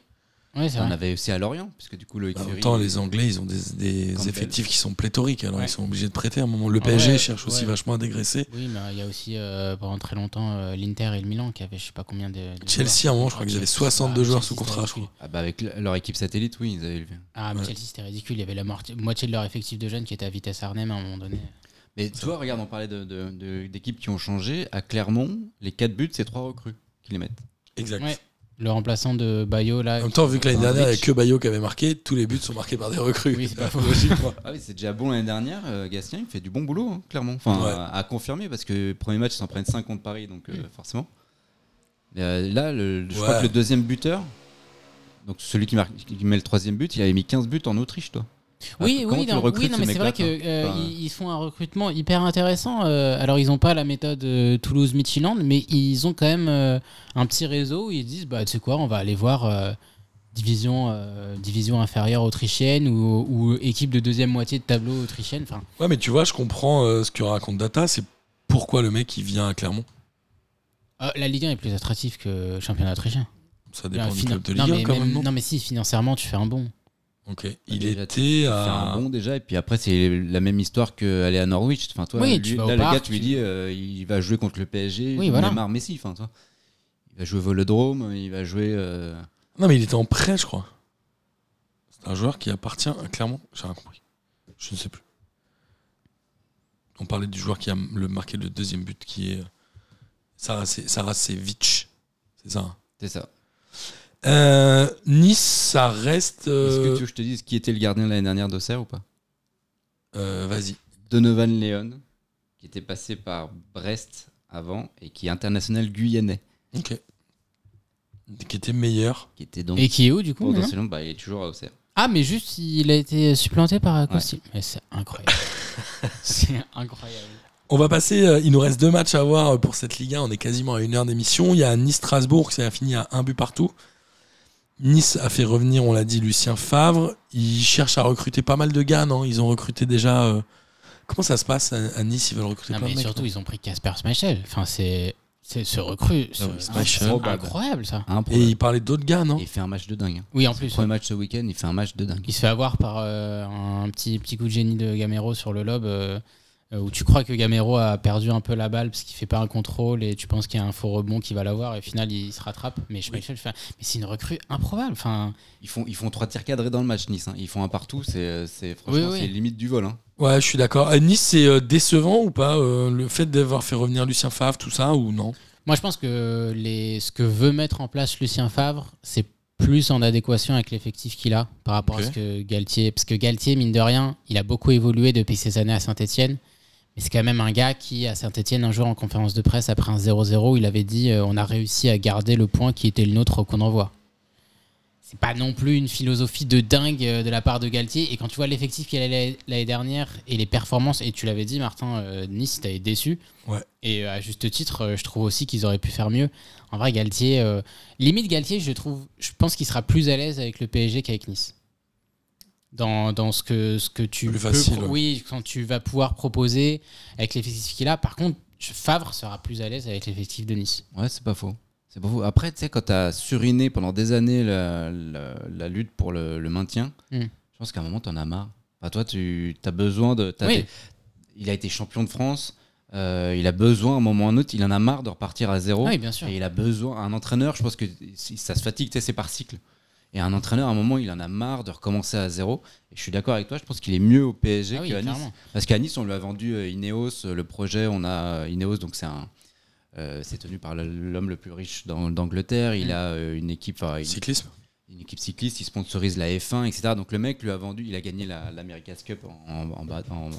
Ouais, c'est On vrai. avait aussi à Lorient, puisque du coup, Loïc En Ferry. même temps, les Anglais, ils ont des, des Campbell. effectifs qui sont pléthoriques, alors Ouais. ils sont obligés de prêter à un moment. Le Ah P S G ouais, cherche aussi ouais. vachement à dégraisser. Oui, mais il y a aussi euh, pendant très longtemps euh, l'Inter et le Milan qui avaient je sais pas combien de. de Chelsea, joueurs. à un moment, je crois qu'ils avaient Chelsea, soixante-deux ah, joueurs Chelsea, sous contrat, c'était je crois. ridicule. Ah bah avec le- leur équipe satellite, oui, ils avaient élevé. Ah, mais Ouais. Chelsea, c'était ridicule. Il y avait la moitié, moitié de leur effectif de jeunes qui était à Vitesse Arnhem à un moment donné. Mais tu vois, regarde, on parlait de, de- de- d'équipes qui ont changé. À Clermont, les quatre buts, c'est trois recrues qui les mettent. Exact. Ouais. Le remplaçant de Bayo, là. En même temps, vu que l'année Enfin, dernière, il n'y a Rich. que Bayo qui avait marqué, tous les buts sont marqués par des recrues. Oui, c'est pas faux. Logiquement. Ah oui, c'est déjà bon l'année dernière. Euh, Gastien, il fait du bon boulot, hein, clairement. Enfin, Ouais. à, à confirmer, parce que premier match, ils s'en prennent cinq contre Paris, donc euh, forcément. Et, euh, là, le- je crois Ouais. que le deuxième buteur, donc celui qui, marque, qui met le troisième but, il avait mis quinze buts en Autriche, toi. Oui, Ah, comment oui, tu le non, recrutes, oui, non, ce mais c'est mec-là, vrai qu'ils toi Enfin, ils font un recrutement hyper intéressant. euh, alors, ils n'ont pas la méthode euh, Toulouse-Midtjylland, mais ils ont quand même euh, un petit réseau où ils disent bah, tu sais quoi, on va aller voir euh, division, euh, division inférieure autrichienne ou, ou équipe de deuxième moitié de tableau autrichienne. Enfin, Ouais, mais tu vois, je comprends euh, ce que raconte Data, c'est pourquoi le mec il vient à Clermont. euh, la Ligue un est plus attractive que le championnat autrichien. Ça dépend Là, du finan- club de non, Ligue un mais quand même- même, non, non, mais si, financièrement, tu fais un bon. Ok. Il déjà, était tu fais à. un bon déjà, et puis après, c'est la même histoire qu'aller à Norwich. Enfin, toi, Oui, lui, tu vas là, au le parc, gars, tu lui tu- dis, euh, il va jouer contre le P S G, Oui, il voilà. Neymar, Messi. Enfin, toi. Il va jouer Volodrome, il va jouer. euh, Non, mais il était en prêt, je crois. C'est un joueur qui appartient à Clermont. J'ai rien compris. Je ne sais plus. On parlait du joueur qui a le marqué le deuxième but, qui est euh, Sarase- Saracevic. C'est ça. hein. C'est ça. Euh, Nice, ça reste. Est-ce euh, que tu veux que je te dise qui était le gardien l'année dernière d'Auxerre ou pas? euh, Vas-y. Donovan Leon, qui était passé par Brest avant et qui est international guyanais, Ok. Qui était meilleur. qui était donc Et qui est où, du coup maintenant potentiellement, bah, il est toujours à Auxerre. Ah, mais juste, il a été supplanté par Costi. Mais c'est incroyable. c'est incroyable. On va passer. euh, il nous reste deux matchs à voir pour cette Ligue un. On est quasiment à une heure d'émission. Il y a Nice-Strasbourg, ça a fini à un but partout. Nice a fait revenir, on l'a dit, Lucien Favre. Ils cherchent à recruter pas mal de gars, non? Ils ont recruté déjà. euh, Comment ça se passe à, à Nice? Ils veulent recruter Non, plein mais de mecs. surtout, non ils ont pris Casper Schmeichel. Enfin, c'est. C'est ce recrue. ce- Ah oui, c'est Schmeichel. incroyable, ça. Un Et problème. il parlait d'autres gars, non? Et il fait un match de dingue. hein. Oui, en C'est plus. le premier match ce week-end, il fait un match de dingue. Il se fait avoir par euh, un petit, petit coup de génie de Gamero sur le lob euh, euh, où tu crois que Gamero a perdu un peu la balle parce qu'il fait pas un contrôle et tu penses qu'il y a un faux rebond qui va l'avoir et au final il se rattrape. Mais Schmeichel fait. Mais c'est une recrue improbable. Enfin, Ils font, ils font trois tirs cadrés dans le match, Nice. hein. Ils font un partout, c'est, c'est, franchement, Oui, oui. c'est limite du vol. hein. Ouais, je suis d'accord. Euh, Nice, c'est euh, décevant ou pas euh, le fait d'avoir fait revenir Lucien Favre, tout ça, ou non? moi je pense que les, ce que veut mettre en place Lucien Favre, c'est plus en adéquation avec l'effectif qu'il a par rapport Ok. à ce que Galtier. Parce que Galtier, mine de rien, il a beaucoup évolué depuis ses années à Saint-Etienne. Mais c'est quand même un gars qui, à Saint-Etienne, un jour en conférence de presse, après un zéro zéro, il avait dit euh, on a réussi à garder le point qui était le nôtre au coup d'envoi. C'est pas non plus une philosophie de dingue euh, de la part de Galtier. Et quand tu vois l'effectif qu'il avait l'année dernière et les performances, et tu l'avais dit, Martin, euh, Nice, t'avais déçu. Ouais. Et euh, à juste titre, euh, je trouve aussi qu'ils auraient pu faire mieux. En vrai, Galtier, euh, limite Galtier, je trouve, je pense qu'il sera plus à l'aise avec le P S G qu'avec Nice. Dans, dans ce que ce que tu Plus peux, facile, pro- ouais. oui, quand tu vas pouvoir proposer avec l'effectif qu'il a. Par contre, Favre sera plus à l'aise avec l'effectif de Nice. Ouais, c'est pas faux. C'est pas faux. Après, tu sais, quand tu as suriné pendant des années la, la, la lutte pour le, le maintien, Mm. je pense qu'à un moment, tu en as marre. Enfin, toi, tu as besoin de. t'as Oui. des- Il a été champion de France. euh, il a besoin, à un moment ou à un autre, il en a marre de repartir à zéro. Oui, bien sûr. Et il a besoin. Un entraîneur, je pense que si- ça se fatigue, tu sais, c'est par cycle. Et un entraîneur, à un moment, il en a marre de recommencer à zéro. Et je suis d'accord avec toi, je pense qu'il est mieux au P S G Ah oui, qu'à Nice. clairement. Parce qu'à Nice, on lui a vendu euh, Ineos, euh, le projet, on a euh, Ineos, donc c'est un. euh, c'est tenu par le- l'homme le plus riche d'Ang- d'Angleterre. Il Mm. a euh, une équipe, enfin, une, Cyclisme. une équipe cycliste, il sponsorise la F un, et cetera. Donc le mec lui a vendu, il a gagné la- l'America's Cup en, en, en ba- en-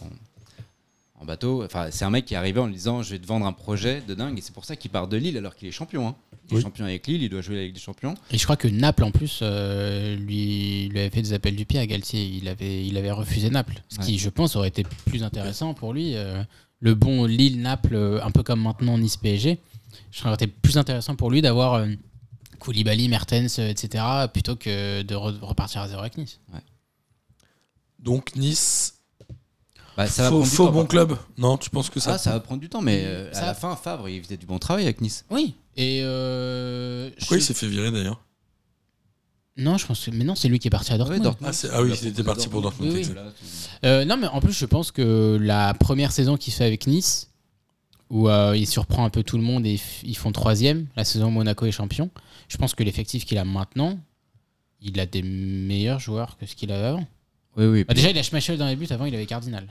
en bateau. Enfin, c'est un mec qui est arrivé en lui disant je vais te vendre un projet de dingue, et c'est pour ça qu'il part de Lille alors qu'il est champion. hein. Il est Oui. champion avec Lille, il doit jouer avec des champions. Et je crois que Naples, en plus, euh, lui, lui avait fait des appels du pied à Galtier. Il avait, il avait refusé Naples. Ce qui, Ouais. je pense, aurait été plus intéressant pour lui. Euh, le bon Lille-Naples, euh, un peu comme maintenant Nice-P S G, je serais été plus intéressant pour lui d'avoir euh, Koulibaly, Mertens, euh, et cetera, plutôt que de re- repartir à zéro avec Nice. Donc Nice, Bah, ça va faux, prendre du faux temps, bon par club. Non, tu penses que contre. ça Ah, ça va prendre du temps, mais euh, Ça- à la fin, Favre, il faisait du bon travail avec Nice. Oui. Et euh, Pourquoi il je- s'est fait virer d'ailleurs? Non, je pense que. Mais non, c'est lui qui est parti à Dortmund. Ouais, Dortmund. Ah, c'est- ah oui, La il était propose parti pour Dortmund, Oui, oui. exactement. Euh, non, mais en plus, je pense que la première saison qu'il fait avec Nice, où euh, il surprend un peu tout le monde et f- ils font troisième, la saison où Monaco est champion, je pense que l'effectif qu'il a maintenant, il a des meilleurs joueurs que ce qu'il avait avant. Oui, oui. Bah, déjà, il a Schmeichel dans les buts, avant, il avait Cardinal.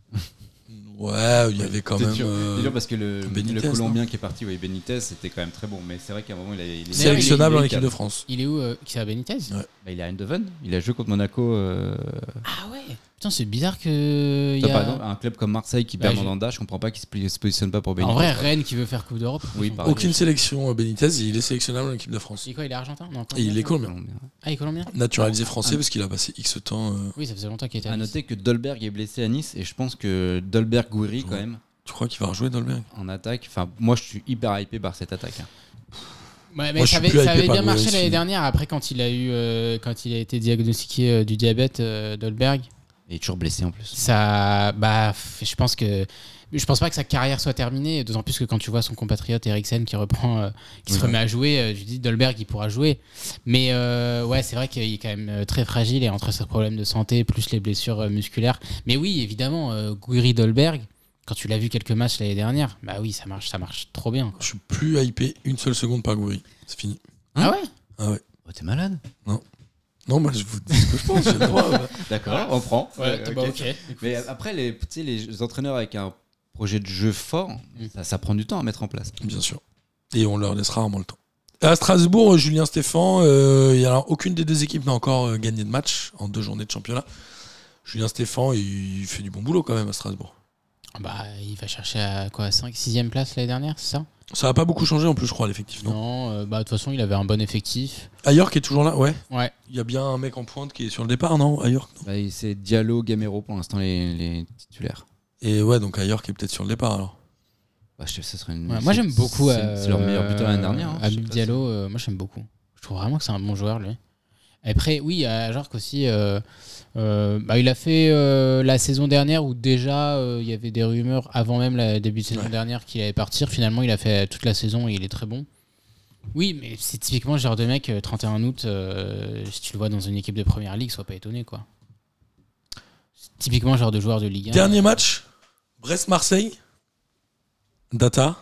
Ouais, il y avait quand C'est même. dur. euh, C'est dur parce que le, Benitez, le Colombien qui est parti, oui, Benitez, c'était quand même très bon. Mais c'est vrai qu'à un moment, il a. Il est- sélectionnable il est- en il est équipe de cadre. France. Il est où euh, Qui c'est à Benitez Ouais. Bah, il est à Eindhoven. Il a joué contre Monaco. euh, Ah ouais. Putain, c'est bizarre que. il Toi, y a- Par exemple, un club comme Marseille qui Bah, perd j'ai- Mandanda, je comprends pas qu'il se pli- se positionne pas pour Benitez. En vrai, Rennes qui veut faire Coupe d'Europe. Oui, ils sont- pareil. Aucune sélection euh, Benitez, il est sélectionnable en équipe de France. Il est quoi Il est argentin Non, Et il est colombien. colombien. Ah, il est colombien Naturalisé français Ah. parce qu'il a passé X temps. euh, Oui, ça faisait longtemps qu'il était à À Nice. noter que Dolberg est blessé à Nice et je pense que Dolberg Gouiri Je quand vois. même Tu crois qu'il va rejouer Dolberg? en attaque. Enfin, moi je suis hyper hypé par cette attaque. hein. Ouais, mais Moi, je ça suis avait, plus ça hypé avait par bien Gouiri, marché l'année celui-là. dernière. Après, quand il a eu, euh, quand il a été diagnostiqué euh, du diabète, euh, Dolberg, Il est toujours blessé en plus. ça, bah, f- je pense que, je pense pas que sa carrière soit terminée. D'autant plus que quand tu vois son compatriote Eriksen qui reprend, euh, qui se Oui. remet à jouer, euh, je dis Dolberg, il pourra jouer. Mais euh, ouais, c'est vrai qu'il est quand même euh, très fragile et entre ses problèmes de santé plus les blessures euh, musculaires. Mais oui, évidemment, euh, Gouiri Dolberg. Quand tu l'as vu quelques matchs l'année dernière, bah oui, ça marche, ça marche trop bien. quoi. Je suis plus hypé une seule seconde par Gouiri. C'est fini. Ah ouais Ah ouais. Oh, t'es malade? Non, moi je vous dis ce que je pense. J'ai le droit. ouais. D'accord, on prend. Ouais, Euh, bah ok. ok. Mais après, les, tu sais, les entraîneurs avec un projet de jeu fort, Mm. ça, ça prend du temps à mettre en place. Bien sûr. Et on leur laissera rarement le temps. À Strasbourg, Julien Stéphan, euh, il y a aucune des deux équipes n'a encore euh, gagné de match en deux journées de championnat. Julien Stéphan, il fait du bon boulot quand même à Strasbourg. Bah, il va chercher à quoi, cinq, sixième place l'année dernière, c'est ça Ça n'a pas beaucoup changé en plus, je crois, l'effectif, non? Non, euh, bah de toute façon, il avait un bon effectif. Ayor qui est toujours là, ouais. Ouais. Il y a bien un mec en pointe qui est sur le départ, non? Ayor. Bah, c'est Diallo, Gamero pour l'instant les, les titulaires. Et ouais, donc Ayor qui est peut-être sur le départ alors. Bah, je, ça serait une- Ouais, moi, c'est- j'aime beaucoup. C'est euh, c'est leur meilleur buteur l'année dernière. hein, je sais Habib pas Diallo, euh, moi, j'aime beaucoup. Je trouve vraiment que c'est un bon joueur, lui. Après, oui, à Jorque aussi, euh, euh, bah, il a fait euh, la saison dernière où déjà euh, il y avait des rumeurs avant même le début de saison Ouais. dernière qu'il allait partir. Finalement, il a fait toute la saison et il est très bon. Oui, mais c'est typiquement le genre de mec, euh, trente et un août, euh, si tu le vois dans une équipe de première ligue, sois pas étonné, quoi. C'est typiquement le genre de joueur de Ligue un. Dernier match, Brest-Marseille. Data.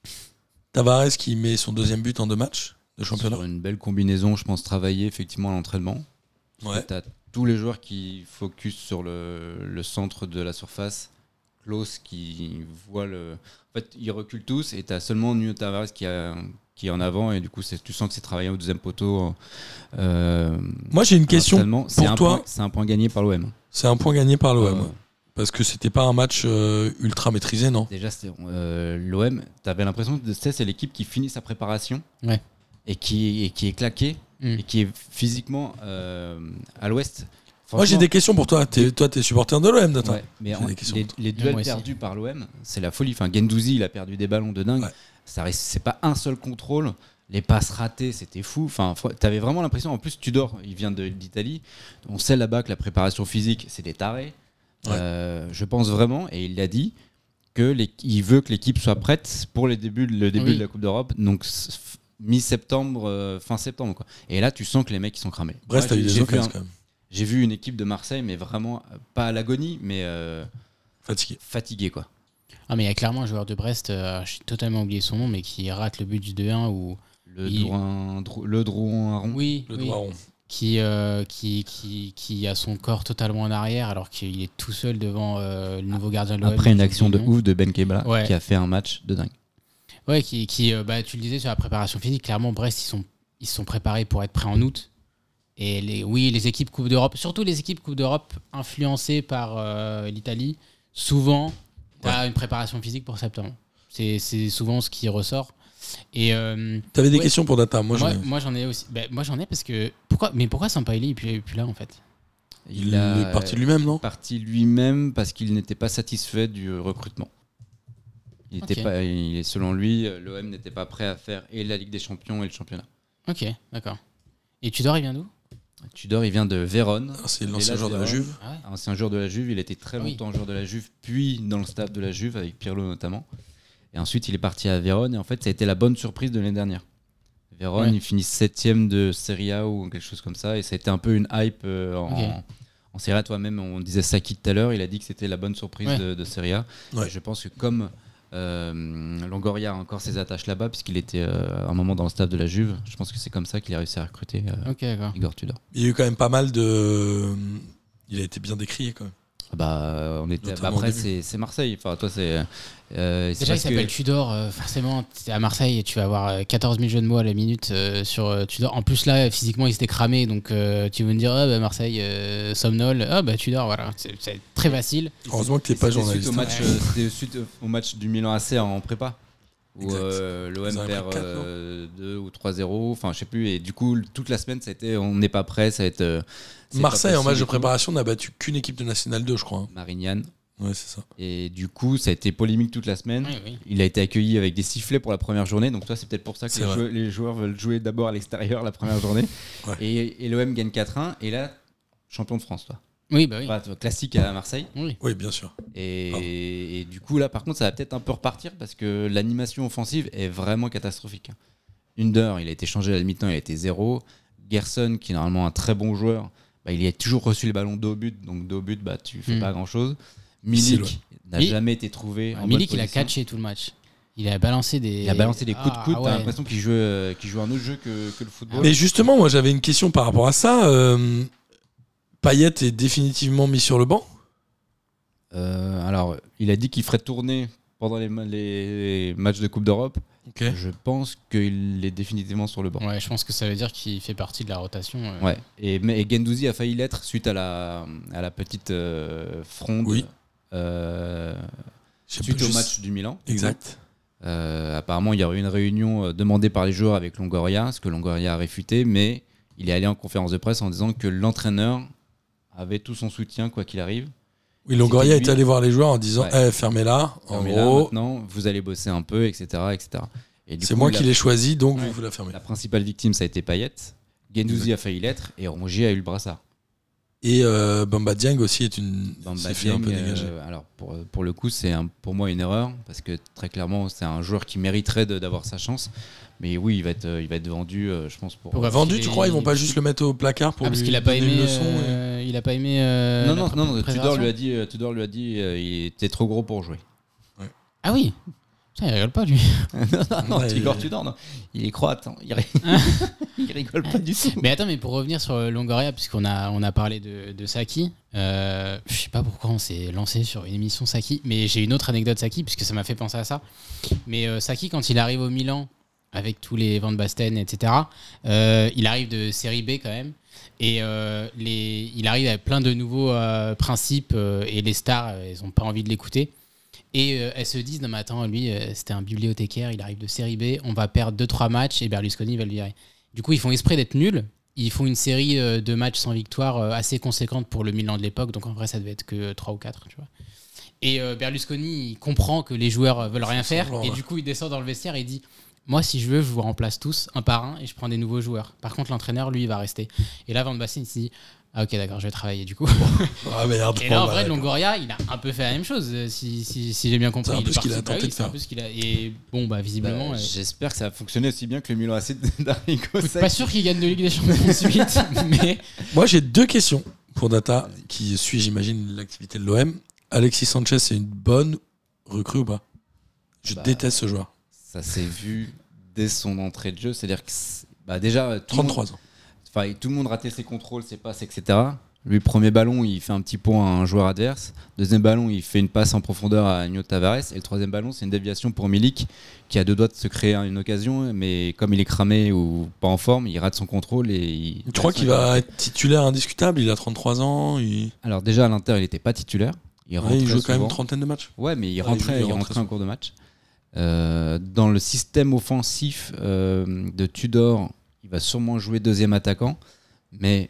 Tavares qui met son deuxième but en deux matchs de Sur championnat. une belle combinaison, je pense, travailler effectivement à l'entrainement. Ouais. Tu as tous les joueurs qui focus sur le, le centre de la surface. Klaus qui voit le. En fait, ils reculent tous et tu as seulement Nuno Tavares qui, a, qui est en avant et du coup, c'est- tu sens que c'est travaillé au deuxième poteau. Euh, Moi j'ai une question instantanément. C'est pour un toi. point- C'est un point gagné par l'O M. C'est un point gagné par l'O M. Euh, Parce que c'était pas un match euh, ultra maîtrisé, non? Déjà, euh, l'O M, tu avais l'impression que c'est c'est l'équipe qui finit sa préparation Ouais. et, qui, et qui est claquée Mm. et qui est physiquement euh, à l'ouest. Moi j'ai Franchement, des questions pour toi. T'es, toi t'es supporter de l'O M, Data. Ouais, mais J'ai en- des questions les, pour toi. les duels moi aussi. perdus par l'O M, c'est la folie. Enfin, Gendouzi, il a perdu des ballons de dingue. Ouais. Ça reste- c'est pas un seul contrôle. Les passes ratées, c'était fou. Enfin, fr- t'avais vraiment l'impression. En plus, Tudor, il vient de- d'Italie. On sait là-bas que la préparation physique, c'est des tarés. Ouais. Euh, je pense vraiment, et il l'a dit, que il veut que l'équipe soit prête pour les débuts, le début Oui. de la Coupe d'Europe. Donc s- f- mi-septembre, euh, fin septembre, quoi. Et là, tu sens que les mecs ils sont cramés. Brest Moi, a eu j'ai- des j'ai vu occasions un- quand même. J'ai vu une équipe de Marseille, mais vraiment euh, pas à l'agonie, mais euh, Fatigué. fatiguée, quoi. Ah, mais il y a clairement un joueur de Brest, euh, j'ai totalement oublié son nom, mais qui rate le but du deux un ou. Le Il- Drouin, Drou- le Drouin à rond. Oui, Le oui. doigt rond. Qui, euh, qui, qui, qui a son corps totalement en arrière alors qu'il est tout seul devant euh, le nouveau gardien de l'O M. Après une j'ai action de oublié le nom. ouf de Ben Kebla, Ouais. qui a fait un match de dingue. Ouais, qui, qui euh, bah, tu le disais sur la préparation physique, clairement Brest, ils sont, ils sont préparés pour être prêts en août. Et les, oui, les équipes Coupe d'Europe, surtout les équipes Coupe d'Europe influencées par euh, l'Italie, souvent, tu as une préparation physique pour septembre. C'est, c'est souvent ce qui ressort. Et euh, T'avais des ouais, questions pour Data. Moi, moi, j'en ai- moi, j'en ai aussi. Bah, moi j'en ai parce que pourquoi mais pourquoi Sampaoli est plus, est plus là en fait? il est parti de lui-même, non? parti lui-même parce qu'il n'était pas satisfait du recrutement. Il était Ok. pas, il- selon lui, l'O M n'était pas prêt à faire et la Ligue des Champions et le championnat. Ok, d'accord. Et Tudor il vient d'où? Tudor, il vient de Vérone. Ah, c'est Et l'ancien là, joueur de la Vérone, Juve. Ah ouais. Ancien joueur de la Juve, il était très Ah oui. longtemps joueur de la Juve, puis dans le staff de la Juve avec Pirlo notamment. Et ensuite, il est parti à Vérone et en fait, ça a été la bonne surprise de l'année dernière. Vérone, Ouais. ils finissent septième de Serie A ou quelque chose comme ça. Et ça a été un peu une hype euh, en, Ok. en Serie A. Toi-même, on disait Saki tout à l'heure. Il a dit que c'était la bonne surprise Ouais. de, de Serie A. Ouais. Et je pense que comme euh, Longoria a encore ses attaches là-bas, puisqu'il était euh, à un moment dans le staff de la Juve, je pense que c'est comme ça qu'il a réussi à recruter euh, Ok, d'accord. Igor Tudor. Il y a eu quand même pas mal de. Il a été bien décrié quand même. Bah, on était. Bah, Notamment après, au début. c'est, c'est Marseille. Enfin, toi, c'est. Euh, c'est Déjà, il parce que- s'appelle Tudor. euh, forcément, t'es à Marseille, tu vas avoir euh, quatorze mille jeux de mots à la minute euh, sur euh, Tudor. En plus, là, physiquement, il s'était cramé. Donc, euh, tu veux me dire, ah, bah, Marseille, euh, somnol. Ah, bah, Tudor, voilà. C'est, c'est très facile. Heureusement que t'es Et pas c'était journaliste. Suite au hein. match, Ouais. euh, c'était suite au match du Milan A C en prépa. Où Exact. euh, l'O M Ils avaient perd pris quatre, euh, deux ou trois zéro, enfin je sais plus, et du coup toute la semaine ça a été on n'est pas prêt, ça va être. euh, c'est Marseille, pas en match possible de et tout. préparation, n'a battu qu'une équipe de National deux, je crois. hein. Marignane. Ouais, c'est ça. Et du coup ça a été polémique toute la semaine. Oui, oui. Il a été accueilli avec des sifflets pour la première journée, donc toi c'est peut-être pour ça que C'est les vrai. joueurs, les joueurs veulent jouer d'abord à l'extérieur la première journée. Ouais. Et, et l'O M gagne quatre un, et là, champion de France, toi. Oui, bah oui. Voilà, toi, classique à Marseille. Oui. Oui, bien sûr. Et, Pardon. et du coup, là, par contre, ça va peut-être un peu repartir parce que l'animation offensive est vraiment catastrophique. Under, il a été changé à la mi-temps, il a été zéro. Gerson, qui est normalement un très bon joueur, bah, il a toujours reçu le ballon dos au but. Donc, dos au but, bah, tu fais Mm. pas grand-chose. Difficile, Milik n'a Mi- jamais été trouvé. Ouais, en Milik, bonne il a position. catché tout le match. Il a balancé des. Il a balancé des coups de Ah, coude. T'as ouais. l'impression qu'il joue, euh, qu'il joue un autre jeu que, que le football. Mais justement, moi j'avais une question par rapport à ça. Euh, Payet est définitivement mis sur le banc. Euh, alors, il a dit qu'il ferait tourner pendant les, ma- les matchs de Coupe d'Europe. Ok. Je pense qu'il est définitivement sur le banc. Ouais, je pense que ça veut dire qu'il fait partie de la rotation. euh. Ouais. Et, mais, et Guendouzi a failli l'être suite à la, à la petite euh, fronde Oui. euh, Je sais suite pas, au je- match du Milan. Exact. Euh, apparemment, il y aurait eu une réunion euh, demandée par les joueurs avec Longoria, ce que Longoria a réfuté, mais il est allé en conférence de presse en disant que l'entraîneur avait tout son soutien, quoi qu'il arrive. Oui, Longoria C'était est lui. allé voir les joueurs en disant Ouais. Eh, fermez-la. En Mais là, gros, maintenant, vous allez bosser un peu, et cetera et cetera. Et du c'est coup, moi la- qui l'ai choisi, donc Ouais. vous vous la fermez. La principale victime, ça a été Payet. Guendouzi a failli l'être, et Rongier a eu le brassard. Et euh, Bamba Dieng aussi est une. Bamba s'est fait un Dieng, peu dégager. euh, alors pour, pour le coup, c'est un- pour moi une erreur parce que très clairement, c'est un joueur qui mériterait de- d'avoir sa chance. Mais oui, il va être, euh, il va être vendu, euh, je pense pour. Pour euh, avoir- Vendu, qu'il tu est- crois Ils vont pas juste le mettre au placard pour Ah, parce lui qu'il a pas donner aimé. une leçon et- euh, Il a pas aimé. euh, non, la non, pré- non, non, Tudor préparation lui a dit, euh, Tudor lui a dit, euh, il était trop gros pour jouer. Ah oui. Putain, il rigole pas lui. non, non, non, Ouais, Igor il- Tudor, non, il est croate, hein, il, ri- il rigole pas du tout. Mais attends, mais pour revenir sur euh, Longoria, puisqu'on a, on a parlé de, de Saki, euh, je sais pas pourquoi on s'est lancé sur une émission Saki, mais j'ai une autre anecdote Saki, puisque ça m'a fait penser à ça. Mais euh, Saki, quand il arrive au Milan, avec tous les Van Basten, et cetera, euh, il arrive de série B quand même. Et euh, les, il arrive avec plein de nouveaux euh, principes, euh, et les stars, euh, elles ont pas envie de l'écouter. Et euh, elles se disent, non mais attends, lui, euh, c'était un bibliothécaire, il arrive de série B, on va perdre deux trois matchs et Berlusconi va le virer. Du coup, ils font exprès d'être nuls. Ils font une série euh, de matchs sans victoire euh, assez conséquente pour le Milan de l'époque, donc en vrai, ça devait être que trois ou quatre, tu vois. Et euh, Berlusconi, il comprend que les joueurs euh, veulent rien C'est faire, semblant, et ouais. du coup, il descend dans le vestiaire et il dit, moi, si je veux, je vous remplace tous, un par un, et je prends des nouveaux joueurs. Par contre, l'entraîneur, lui, il va rester. Et là, Van Basten, il se dit, ah ok, d'accord, je vais travailler du coup. Ah merde. Et là, en bon, vrai, bah, Longoria, il a un peu fait la même chose, euh, si, si, si j'ai bien compris. C'est un Il peu est ce qu'il a parti- bah tenté oui, de c'est un faire. peu ce qu'il a. Et bon, bah, visiblement. Bah, euh, J'espère que ça a fonctionné aussi bien que le Milan A C d'Arrigo je suis Sacchi. pas sûr qu'il gagne de Ligue des Champions ensuite, mais. Moi, j'ai deux questions pour Data, qui suit, j'imagine, l'activité de l'O M. Alexis Sanchez, c'est une bonne recrue ou pas Je Bah, déteste ce joueur. Ça s'est vu dès son entrée de jeu, c'est-à-dire que c'est- bah déjà tout le monde- trente-trois ans. Enfin, tout le monde ratait ses contrôles, ses passes, et cetera. Lui, premier ballon, il fait un petit pont à un joueur adverse. Deuxième ballon, il fait une passe en profondeur à Nuno Tavares. Et le troisième ballon, c'est une déviation pour Milik, qui a deux doigts de se créer une occasion, mais comme il est cramé ou pas en forme, il rate son contrôle et il. Tu crois qu'il va être titulaire indiscutable Il a trente-trois ans. Il, Alors déjà à l'Inter, il n'était pas titulaire. Il, Ouais, il rentrait joue quand même souvent. une trentaine de matchs. Ouais, mais il Ouais, rentrait, il joue- il il rentrait rentrait en souvent. cours de match. Euh, dans le système offensif euh, de Tudor, il va sûrement jouer deuxième attaquant, mais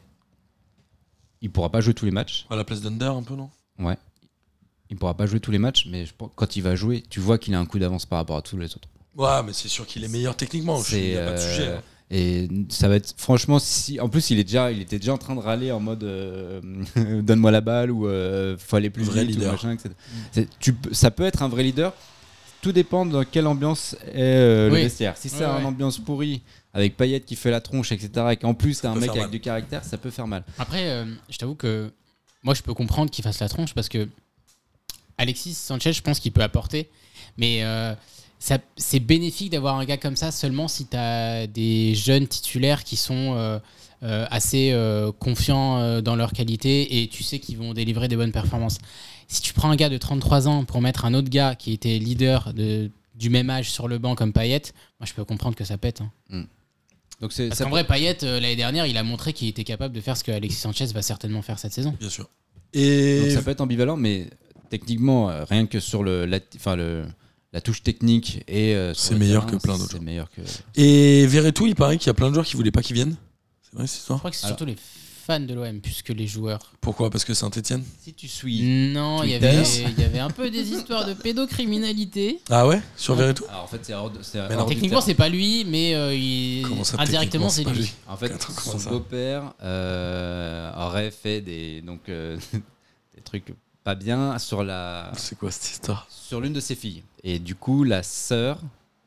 il pourra pas jouer tous les matchs. À la place d'Under, un peu, non Ouais. Il pourra pas jouer tous les matchs, mais je pense, quand il va jouer, tu vois qu'il a un coup d'avance par rapport à tous les autres. Ouais, mais c'est sûr qu'il est meilleur techniquement. Il C'est, n'y a pas de euh, sujet. hein. Et ça va être franchement si en plus il est déjà il était déjà en train de râler en mode euh, donne-moi la balle ou euh, faut aller plus Vrai vite ou leader. machin, et cetera. C'est- tu peux- ça peut être un vrai leader. tout dépend dans quelle ambiance est euh, Oui. le vestiaire. Si c'est Ouais, une ouais. ambiance pourrie, avec Payet qui fait la tronche, et cetera, et qu'en plus t'as un peut mec faire avec mal. du caractère, ça peut faire mal. Après, euh, je t'avoue que moi, je peux comprendre qu'il fasse la tronche parce que Alexis Sanchez, je pense qu'il peut apporter. Mais euh, ça, c'est bénéfique d'avoir un gars comme ça seulement si tu as des jeunes titulaires qui sont euh, euh, assez euh, confiants euh, dans leur qualité et tu sais qu'ils vont délivrer des bonnes performances. Si tu prends un gars de trente-trois ans pour mettre un autre gars qui était leader de, du même âge sur le banc comme Payet, moi, je peux comprendre que ça pète. Hein. Donc c'est Parce ça qu'en vrai, Payet, euh, l'année dernière, il a montré qu'il était capable de faire ce que Alexis Sanchez va certainement faire cette saison. Bien sûr. Donc Et ça peut être ambivalent, mais techniquement, euh, rien que sur le, la, enfin le, la touche technique et euh, sur C'est le meilleur terrain, que plein d'autres C'est meilleur que. et Verretou, il paraît qu'il y a plein de joueurs qui voulaient pas qu'il vienne. C'est vrai cette Je histoire. crois que c'est Alors- surtout les fans de l'O M plus que les joueurs. Pourquoi? Parce que Saint-Etienne. Si tu suis. Non, il y, Twitter. avait, il y avait un peu des histoires de pédocriminalité. Ah ouais, sur Ouais. Verretou. Alors en fait, c'est hors de- c'est Mais hors non. du Techniquement, terrain. c'est pas lui, mais euh, il- Comment ça, indirectement, c'est techniquement, lui. pas En fait, Attends, comment son ça beau-père euh, aurait fait des, donc, euh, des trucs pas bien sur, la, C'est quoi cette histoire? sur l'une de ses filles. Et du coup, la sœur,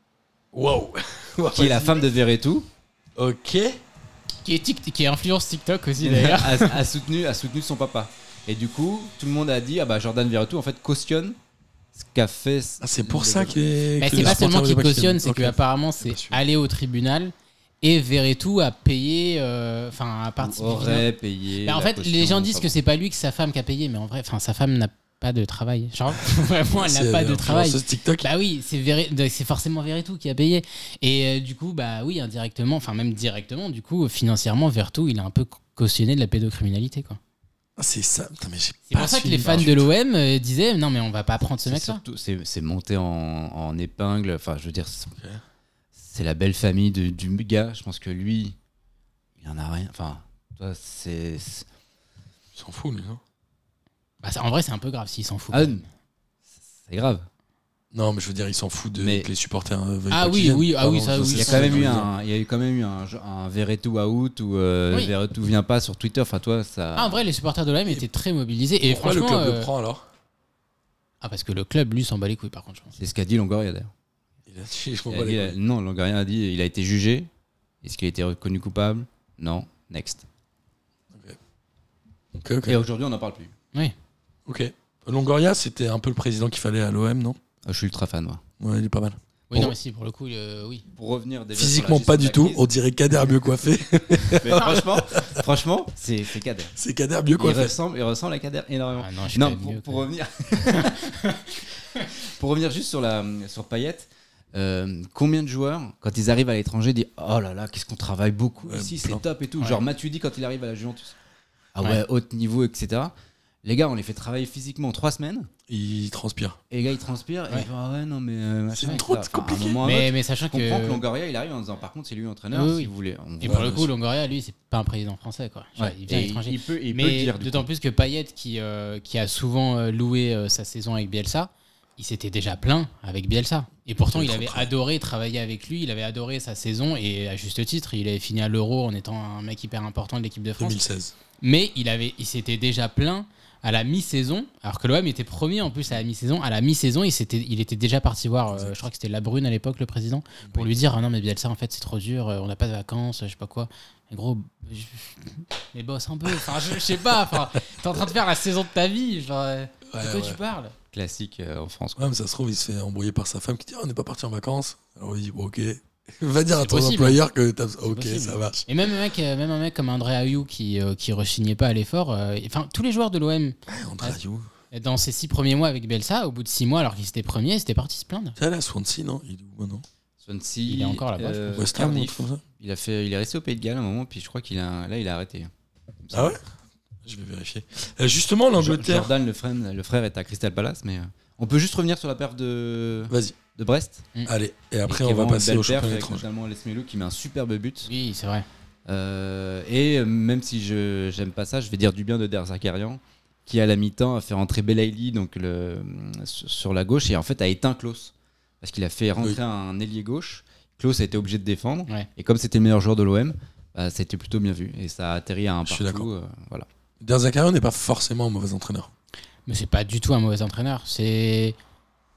Wow. qui est la femme de Verretou, Ok. Qui est, tic- qui est influence TikTok aussi d'ailleurs. a, a soutenu, a soutenu son papa. Et du coup, tout le monde a dit ah bah Jordan Verretou en fait cautionne ce qu'a fait. Ah, c'est pour le- ça qu'il est. Mais que c'est les pas supporters seulement qu'il voulaient pas cautionne, vienne. c'est Ok. qu'apparemment C'est c'est pas sûr. aller au tribunal et Verretou a payé, euh, enfin a participé. aurait payé. Bah, en la fait, caution, les gens disent enfin que c'est pas lui, que sa femme qui a payé, mais en vrai, enfin sa femme n'a pas de travail. Genre vraiment, elle n'a C'est pas de l'influenceuse travail. TikTok. Bah oui, c'est Verre- c'est forcément Verretou qui a payé. Et euh, du coup, bah oui, indirectement, enfin même directement, du coup, financièrement, Verretou, il a un peu cautionné de la pédocriminalité, quoi. Ah, c'est ça. Putain, mais j'ai C'est pas pour ça que suivi les fans du de tout. l'O M euh, disaient non, mais on va pas prendre ce C'est mec-là. surtout- C'est c'est monté en, en épingle. Enfin, je veux dire, c'est Ok. c'est la belle famille de- du gars. Je pense que lui, il en a rien. Enfin, toi, c'est. c'est- Il s'en fout, lui, non? Bah, ça- en vrai, c'est un peu grave s'il s'en fout. Ah, quand même. C'est grave. Non, mais je veux dire, il s'en fout de Mais- que les supporters euh, veuillent Ah pas oui, qu'ils viennent. oui, ah oui, ça, Pardon, oui. c'est Il y a ça quand que même je eu veux dire. un, il y a eu quand même eu un, un Verretou out où euh, Oui. Verretou vient pas sur Twitter. Enfin, toi, ça. Ah, en vrai, les supporters de l'O M étaient très mobilisés. Et Pourquoi le franchement, club euh, le prend alors? ah, parce que le club, lui, s'en bat les couilles, par contre, je pense. C'est ce qu'a dit Longoria d'ailleurs. Il a dit, je m'en Il a bats dit, les euh, couilles. non, Longoria a dit il a été jugé. Est-ce qu'il a été reconnu coupable? Non. Next. Ok, ok. Et aujourd'hui, on n'en parle plus. Oui. Ok. Longoria, c'était un peu le président qu'il fallait à l'O M, non? Ah, je suis ultra fan, moi. Ouais, il est pas mal. Oui, Bon. non, mais si, pour le coup, euh, oui. Pour revenir déjà Physiquement, sur pas la du gestion de tout. la On dirait Kader mieux coiffé. crise. Mais franchement, franchement, c'est c'est Kader. C'est Kader mieux Il coiffé. ressemble, il ressemble à Kader énormément. Ah non, je suis Non, quand même pour, mieux, pour quoi. revenir, pour revenir juste sur la sur Payet, euh, combien de joueurs quand ils arrivent à l'étranger disent oh là là qu'est-ce qu'on travaille beaucoup Ouais, ici, plein. c'est top et tout. Ouais. Genre Matuidi quand il arrive à la Juventus, ah ouais, Ouais. haut niveau, et cetera. Les gars, on les fait travailler physiquement trois semaines Il transpire. et les gars ils transpirent et Ouais. ils font ah ouais non mais euh, machin, C'est et trop cetera. Enfin, à un compliqué. moment ou à un autre, Mais, mais sachant je comprends que que. Longoria il arrive en disant par contre c'est lui l'entraîneur Oui, si oui. vous voulez. On Et voit pour le bien coup, sûr. Longoria, lui, c'est pas un président français, quoi. Genre, Ouais. il vient Et à l'étranger. il peut il peut le Mais dire du d'autant coup. plus que Payet, qui, euh, qui a souvent euh, loué euh, sa saison avec Bielsa, il s'était déjà plaint avec Bielsa. Et pourtant, C'est il trop avait très- adoré travailler avec lui, il avait adoré sa saison, et à juste titre, il avait fini à l'Euro en étant un mec hyper important de l'équipe de France. deux mille seize. Mais il, avait, il s'était déjà plaint à la mi-saison, alors que l'O M était premier en plus à la mi-saison. À la mi-saison, il, s'était- il était déjà parti voir, euh, je crois que c'était Labrune à l'époque, le président, pour lui dire ah non, mais Bielsa, en fait, c'est trop dur, euh, on n'a pas de vacances, je sais pas quoi. Mais gros, je- mais bosse un peu, enfin, je, je sais pas, enfin, t'es en train de faire la saison de ta vie, genre, euh, de Ouais, quoi ouais. tu parles? Classique euh, en France. quoi. Ouais, mais ça se trouve, il se fait embrouiller par sa femme qui dit oh, on n'est pas parti en vacances. Alors il dit bon, ok. Va dire à C'est ton possible. employeur que t'as. Ok, possible. ça marche. Et même un mec, euh, même un mec comme André Ayou qui, euh, qui rechignait pas à l'effort, euh, enfin, tous les joueurs de l'O M, Ouais, André Ah, Ayou. dans ses six premiers mois avec Bielsa, au bout de six mois, alors qu'ils étaient premiers, c'était parti se plaindre. T'es allé à Swansea, non? Il est où maintenant? Swansea, Il est encore là-bas, je euh, West Ham ou un Cardiff. truc comme ça? Il a fait, il est resté au Pays de Galles à un moment, puis je crois qu'il a, là, il a arrêté. Ah ouais? Je vais vérifier. Euh, justement, l'Angleterre. Jordan, le frère, le frère est à Crystal Palace, mais euh, on peut juste revenir sur la perf de, Vas-y, de Brest. allez. Et après, Et qui on est va vraiment passer une au belle perf championnat avec étranger. notamment Les Melou qui met un superbe but. Oui, c'est vrai. Euh, et euh, même si je j'aime pas ça, je vais dire du bien de Der Zakarian, qui à la mi-temps a fait rentrer Belaïli donc le, sur sur la gauche et en fait a éteint Klaus parce qu'il a fait rentrer Oui. un ailier gauche. Klaus a été obligé de défendre Ouais. et comme c'était le meilleur joueur de l'O M, bah, ça a été plutôt bien vu et ça a atterri à un Je suis partout. euh, voilà. Der Zakarian n'est pas forcément un mauvais entraîneur. Mais c'est pas du tout un mauvais entraîneur. C'est,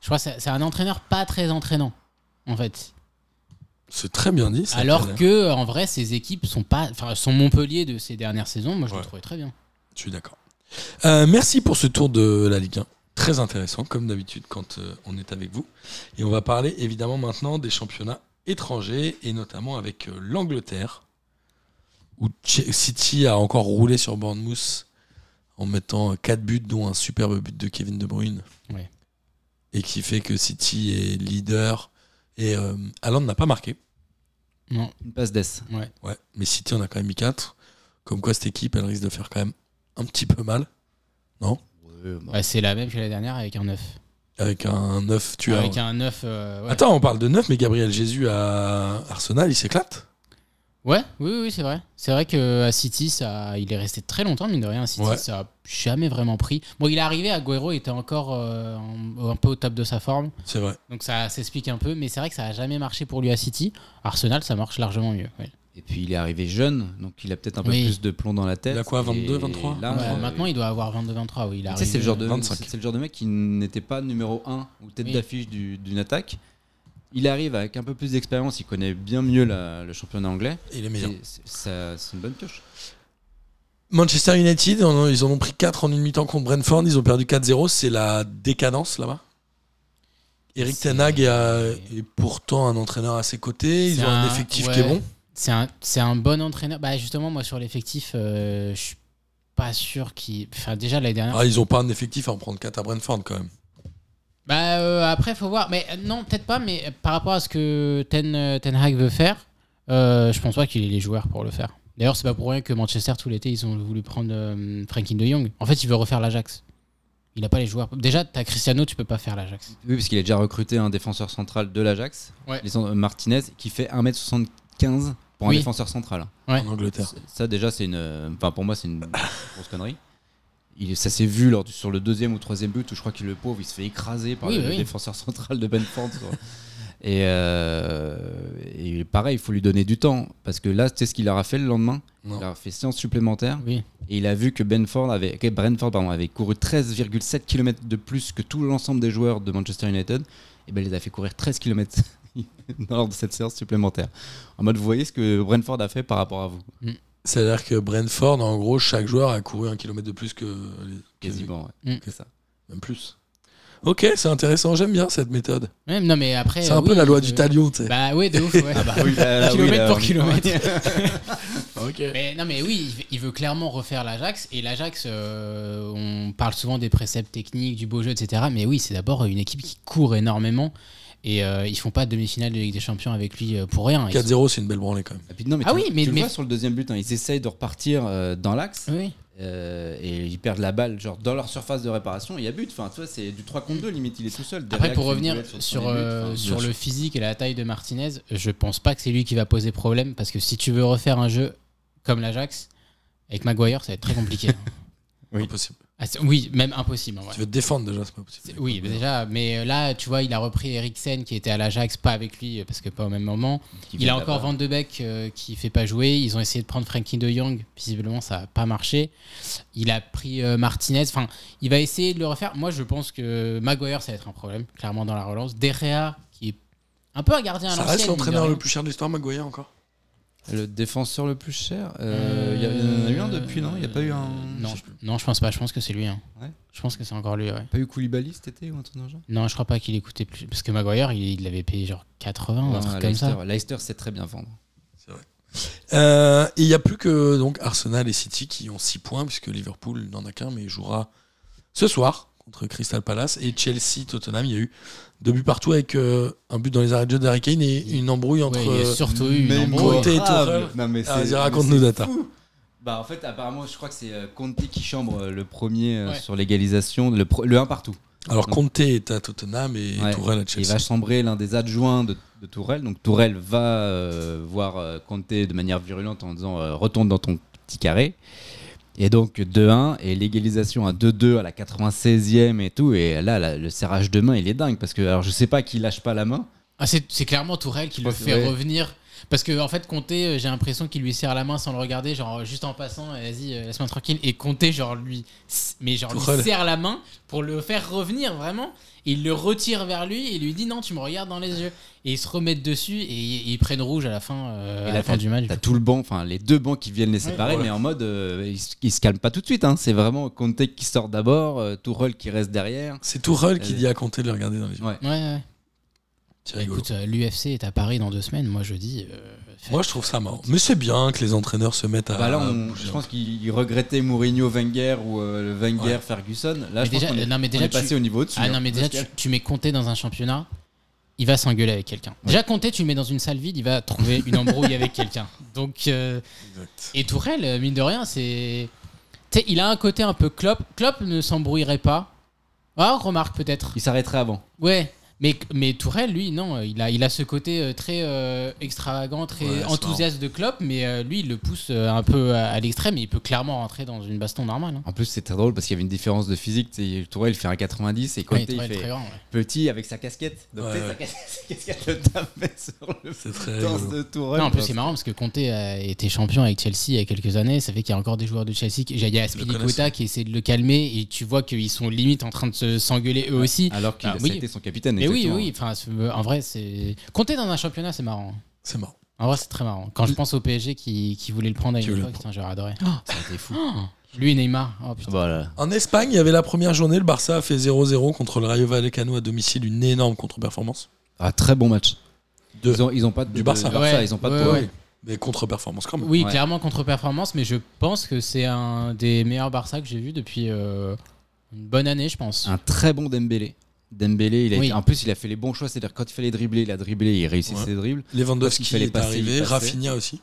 Je crois que c'est, c'est un entraîneur pas très entraînant, en fait. C'est très bien dit. Ça, Alors Pierre. que, en vrai, ces équipes sont pas, enfin, sont Montpellier de ces dernières saisons. Moi, je Ouais. le trouvais très bien. Je suis d'accord. Euh, merci pour ce tour de la Ligue un. Très intéressant, comme d'habitude, quand euh, on est avec vous. Et on va parler évidemment maintenant des championnats étrangers, et notamment avec euh, l'Angleterre, où Ch- City a encore roulé sur Bournemouth en mettant quatre buts, dont un superbe but de Kevin De Bruyne. Ouais. Et qui fait que City est leader. Et euh, Haaland n'a pas marqué. Non. Une passe d'ess. Ouais. Ouais, mais City en a quand même mis quatre. Comme quoi, cette équipe, elle risque de faire quand même un petit peu mal. Non ? Ouais, bah, Bah, c'est la même que la dernière avec un neuf. Avec un neuf tueur. Avec un neuf. euh, ouais. Attends, on parle de neuf, mais Gabriel Jesus à Arsenal, il s'éclate. Ouais, oui, oui, c'est vrai. C'est vrai qu'à City, ça, il est resté très longtemps, mine de rien. À City, Ouais. ça a jamais vraiment pris. Bon, il est arrivé, Agüero était encore euh, en- un peu au top de sa forme. C'est vrai. Donc ça s'explique un peu, mais c'est vrai que ça a jamais marché pour lui à City. Arsenal, ça marche largement mieux. Ouais. Et puis il est arrivé jeune, donc il a peut-être un peu Oui. plus de plomb dans la tête. Il a quoi, vingt-deux, Et vingt-trois là, Ouais, euh, maintenant, il doit avoir vingt-deux vingt-trois. Oui, il est tu sais, c'est le arrivé. genre de vingt-cinq. c'est le genre de mec qui n'était pas numéro un ou tête Oui. d'affiche du- d'une attaque. Il arrive avec un peu plus d'expérience, il connaît bien mieux la- le championnat anglais. Il est meilleur. Et c'est, ça- c'est une bonne pioche. Manchester United, on- ils en ont pris quatre en une mi-temps contre Brentford. Ils ont perdu quatre zéro. C'est la décadence là-bas. Eric C'est- Ten Hag est, à- est pourtant un entraîneur à ses côtés. Ils C'est ont un, un- effectif ouais. qui est bon. C'est un, c'est un bon entraîneur. Bah, justement, moi, sur l'effectif, euh, je suis pas sûr qu'il. Enfin, déjà, l'année dernière. Ah, ils n'ont pas un effectif à en prendre quatre à Brentford quand même. Bah euh, après faut voir, mais euh, non peut-être pas, mais par rapport à ce que Ten, euh, Ten Hag veut faire, euh, je pense pas qu'il ait les joueurs pour le faire. D'ailleurs c'est pas pour rien que Manchester tout l'été ils ont voulu prendre euh, Frenkie de Jong. En fait il veut refaire l'Ajax. Il a pas les joueurs. Déjà t'as Cristiano, tu peux pas faire l'Ajax. Oui, parce qu'il a déjà recruté un défenseur central de l'Ajax, Ouais. Lisandro Martinez, qui fait un mètre soixante-quinze pour un Oui. défenseur central. Ouais. En Angleterre. Ça, ça, déjà c'est une, enfin pour moi c'est une grosse connerie. Il, ça s'est vu lors du- sur le deuxième ou troisième but où je crois que le pauvre il se fait écraser par Oui, le oui. défenseur central de Brentford. sur- et, euh, et pareil, il faut lui donner du temps parce que là, tu sais ce qu'il leur a fait le lendemain. Non. Il leur a fait séance supplémentaire Oui. et il a vu que Brentford avait, que Brentford, pardon, avait couru treize virgule sept kilomètres de plus que tout l'ensemble des joueurs de Manchester United. Et ben, il les a fait courir treize kilomètres lors de cette séance supplémentaire. En mode, vous voyez ce que Brentford a fait par rapport à vous. C'est-à-dire que Brentford, en gros, chaque joueur a couru un kilomètre de plus que les. Quasiment, ouais. Mm. C'est ça. Même plus. Ok, c'est intéressant. J'aime bien cette méthode. Ouais, non mais après. C'est euh, un peu oui, la loi il du veut- talion, tu sais. Bah ouais de ouf. Ouais. Kilomètre pour kilomètre. Ok. Mais non mais oui, il veut- il veut clairement refaire l'Ajax et l'Ajax, euh, on parle souvent des préceptes techniques, du beau jeu, et cetera. Mais oui, c'est d'abord une équipe qui court énormément et euh, ils font pas de demi-finale de Ligue des Champions avec lui euh, pour rien. Ils quatre zéro, c'est une belle branlée quand même. Et puis, non, mais Ah tu, oui, mais- tu mais- le vois sur le deuxième but, hein, ils essayent de repartir euh, dans l'axe sont- Oui. euh, et ils perdent la balle genre dans leur surface de réparation et il y a but. Enfin, tu vois, c'est du trois contre deux limite, il est tout seul. Après, Derrière, pour qui fait revenir une duel le sur, premier but, euh, enfin, sur bien le physique et la taille de Martinez, je pense pas que c'est lui qui va poser problème parce que si tu veux refaire un jeu comme l'Ajax, avec Maguire, ça va être très compliqué. Oui. Impossible. Ah, c'est- oui, même impossible. en vrai. Tu veux te défendre déjà, c'est pas possible. C'est- Oui, déjà, mais euh, là, tu vois, il a repris Eriksen qui était à l'Ajax, pas avec lui euh, parce que pas au même moment. qui Il vient a de encore là-bas. Van de Beek euh, qui fait pas jouer. Ils ont essayé de prendre Frenkie de Jong. Visiblement, ça n'a pas marché. Il a pris euh, Martinez. Enfin, il va essayer de le refaire. Moi, je pense que Maguire, ça va être un problème, clairement, dans la relance. De Gea, qui est un peu un gardien à Ça l'ancienne. reste mine de l'entraîneur rien. le plus cher de l'histoire, Maguire, encore. Le défenseur le plus cher, euh, il y, a- il y en a eu un depuis, non Il n'y a pas eu un. Non, je je, sais plus. non, je pense pas. Je pense que c'est lui. hein. Ouais. Je pense que c'est encore lui. Ouais. Pas eu Koulibaly cet été ou un truc dans le genre Non, je crois pas qu'il écoutait plus. Parce que Maguire, il il l'avait payé genre quatre-vingts ou un Ouais, truc comme Leicester, ça. Leicester sait très bien vendre. Euh, et il n'y a plus que donc Arsenal et City qui ont six points, puisque Liverpool n'en a qu'un, mais il jouera ce soir contre Crystal Palace. Et Chelsea, Tottenham, il y a eu deux buts partout avec euh, un but dans les arrêts de jeu d'Harry Kane et une embrouille entre. Ouais, il y a euh, surtout eu une même embrouille. Conte et Tourelle. Non, mais Ah, c'est- vas-y, raconte-nous, mais c'est Data. fou. Bah en fait apparemment je crois que c'est euh, Conte qui chambre euh, le premier euh, Ouais. sur l'égalisation, le, pro- le un partout. Alors Conte est à Tottenham et Ouais. Tourelle à Et il Chelsea. va chambrer l'un des adjoints de, de Tourelle. Donc Tourelle va euh, voir euh, Conte de manière virulente en disant euh, retourne dans ton petit carré. Et donc deux un et l'égalisation à deux deux à la quatre-vingt-seizième et tout. Et là, là, le serrage de main il est dingue parce que alors je sais pas qui lâche pas la main. Ah, c'est, c'est clairement Tourelle qui le Ouais, fait ouais. revenir. Parce que en fait, Conté, euh, j'ai l'impression qu'il lui serre la main sans le regarder, genre juste en passant, euh, vas-y, euh, laisse-moi tranquille. Et Conté, genre lui, mais genre Tourelle. lui serre la main pour le faire revenir vraiment. Et il le retire vers lui et lui dit non, tu me regardes dans les yeux. Et ils se remettent dessus et, et ils prennent rouge à la fin, euh, Et à là, la fin t'as- du match. T'as tout le banc, enfin les deux bancs qui viennent les séparer, Ouais. mais en mode euh, ils, se- ils se calment pas tout de suite. Hein. C'est vraiment Conte qui sort d'abord, euh, Tourelle qui reste derrière. C'est Tourelle qui Euh, dit à Conte de le regarder dans les yeux. Ouais. Ouais, ouais. C'est rigolo. Écoute, euh, l'U F C est à Paris dans deux semaines. Moi, je dis. euh, Moi, je trouve ça marrant. Mais c'est bien que les entraîneurs se mettent à. Ah bah là, on- bouger je un pense qu'il regrettait Mourinho, Wenger ou euh, Wenger, Ouais. Ferguson. Là, Mais je pense déjà- qu'on est, non, mais on déjà, est passé tu- au niveau au-dessus. Ah hein. non, mais déjà, Parce tu, tu mets Conté dans un championnat, il va s'engueuler avec quelqu'un. Déjà, Conté, tu le mets dans une salle vide, il va trouver une embrouille avec quelqu'un. Donc, euh, Exact. et Tourelle, euh, mine de rien, c'est. Tu sais, il a un côté un peu Klopp. Klopp ne s'embrouillerait pas. Ah, remarque peut-être. Il s'arrêterait avant. Ouais. Mais, mais Tourelle, lui, non, il a, il a ce côté euh, très euh, extravagant, très Ouais, c'est enthousiaste de Klopp, mais euh, lui, il le pousse euh, un peu à, à l'extrême et il peut clairement rentrer dans une baston normale. Hein. En plus, c'est très drôle parce qu'il y avait une différence de physique. Tu sais, Tourelle, il fait un quatre-vingt-dix et Conte, Ouais, il Tourelle est fait très grand, ouais. petit avec sa casquette. Donc, Ouais, tu sais, ouais. sa casquette, sa casquette le tapait sur le C'est très torse rigolo. de Tourelle. Non, en plus, Enfin, c'est marrant parce que Conte a été champion avec Chelsea il y a quelques années. Ça fait qu'il y a encore des joueurs de Chelsea. Qui... Il y a le Aspilicueta connaissent. qui essaie de le calmer et tu vois qu'ils sont limite en train de se- s'engueuler eux aussi. Alors qu'il Ah, a oui. été son capitaine. Mais oui, exactement. oui. Enfin, c'est- en vrai, c'est. Conte dans un championnat, c'est marrant. C'est marrant. En vrai, c'est très marrant. Quand je pense au P S G qui, qui voulait le prendre à Qui une voulait époque, le putain, j'aurais adoré. Ça a été fou. Lui et Neymar. Oh putain. Voilà. En Espagne, il y avait la première journée. Le Barça a fait zéro zéro contre le Rayo Vallecano à domicile. Une énorme contre-performance. Ah, très bon match. De- Ils ont, ils ont pas de, Du Barça. de Ouais, ils ont pas de ouais, poids. ouais. Mais contre-performance quand même. Oui, Ouais. clairement contre-performance, mais je pense que c'est un des meilleurs Barça que j'ai vu depuis euh, une bonne année, je pense. Un très bon Dembélé. Dembélé, il a Oui. été- en plus, il a fait les bons choix. C'est-à-dire, quand il fallait dribbler, il a dribblé, il réussit Ouais. ses dribbles. Lewandowski Quand il fallait est passer, il arrivé. passait. Rafinha aussi.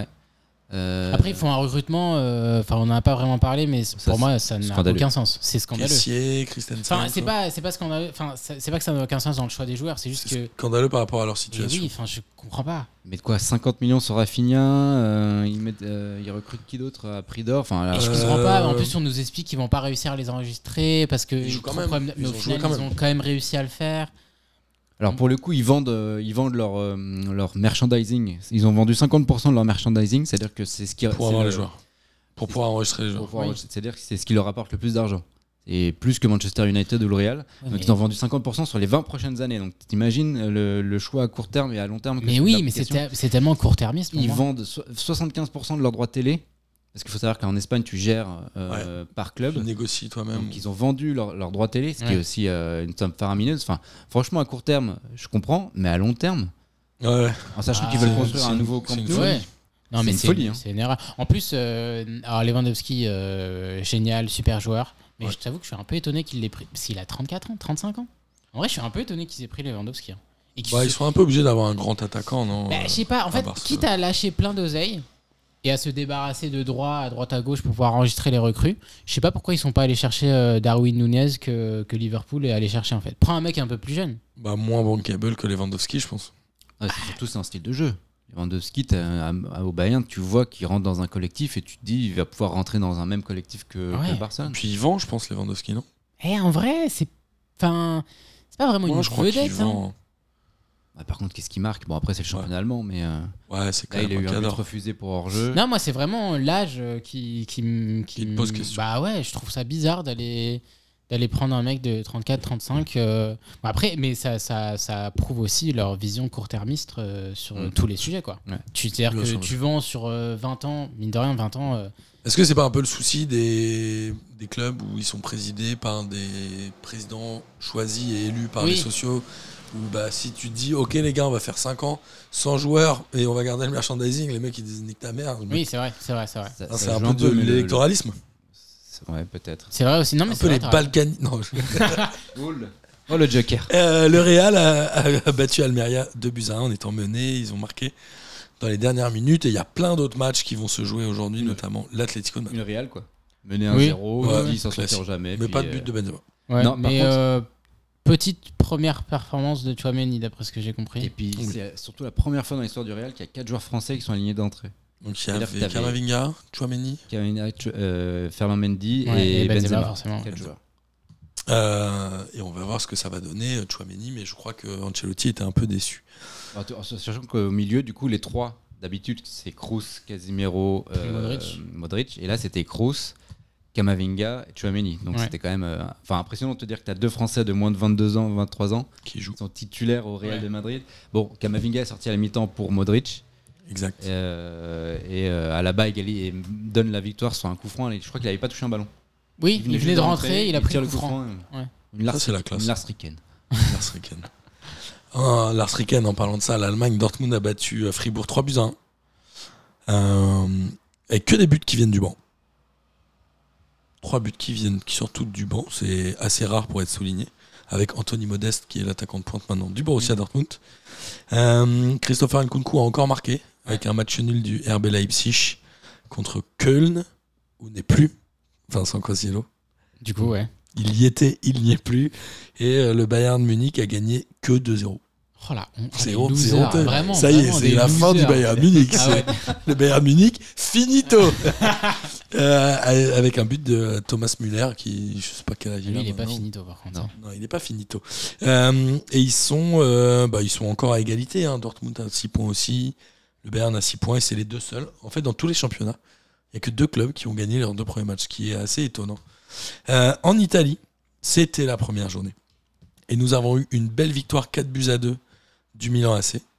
Euh, Après, ils font un recrutement, euh, enfin, on n'en a pas vraiment parlé, mais Ça, pour moi, ça n'a scandaleux. aucun sens. C'est scandaleux. Caissier, Christensen. Enfin, c'est quoi. pas, c'est pas scandaleux. Enfin, c'est c'est pas que ça n'a aucun sens dans le choix des joueurs, c'est juste C'est que. scandaleux par rapport à leur Mais situation. oui, enfin, je comprends pas. Ils mettent quoi cinquante millions sur Rafinha. euh, ils, mettent, euh, ils recrutent qui d'autre à prix d'or. Enfin, là, Et je Euh, comprends pas. En plus, on nous explique qu'ils vont pas réussir à les enregistrer parce que Ils jouent quand trop même. problème- Ils mais au ont joué final, quand ils même. ont quand même réussi à le faire. Alors pour le coup, ils vendent, euh, ils vendent leur, euh, leur merchandising. Ils ont vendu cinquante pour cent de leur merchandising, c'est-à-dire que c'est ce qui Pour c'est avoir le- les joueurs. Pour pouvoir enregistrer les pour joueurs. pouvoir- Oui. C'est-à-dire que c'est ce qui leur apporte le plus d'argent. Et plus que Manchester United ou le Real. Ouais, Donc mais- ils ont vendu cinquante pour cent sur les vingt prochaines années. Donc t'imagines le, le choix à court terme et à long terme. que Mais c'est oui, mais l'application. c'est te- c'est tellement court-termiste pour Ils moi. vendent so- soixante-quinze pour cent de leurs droits télé. Parce qu'il faut savoir qu'en Espagne, tu gères euh, par club. Tu négocies toi-même. Donc ils ont vendu leurs leur droits télé, ce qui Ouais. est aussi euh, une somme faramineuse. Enfin, franchement, à court terme, je comprends, mais à long terme, Ouais. en sachant Ah, qu'ils veulent c'est- construire c'est un une- nouveau c'est camp une de folie. Ouais. Non, mais C'est une c'est folie, hein. C'est une erreur. En plus, euh, alors Lewandowski, euh, génial, super joueur. Mais Ouais. je t'avoue que je suis un peu étonné qu'il l'ait pris. Parce qu'il a trente-quatre ans, trente-cinq ans. En vrai, je suis un peu étonné qu'ils aient pris Lewandowski. hein. Et qu'il Bah, se- ils sont un peu obligés d'avoir un grand attaquant, non Bah, je sais pas, en à fait, Barcelone. quitte à lâcher plein d'oseille et à se débarrasser de droit à droite à gauche pour pouvoir enregistrer les recrues, je sais pas pourquoi ils sont pas allés chercher euh, Darwin Nunez que, que Liverpool est allé chercher en fait. Prends un mec un peu plus jeune. Bah, moins bankable que Lewandowski, je pense. Ouais, c'est surtout c'est un style de jeu. Lewandowski, t'as- à- au Bayern, tu vois qu'il rentre dans un collectif et tu te dis il va pouvoir rentrer dans un même collectif que, Ouais. que Barcelone. Puis il vend, je pense, Lewandowski, non Eh, en vrai, c'est. Enfin. C'est pas vraiment Moi, une je crois qu'il vedette. hein. vend. Bah, par contre, qu'est-ce qui marque? Bon, après, c'est le championnat allemand, mais euh, Ouais, c'est quand là, il a même eu un un but cadre. refusé pour hors-jeu. Non, moi, c'est vraiment l'âge euh, qui, qui, m- qui Qui te m- pose question. Bah ouais, je trouve ça bizarre d'aller d'aller prendre un mec de trente-quatre trente-cinq. euh, bon, après, mais ça, ça, ça prouve aussi leur vision court-termiste euh, sur Mm. tous les sujets. Quoi. Ouais. Tu, c'est-à-dire Bien que sûr, tu vends sur euh, vingt ans, mine de rien, vingt ans. euh, Est-ce que c'est pas un peu le souci des, des clubs où ils sont présidés par des présidents choisis et élus par Oui. les sociaux où bah, si tu te dis, ok les gars, on va faire cinq ans sans joueurs et on va garder le merchandising, les mecs ils disent nique ta mère. Oui, c'est vrai, c'est vrai, c'est vrai. Ça- Ah, ça c'est un joue peu de mais le- l'électoralisme. le- Ouais, peut-être. C'est vrai aussi. Non, mais Un c'est peu vrai, les t'as raison. Balkans. Non, je- Oh, le Joker. Euh, le Real a, a battu Almeria deux buts à un en étant mené. Ils ont marqué dans les dernières minutes et il y a plein d'autres matchs qui vont se jouer aujourd'hui, Oui. notamment l'Atlético de Madrid. Une Real, quoi. Mener un Oui. zéro, Ouais, ils s'en classique. sortiront jamais. Mais puis, pas de euh, but de Benzema. Ouais, Non, par mais contre- euh, petite première performance de Chouameni, d'après ce que j'ai compris. Et puis, Oui. c'est surtout la première fois dans l'histoire du Real qu'il y a quatre joueurs français qui sont alignés d'entrée. Donc il y C'est-à-dire avait que t'avais- Camavinga, Chouameni. Kevin, euh, Ferland Mendy Ouais, et, et Benzema, Benzema. forcément. Quatre joueurs. Euh, et on va voir ce que ça va donner, Tchouaméni, mais je crois que Ancelotti était un peu déçu. Alors, sachant qu'au milieu, du coup, les trois, d'habitude, c'est Kroos, Casemiro, euh, Modric. Modric. Et là, c'était Kroos, Camavinga et Tchouaméni. Donc Ouais. c'était quand même euh, enfin, impressionnant de te dire que tu as deux Français de moins de vingt-deux ans, vingt-trois ans Qui joue. qui sont titulaires au Real Ouais. de Madrid. Bon, Camavinga est sorti à la mi-temps pour Modric. Exact. Euh, et euh, à la bas, égali- et donne la victoire sur un coup franc. Je crois qu'il n'avait pas touché un ballon. Oui, il venait juste de rentrer, il a pris tire le coup franc. euh, Ouais. Une Lars, Ça, c'est la classe. Une Lars Ricken. Lars Ricken. Ah, Lars Ricken, en parlant de ça, l'Allemagne, Dortmund a battu euh, Fribourg trois buts à un. Euh, avec que des buts qui viennent du banc. Trois buts qui viennent, qui sortent tous du banc, c'est assez rare pour être souligné. Avec Anthony Modeste, qui est l'attaquant de pointe maintenant du Borussia Dortmund. Euh, Christopher Nkunku a encore marqué, avec un match nul du R B Leipzig contre Köln, où n'est plus Vincent Cossiello. Du coup, ouais. Il y était, il n'y est plus. Et euh, le Bayern Munich a gagné que deux zéro. Oh là, on, C'est les honte, c'est losers, honteux. Vraiment, Ça y est, vraiment c'est des la fin du losers. Bayern Munich. Ah c'est ouais. Le Bayern Munich, finito. Euh, avec un but de Thomas Müller, qui, je sais pas quel âge il Lui, a il est pas maintenant. finito par contre. Non. Non, il n'est pas finito. Euh, et ils sont, euh, bah, ils sont encore à égalité. Hein. Dortmund a six points aussi. Le Bayern a six points et c'est les deux seuls. En fait, dans tous les championnats, il n'y a que deux clubs qui ont gagné leurs deux premiers matchs, ce qui est assez étonnant. Euh, en Italie, c'était la première journée. Et nous avons eu une belle victoire quatre buts à deux du Milan A C.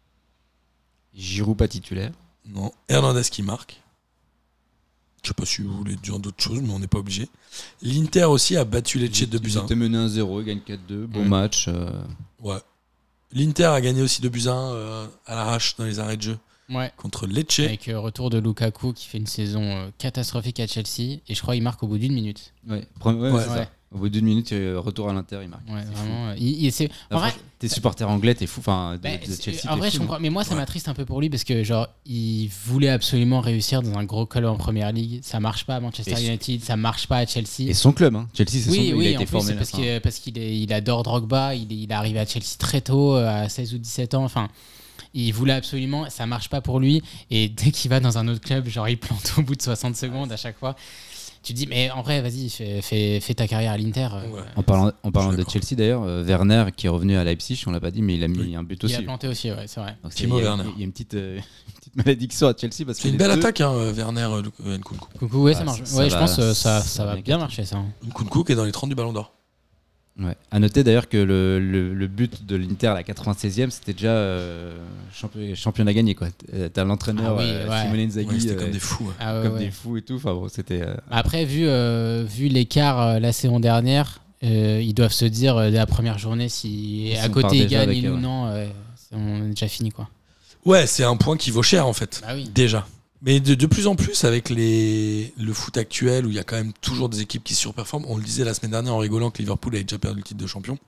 Giroud pas titulaire. Non, Hernandez qui marque. Je sais pas si vous voulez dire d'autres choses, mais on n'est pas obligé. L'Inter aussi a battu Lecce deux buts Ils à un. étaient menés un zéro, ils gagnent quatre deux. Bon Ouais. match. euh, Ouais. L'Inter a gagné aussi deux buts à un euh, à l'arrache dans les arrêts de jeu Ouais. contre Lecce. Avec euh, retour de Lukaku qui fait une saison euh, catastrophique à Chelsea et je crois qu'il marque au bout d'une minute. Ouais, Pre- ouais, Ouais. c'est Ouais. ça. Au bout d'une minute, euh, retour à l'Inter, il marque. Ouais, C'est vraiment. euh, il, il- c'est... fou. En Là, vrai, franchement, t'es supporter anglais, t'es fou. Enfin, de, bah, de c'est- Chelsea. en t'es vrai, fou, je comprends. hein. Mais moi, ça Ouais. m'attriste un peu pour lui parce que genre, il voulait absolument réussir dans un gros club en première ligue. Ça marche pas à Manchester Et- United, ça marche pas à Chelsea. Et son club, hein. Chelsea, c'est son Oui, club. oui, il a en été plus, formé c'est là. parce Enfin, qu'il parce qu'il est- il adore Drogba, il, est- il est arrivé à Chelsea très tôt, euh, à seize ou dix-sept ans, enfin, il voulait absolument, ça marche pas pour lui, et dès qu'il va dans un autre club, genre il plante au bout de soixante secondes à chaque fois. Tu te dis, mais en vrai, vas-y, fais, fais, fais ta carrière à l'Inter. euh, Ouais. En parlant, en parlant Je suis de d'accord. Chelsea d'ailleurs, euh, Werner qui est revenu à Leipzig, on l'a pas dit, mais il a mis Oui. un but Il aussi. a planté aussi, ouais, c'est vrai. Donc, c'est- Timo il y a- Werner. Il y a une petite, euh, une petite malédiction à Chelsea parce que C'est une les belle deux- attaque, hein, Werner euh, euh, Nkunku. Coucou, ouais, ça Ah, marche. ça ouais, je va- pense que ça, ça ça va va bien bien capter. marcher, ça. hein. Nkunku qui est dans les trente du Ballon d'Or. Ouais. À noter d'ailleurs que le, le, le but de l'Inter à la quatre-vingt-seizième, c'était déjà euh, champion, championnat gagné. Quoi. Euh, T'as l'entraîneur Ah oui, euh, ouais. Simone Inzaghi Ouais, c'était euh, comme des fous. ouais. Ah ouais, comme ouais. des fous et tout. Enfin, bon, c'était, euh, Après, vu, euh, vu l'écart euh, la saison dernière, euh, ils doivent se dire euh, dès la première journée si Si à on part côté ils déjà gagnent avec, et nous euh, non, euh, c'est- on est déjà fini quoi. Ouais, c'est un point qui vaut cher en fait. Bah oui. Déjà. Mais de, de plus en plus, avec les, le foot actuel, où il y a quand même toujours des équipes qui surperforment, on le disait la semaine dernière en rigolant que Liverpool avait déjà perdu le titre de champion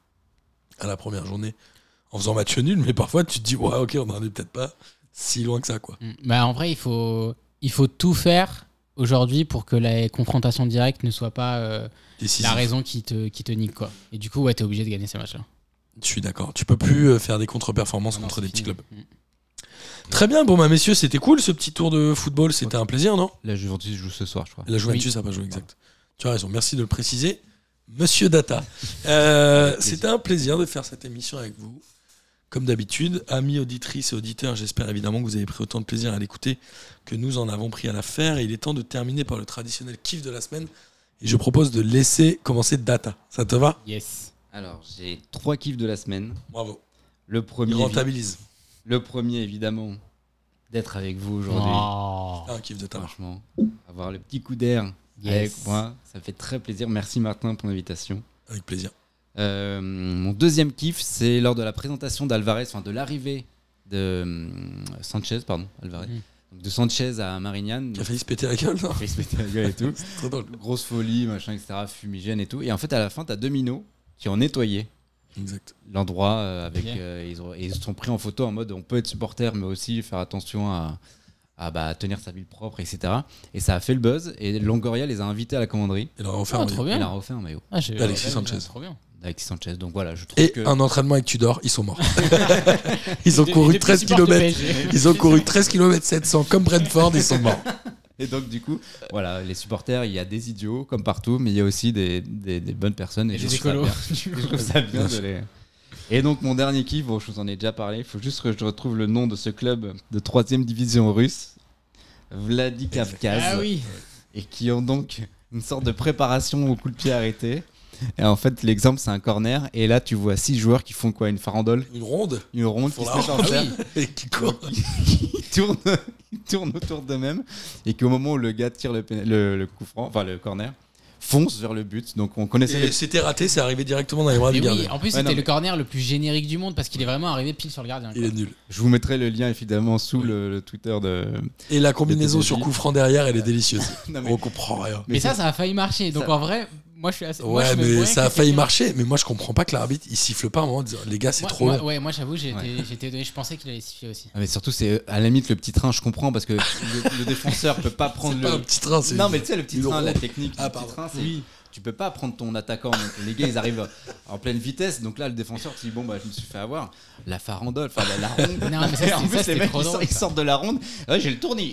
à la première journée en faisant match nul, mais parfois tu te dis, ouais, ok, on n'en est peut-être pas si loin que ça, quoi. Mm. Bah, en vrai, il faut, il faut tout faire aujourd'hui pour que la confrontation directe ne soit pas euh, Décisif. la raison qui te, qui te nique. Quoi. Et du coup, ouais, t'es obligé de gagner ces matchs-là. Je suis d'accord. Tu peux plus euh, faire des contre-performances Ah non, contre c'est des petits fini. clubs. Mm. Très bien, bon, bah, messieurs, c'était cool ce petit tour de football. C'était un plaisir, non? la Juventus joue ce soir, je crois. La Juventus n'a pas joué, exact. Tu as raison, merci de le préciser. Monsieur Data. Euh, Avec plaisir. C'était un plaisir de faire cette émission avec vous. Comme d'habitude, amis auditrices et auditeurs, j'espère évidemment que vous avez pris autant de plaisir à l'écouter que nous en avons pris à la faire. Et il est temps de terminer par le traditionnel kiff de la semaine. Et je propose de laisser commencer Data. Ça te va? Yes. Alors, j'ai trois kiffs de la semaine. Bravo. Le premier, Il évi- rentabilise. le premier évidemment, d'être avec vous aujourd'hui. Oh. Ah, un kiff de ta part. Franchement, avoir le petit coup d'air Yes. avec moi, ça fait très plaisir. Merci Martin pour l'invitation. Avec plaisir. Euh, mon deuxième kiff, c'est lors de la présentation d'Alvarez, enfin de l'arrivée de hum, Sanchez, pardon, Alvarez, Mm. Donc, de Sanchez à Marignane. Qui a failli se péter la gueule, non? Il se mettait la gueule et tout. C'est trop drôle. Grosse folie, machin, et cetera. Fumigène et tout. Et en fait, à la fin, t'as deux minots qui ont nettoyé Exact. l'endroit euh, avec. Ok. euh, ils, ont, et ils se sont pris en photo en mode on peut être supporter, mais aussi faire attention à, à bah, tenir sa ville propre, et cetera. Et ça a fait le buzz. Et Longoria les a invités à la commanderie. Il leur a offert Ah, un trop maillot. Il bien. a refait un maillot Ah, j'ai- Alexis ouais, Sanchez. ouais, Trop bien. d'Alexis Sanchez. Donc voilà, je trouve Et que. un entraînement avec Tudor, ils sont morts. Ils ont Des- couru des treize petits supports de kilomètres. P S G. Ils ont couru treize kilomètres sept cents comme Brentford, ils sont morts. Et donc, du coup, voilà, les supporters, il y a des idiots, comme partout, mais il y a aussi des, des, des bonnes personnes. Et, Et je des trouve ça écolos. bien. Je trouve ça bien de les... Et donc, mon dernier kiff, bon, je vous en ai déjà parlé, il faut juste que je retrouve le nom de ce club de troisième division russe, Vladikavkaz. Ah oui. Et qui ont donc une sorte de préparation au coup de pied arrêté. Et en fait, l'exemple, c'est un corner. Et là, tu vois six joueurs qui font quoi? Une farandole? Une ronde Une ronde Pour qui la se mettent en ronde. cercle. Et qui court. Qui tournent, ils tournent autour d'eux-mêmes et qu'au moment où le gars tire le, péna- le, le coup franc, enfin le corner, fonce vers le but. Donc on connaissait Et les... c'était raté, c'est arrivé directement dans les bras Mais du oui, gardien. en plus, Ouais, c'était non, le mais- corner le plus générique du monde parce qu'il est vraiment arrivé pile sur le gardien. Il quoi. est nul. Je vous mettrai le lien évidemment sous le, le Twitter de. Et la combinaison Le sur T D J. coup franc derrière, elle est délicieuse. Non, mais- On comprend rien. Mais, ça, ça a failli marcher. Donc ça- en vrai, moi je suis assez. moi, je Ouais, me mais voyais ça a que failli quelqu'un- marcher. Mais moi, je comprends pas que l'arbitre, il siffle pas à un moment en disant les gars, c'est Moi- trop moi- long. Ouais, moi j'avoue, j'ai Ouais. été- j'étais donné. Je pensais qu'il allait siffler aussi. Ah, mais surtout, c'est à la limite le petit train, je comprends parce que le, le défenseur peut pas prendre C'est le. pas un petit train, c'est Non, une- mais tu sais, le petit une train, la ronde. technique. Ah, le petit pardon. train, c'est. Oui. Tu peux pas prendre ton attaquant. Donc, les gars, ils arrivent en pleine vitesse. Donc là, le défenseur, tu dis bon, bah, je me suis fait avoir. La farandole, enfin, la, la ronde. Non, mais ça, Et en c'est- plus, ça, les c'était mecs, trop ils, drôle, sortent, ils ça. sortent de la ronde. Ouais, j'ai le tournis.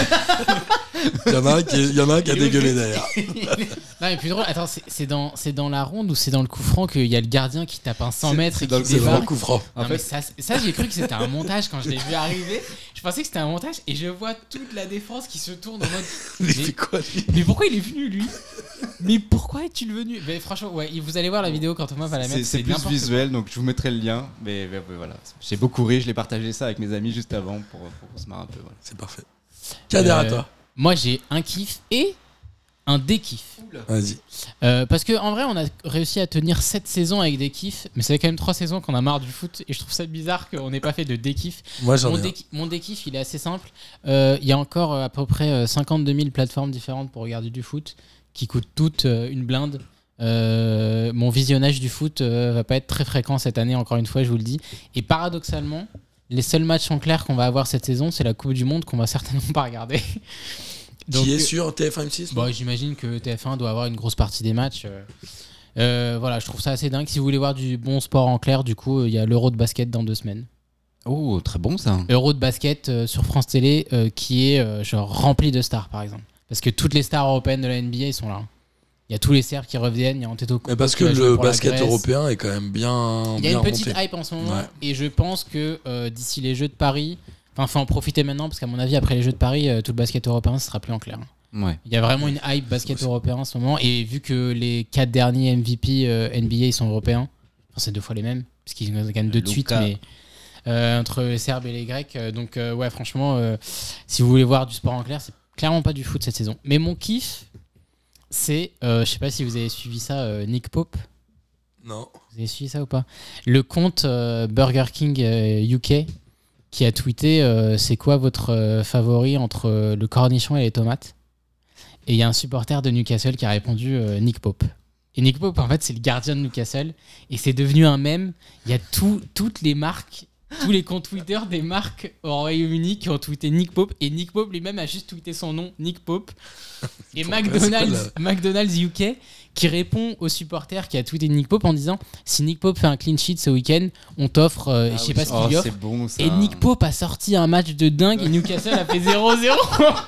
Il y en a un qui, est- il y en a, un qui a Il est dégueulé obligé. derrière. Non, mais plus drôle, attends, c'est c'est dans, c'est dans la ronde ou c'est dans le coup franc qu'il y a le gardien qui tape un cent C'est- mètres c'est et dans qui le- C'est c'est vraiment débarque. coup franc. En Non, fait- mais ça, c'est- ça j'ai cru que c'était un montage quand je l'ai vu arriver. Je pensais que c'était un montage et je vois toute la défense qui se tourne en mode. Il Mais, fait quoi lui mais pourquoi il est venu lui? Mais pourquoi es-tu venu? Mais franchement, ouais, vous allez voir la vidéo quand Thomas va la C'est mettre. c'est plus n'importe visuel, donc je vous mettrai le lien. Mais, mais- mais voilà, j'ai beaucoup ri. Je l'ai partagé ça avec mes amis juste avant pour, pour qu'on se marre un peu. Voilà. C'est parfait. Kader, à Euh, toi. Moi j'ai un kiff et un dékiff. Vas-y. Euh, parce que en vrai, on a réussi à tenir sept saisons avec des kiffs, mais ça fait quand même trois saisons qu'on a marre du foot et je trouve ça bizarre qu'on n'ait pas fait de dékiff. Moi, j'en Mon, ai un. déki- mon dékiff, il est assez simple. Euh, Il y a encore euh, à peu près euh, cinquante-deux mille plateformes différentes pour regarder du foot qui coûtent toutes euh, une blinde. Euh, mon visionnage du foot euh, va pas être très fréquent cette année, encore une fois, je vous le dis. Et paradoxalement, les seuls matchs en clair qu'on va avoir cette saison, c'est la Coupe du Monde qu'on va certainement pas regarder. Qui est sur T F un M six Bon, j'imagine que T F un doit avoir une grosse partie des matchs. euh. Euh, voilà, je trouve ça assez dingue. Si vous voulez voir du bon sport en clair, du coup, il y a l'Euro de basket dans deux semaines. Oh, très bon ça. Euro de basket euh, sur France Télé euh, qui est euh, genre rempli de stars, par exemple. Parce que toutes les stars européennes de la N B A ils sont là. Il y a tous les Serbes qui reviennent, il y a Antetokounmpo Mais parce qui que va jouer le pour la basket Grèce. européen est quand même bien. Il y a bien une petite monté. hype en ce moment Ouais. et je pense que euh, d'ici les Jeux de Paris, enfin, faut en profiter maintenant parce qu'à mon avis, après les Jeux de Paris, euh, tout le basket européen, ce sera plus en clair. Ouais. Il y a vraiment une hype basket européen en ce moment et vu que les quatre derniers M V P euh, N B A ils sont européens, enfin, c'est deux fois les mêmes parce qu'ils gagnent deux de suite, Luka. mais euh, entre les Serbes et les Grecs, euh, donc euh, ouais, franchement, euh, si vous voulez voir du sport en clair, c'est clairement pas du foot cette saison. Mais mon kiff, c'est, euh, je sais pas si vous avez suivi ça, euh, Nick Pope. Non. Vous avez suivi ça ou pas? Le compte euh, Burger King euh, U K qui a tweeté euh, c'est quoi votre euh, favori entre euh, le cornichon et les tomates? Et il y a un supporter de Newcastle qui a répondu euh, Nick Pope. Et Nick Pope, en fait, c'est le gardien de Newcastle. Et c'est devenu un mème. Il y a tout, toutes les marques, tous les comptes Twitter des marques au Royaume-Uni qui ont tweeté Nick Pope. Et Nick Pope lui-même a juste tweeté son nom, Nick Pope. Et Pourquoi, McDonald's, c'est quoi, McDonald's U K qui répond au supporter qui a tweeté Nick Pope en disant si Nick Pope fait un clean sheet ce week-end, on t'offre, euh, je sais pas ce qu'il Oh, lui offre. c'est bon ça. Et Nick Pope a sorti un match de dingue et Newcastle a fait zéro zéro.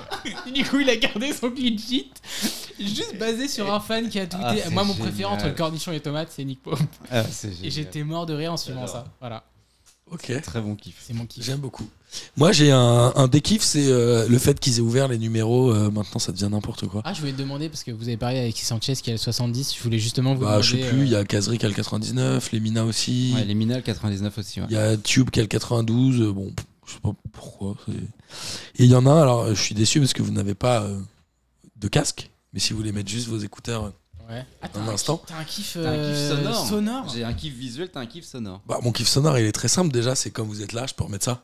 Du coup, il a gardé son clean sheet. Juste basé sur un fan qui a tweeté. Ah, c'est Moi, mon génial. préféré entre le cornichon et les tomates, c'est Nick Pope. Ah, c'est Et génial. j'étais mort de rire en suivant J'adore. ça. Voilà, Ok. Très bon kiff. c'est mon kiff. J'aime beaucoup. Moi, j'ai un, un dékiff, c'est euh, le fait qu'ils aient ouvert les numéros. euh, maintenant, ça devient n'importe quoi. Ah, je voulais te demander, parce que vous avez parlé avec Sanchez qui a le soixante-dix. Je voulais justement vous Bah, demander. je sais plus, il y euh, a Kazri qui a le quatre-vingt-dix-neuf, les Mina aussi. Ouais, les Minal quatre-vingt-dix-neuf aussi. Ouais. Il y a Tube qui a le quatre-vingt-douze. euh, Bon, je sais pas pourquoi. c'est- Et il y en a un, alors je suis déçu parce que vous n'avez pas euh, de casque. Mais si vous voulez mettre juste vos écouteurs. euh, Ouais. Ah, t'as Un un instant. kiff- T'as un kiff, T'as un kiff euh, sonore. sonore. J'ai un kiff visuel, t'as un kiff sonore. Bah, mon kiff sonore, il est très simple déjà. C'est comme vous êtes là, je peux remettre ça.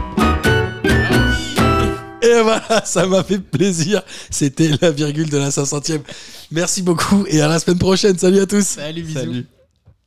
Et voilà, ça m'a fait plaisir. C'était la virgule de la cinq centième. Merci beaucoup et à la semaine prochaine. Salut à tous. Salut, bisous. Salut.